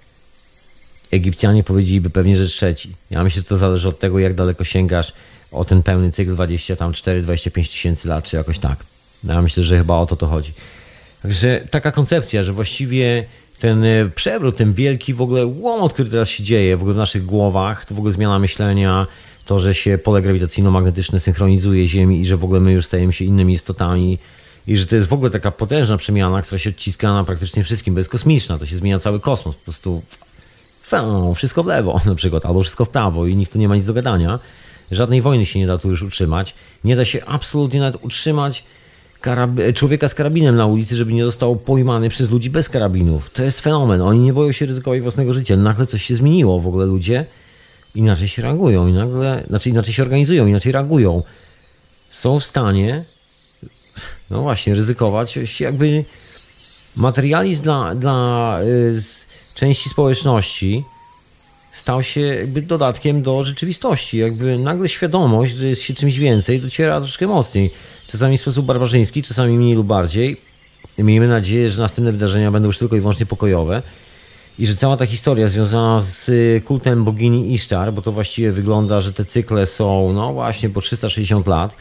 Egipcjanie powiedzieliby pewnie, że 3. Ja myślę, że to zależy od tego, jak daleko sięgasz o ten pełny cykl 24-25 tysięcy lat, czy jakoś tak. Ja myślę, że chyba o to chodzi. Także taka koncepcja, że właściwie ten przewrót, ten wielki w ogóle łomot, który teraz się dzieje w ogóle w naszych głowach, to w ogóle zmiana myślenia, to, że się pole grawitacyjno-magnetyczne synchronizuje Ziemi i że w ogóle my już stajemy się innymi istotami i że to jest w ogóle taka potężna przemiana, która się odciska na praktycznie wszystkim, bo jest kosmiczna, to się zmienia cały kosmos, po prostu wszystko w lewo na przykład, albo wszystko w prawo i nikt tu nie ma nic do gadania. Żadnej wojny się nie da tu już utrzymać. Nie da się absolutnie nawet utrzymać człowieka z karabinem na ulicy, żeby nie został pojmany przez ludzi bez karabinów. To jest fenomen. Oni nie boją się ryzykować własnego życia. Nagle coś się zmieniło. W ogóle ludzie inaczej się reagują. Inaczej się organizują, inaczej reagują. Są w stanie no właśnie, ryzykować. Jakby materializm dla części społeczności stał się jakby dodatkiem do rzeczywistości. Jakby nagle świadomość, że jest się czymś więcej, dociera troszkę mocniej. Czasami w sposób barbarzyński, czasami mniej lub bardziej. Miejmy nadzieję, że następne wydarzenia będą już tylko i wyłącznie pokojowe i że cała ta historia związana z kultem bogini Isztar, bo to właściwie wygląda, że te cykle są no właśnie po 360 lat,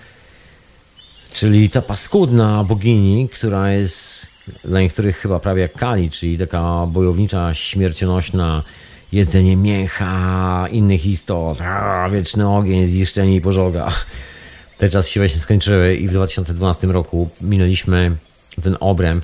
czyli ta paskudna bogini, która jest dla niektórych chyba prawie jak Kali, czyli taka bojownicza, śmiercionośna, jedzenie mięcha, innych istot, wieczny ogień, zniszczenie i pożoga. Te czasy się właśnie skończyły i w 2012 roku minęliśmy ten obręb,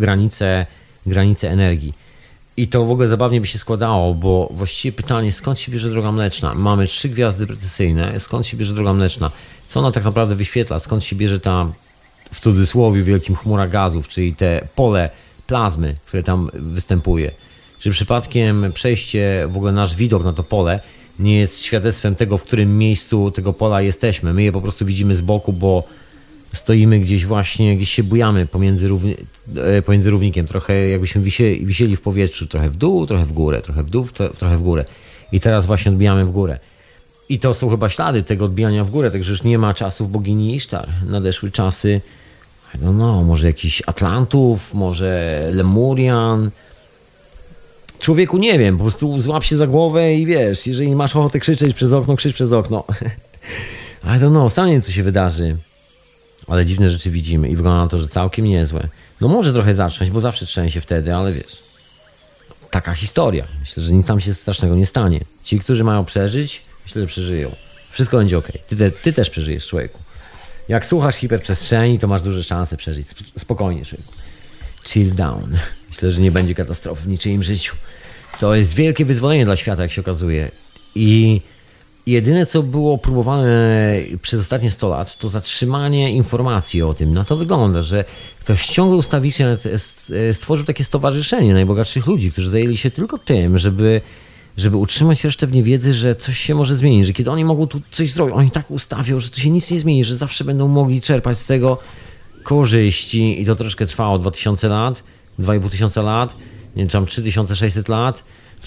granice energii. I to w ogóle zabawnie by się składało, bo właściwie pytanie, skąd się bierze droga mleczna? Mamy 3 gwiazdy precesyjne, skąd się bierze droga mleczna? Co ona tak naprawdę wyświetla? Skąd się bierze ta, w cudzysłowie, wielkim chmura gazów, czyli te pole plazmy, które tam występuje? Czy przypadkiem przejście, w ogóle nasz widok na to pole nie jest świadectwem tego, w którym miejscu tego pola jesteśmy? My je po prostu widzimy z boku, bo stoimy gdzieś właśnie, gdzieś się bujamy pomiędzy równikiem. Trochę jakbyśmy wisieli w powietrzu, trochę w dół, trochę w górę, trochę w dół, trochę w górę. I teraz właśnie odbijamy w górę. I to są chyba ślady tego odbijania w górę, także już nie ma czasów bogini Isztar. Nadeszły czasy, może jakichś Atlantów, może Lemurian. Człowieku nie wiem, po prostu złap się za głowę i wiesz, jeżeli masz ochotę krzyczeć przez okno, krzycz przez okno. Sam nie wiem, co się wydarzy. Ale dziwne rzeczy widzimy i wygląda na to, że całkiem niezłe. No może trochę zatrząść, bo zawsze trzęsie wtedy, ale wiesz. Taka historia. Myślę, że nic tam się strasznego nie stanie. Ci, którzy mają przeżyć, myślę, że przeżyją. Wszystko będzie okej. Ty też przeżyjesz, człowieku. Jak słuchasz hiperprzestrzeni, to masz duże szanse przeżyć. Spokojnie, człowieku. Chill down. Myślę, że nie będzie katastrofy w niczyim życiu. To jest wielkie wyzwolenie dla świata, jak się okazuje. I Jedyne, co było próbowane przez ostatnie 100 lat, to zatrzymanie informacji o tym. Na to wygląda, że ktoś ściągnął ustawicznie, stworzył takie stowarzyszenie najbogatszych ludzi, którzy zajęli się tylko tym, żeby utrzymać resztę w niewiedzy, że coś się może zmienić, że kiedy oni mogą tu coś zrobić, oni tak ustawią, że tu się nic nie zmieni, że zawsze będą mogli czerpać z tego korzyści i to troszkę trwało 2000 lat, 2500 lat, nie wiem, tam 3600 lat,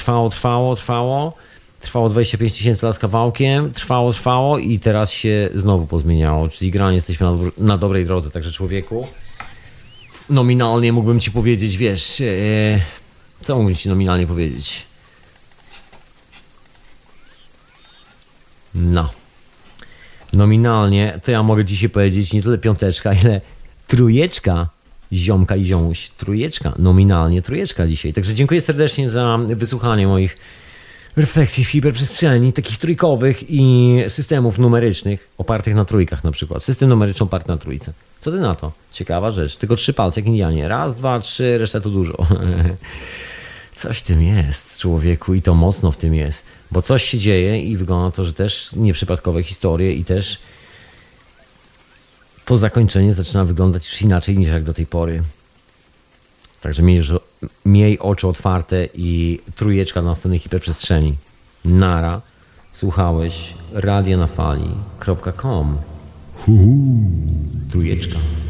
trwało 25 tysięcy lat z kawałkiem, trwało i teraz się znowu pozmieniało, czyli generalnie jesteśmy na dobrej drodze, także człowieku, nominalnie mógłbym ci powiedzieć, wiesz, co mógłbym ci nominalnie powiedzieć? No, nominalnie to ja mogę dzisiaj powiedzieć nie tyle piąteczka, ile trójeczka, ziomka i ziomuś, trójeczka, nominalnie trójeczka dzisiaj. Także dziękuję serdecznie za wysłuchanie moich refleksji w hiperprzestrzeni, takich trójkowych i systemów numerycznych opartych na trójkach na przykład. System numeryczny oparty na trójce. Co ty na to? Ciekawa rzecz. Tylko 3 palce jak Indianie. 1, 2, 3, reszta to dużo. Coś w tym jest, człowieku, i to mocno w tym jest. Bo coś się dzieje i wygląda na to, że też nieprzypadkowe historie i też to zakończenie zaczyna wyglądać już inaczej niż jak do tej pory. Także miej oczy otwarte i trójeczka na następnej hiperprzestrzeni. Nara. Słuchałeś radionafali.com. Trójeczka.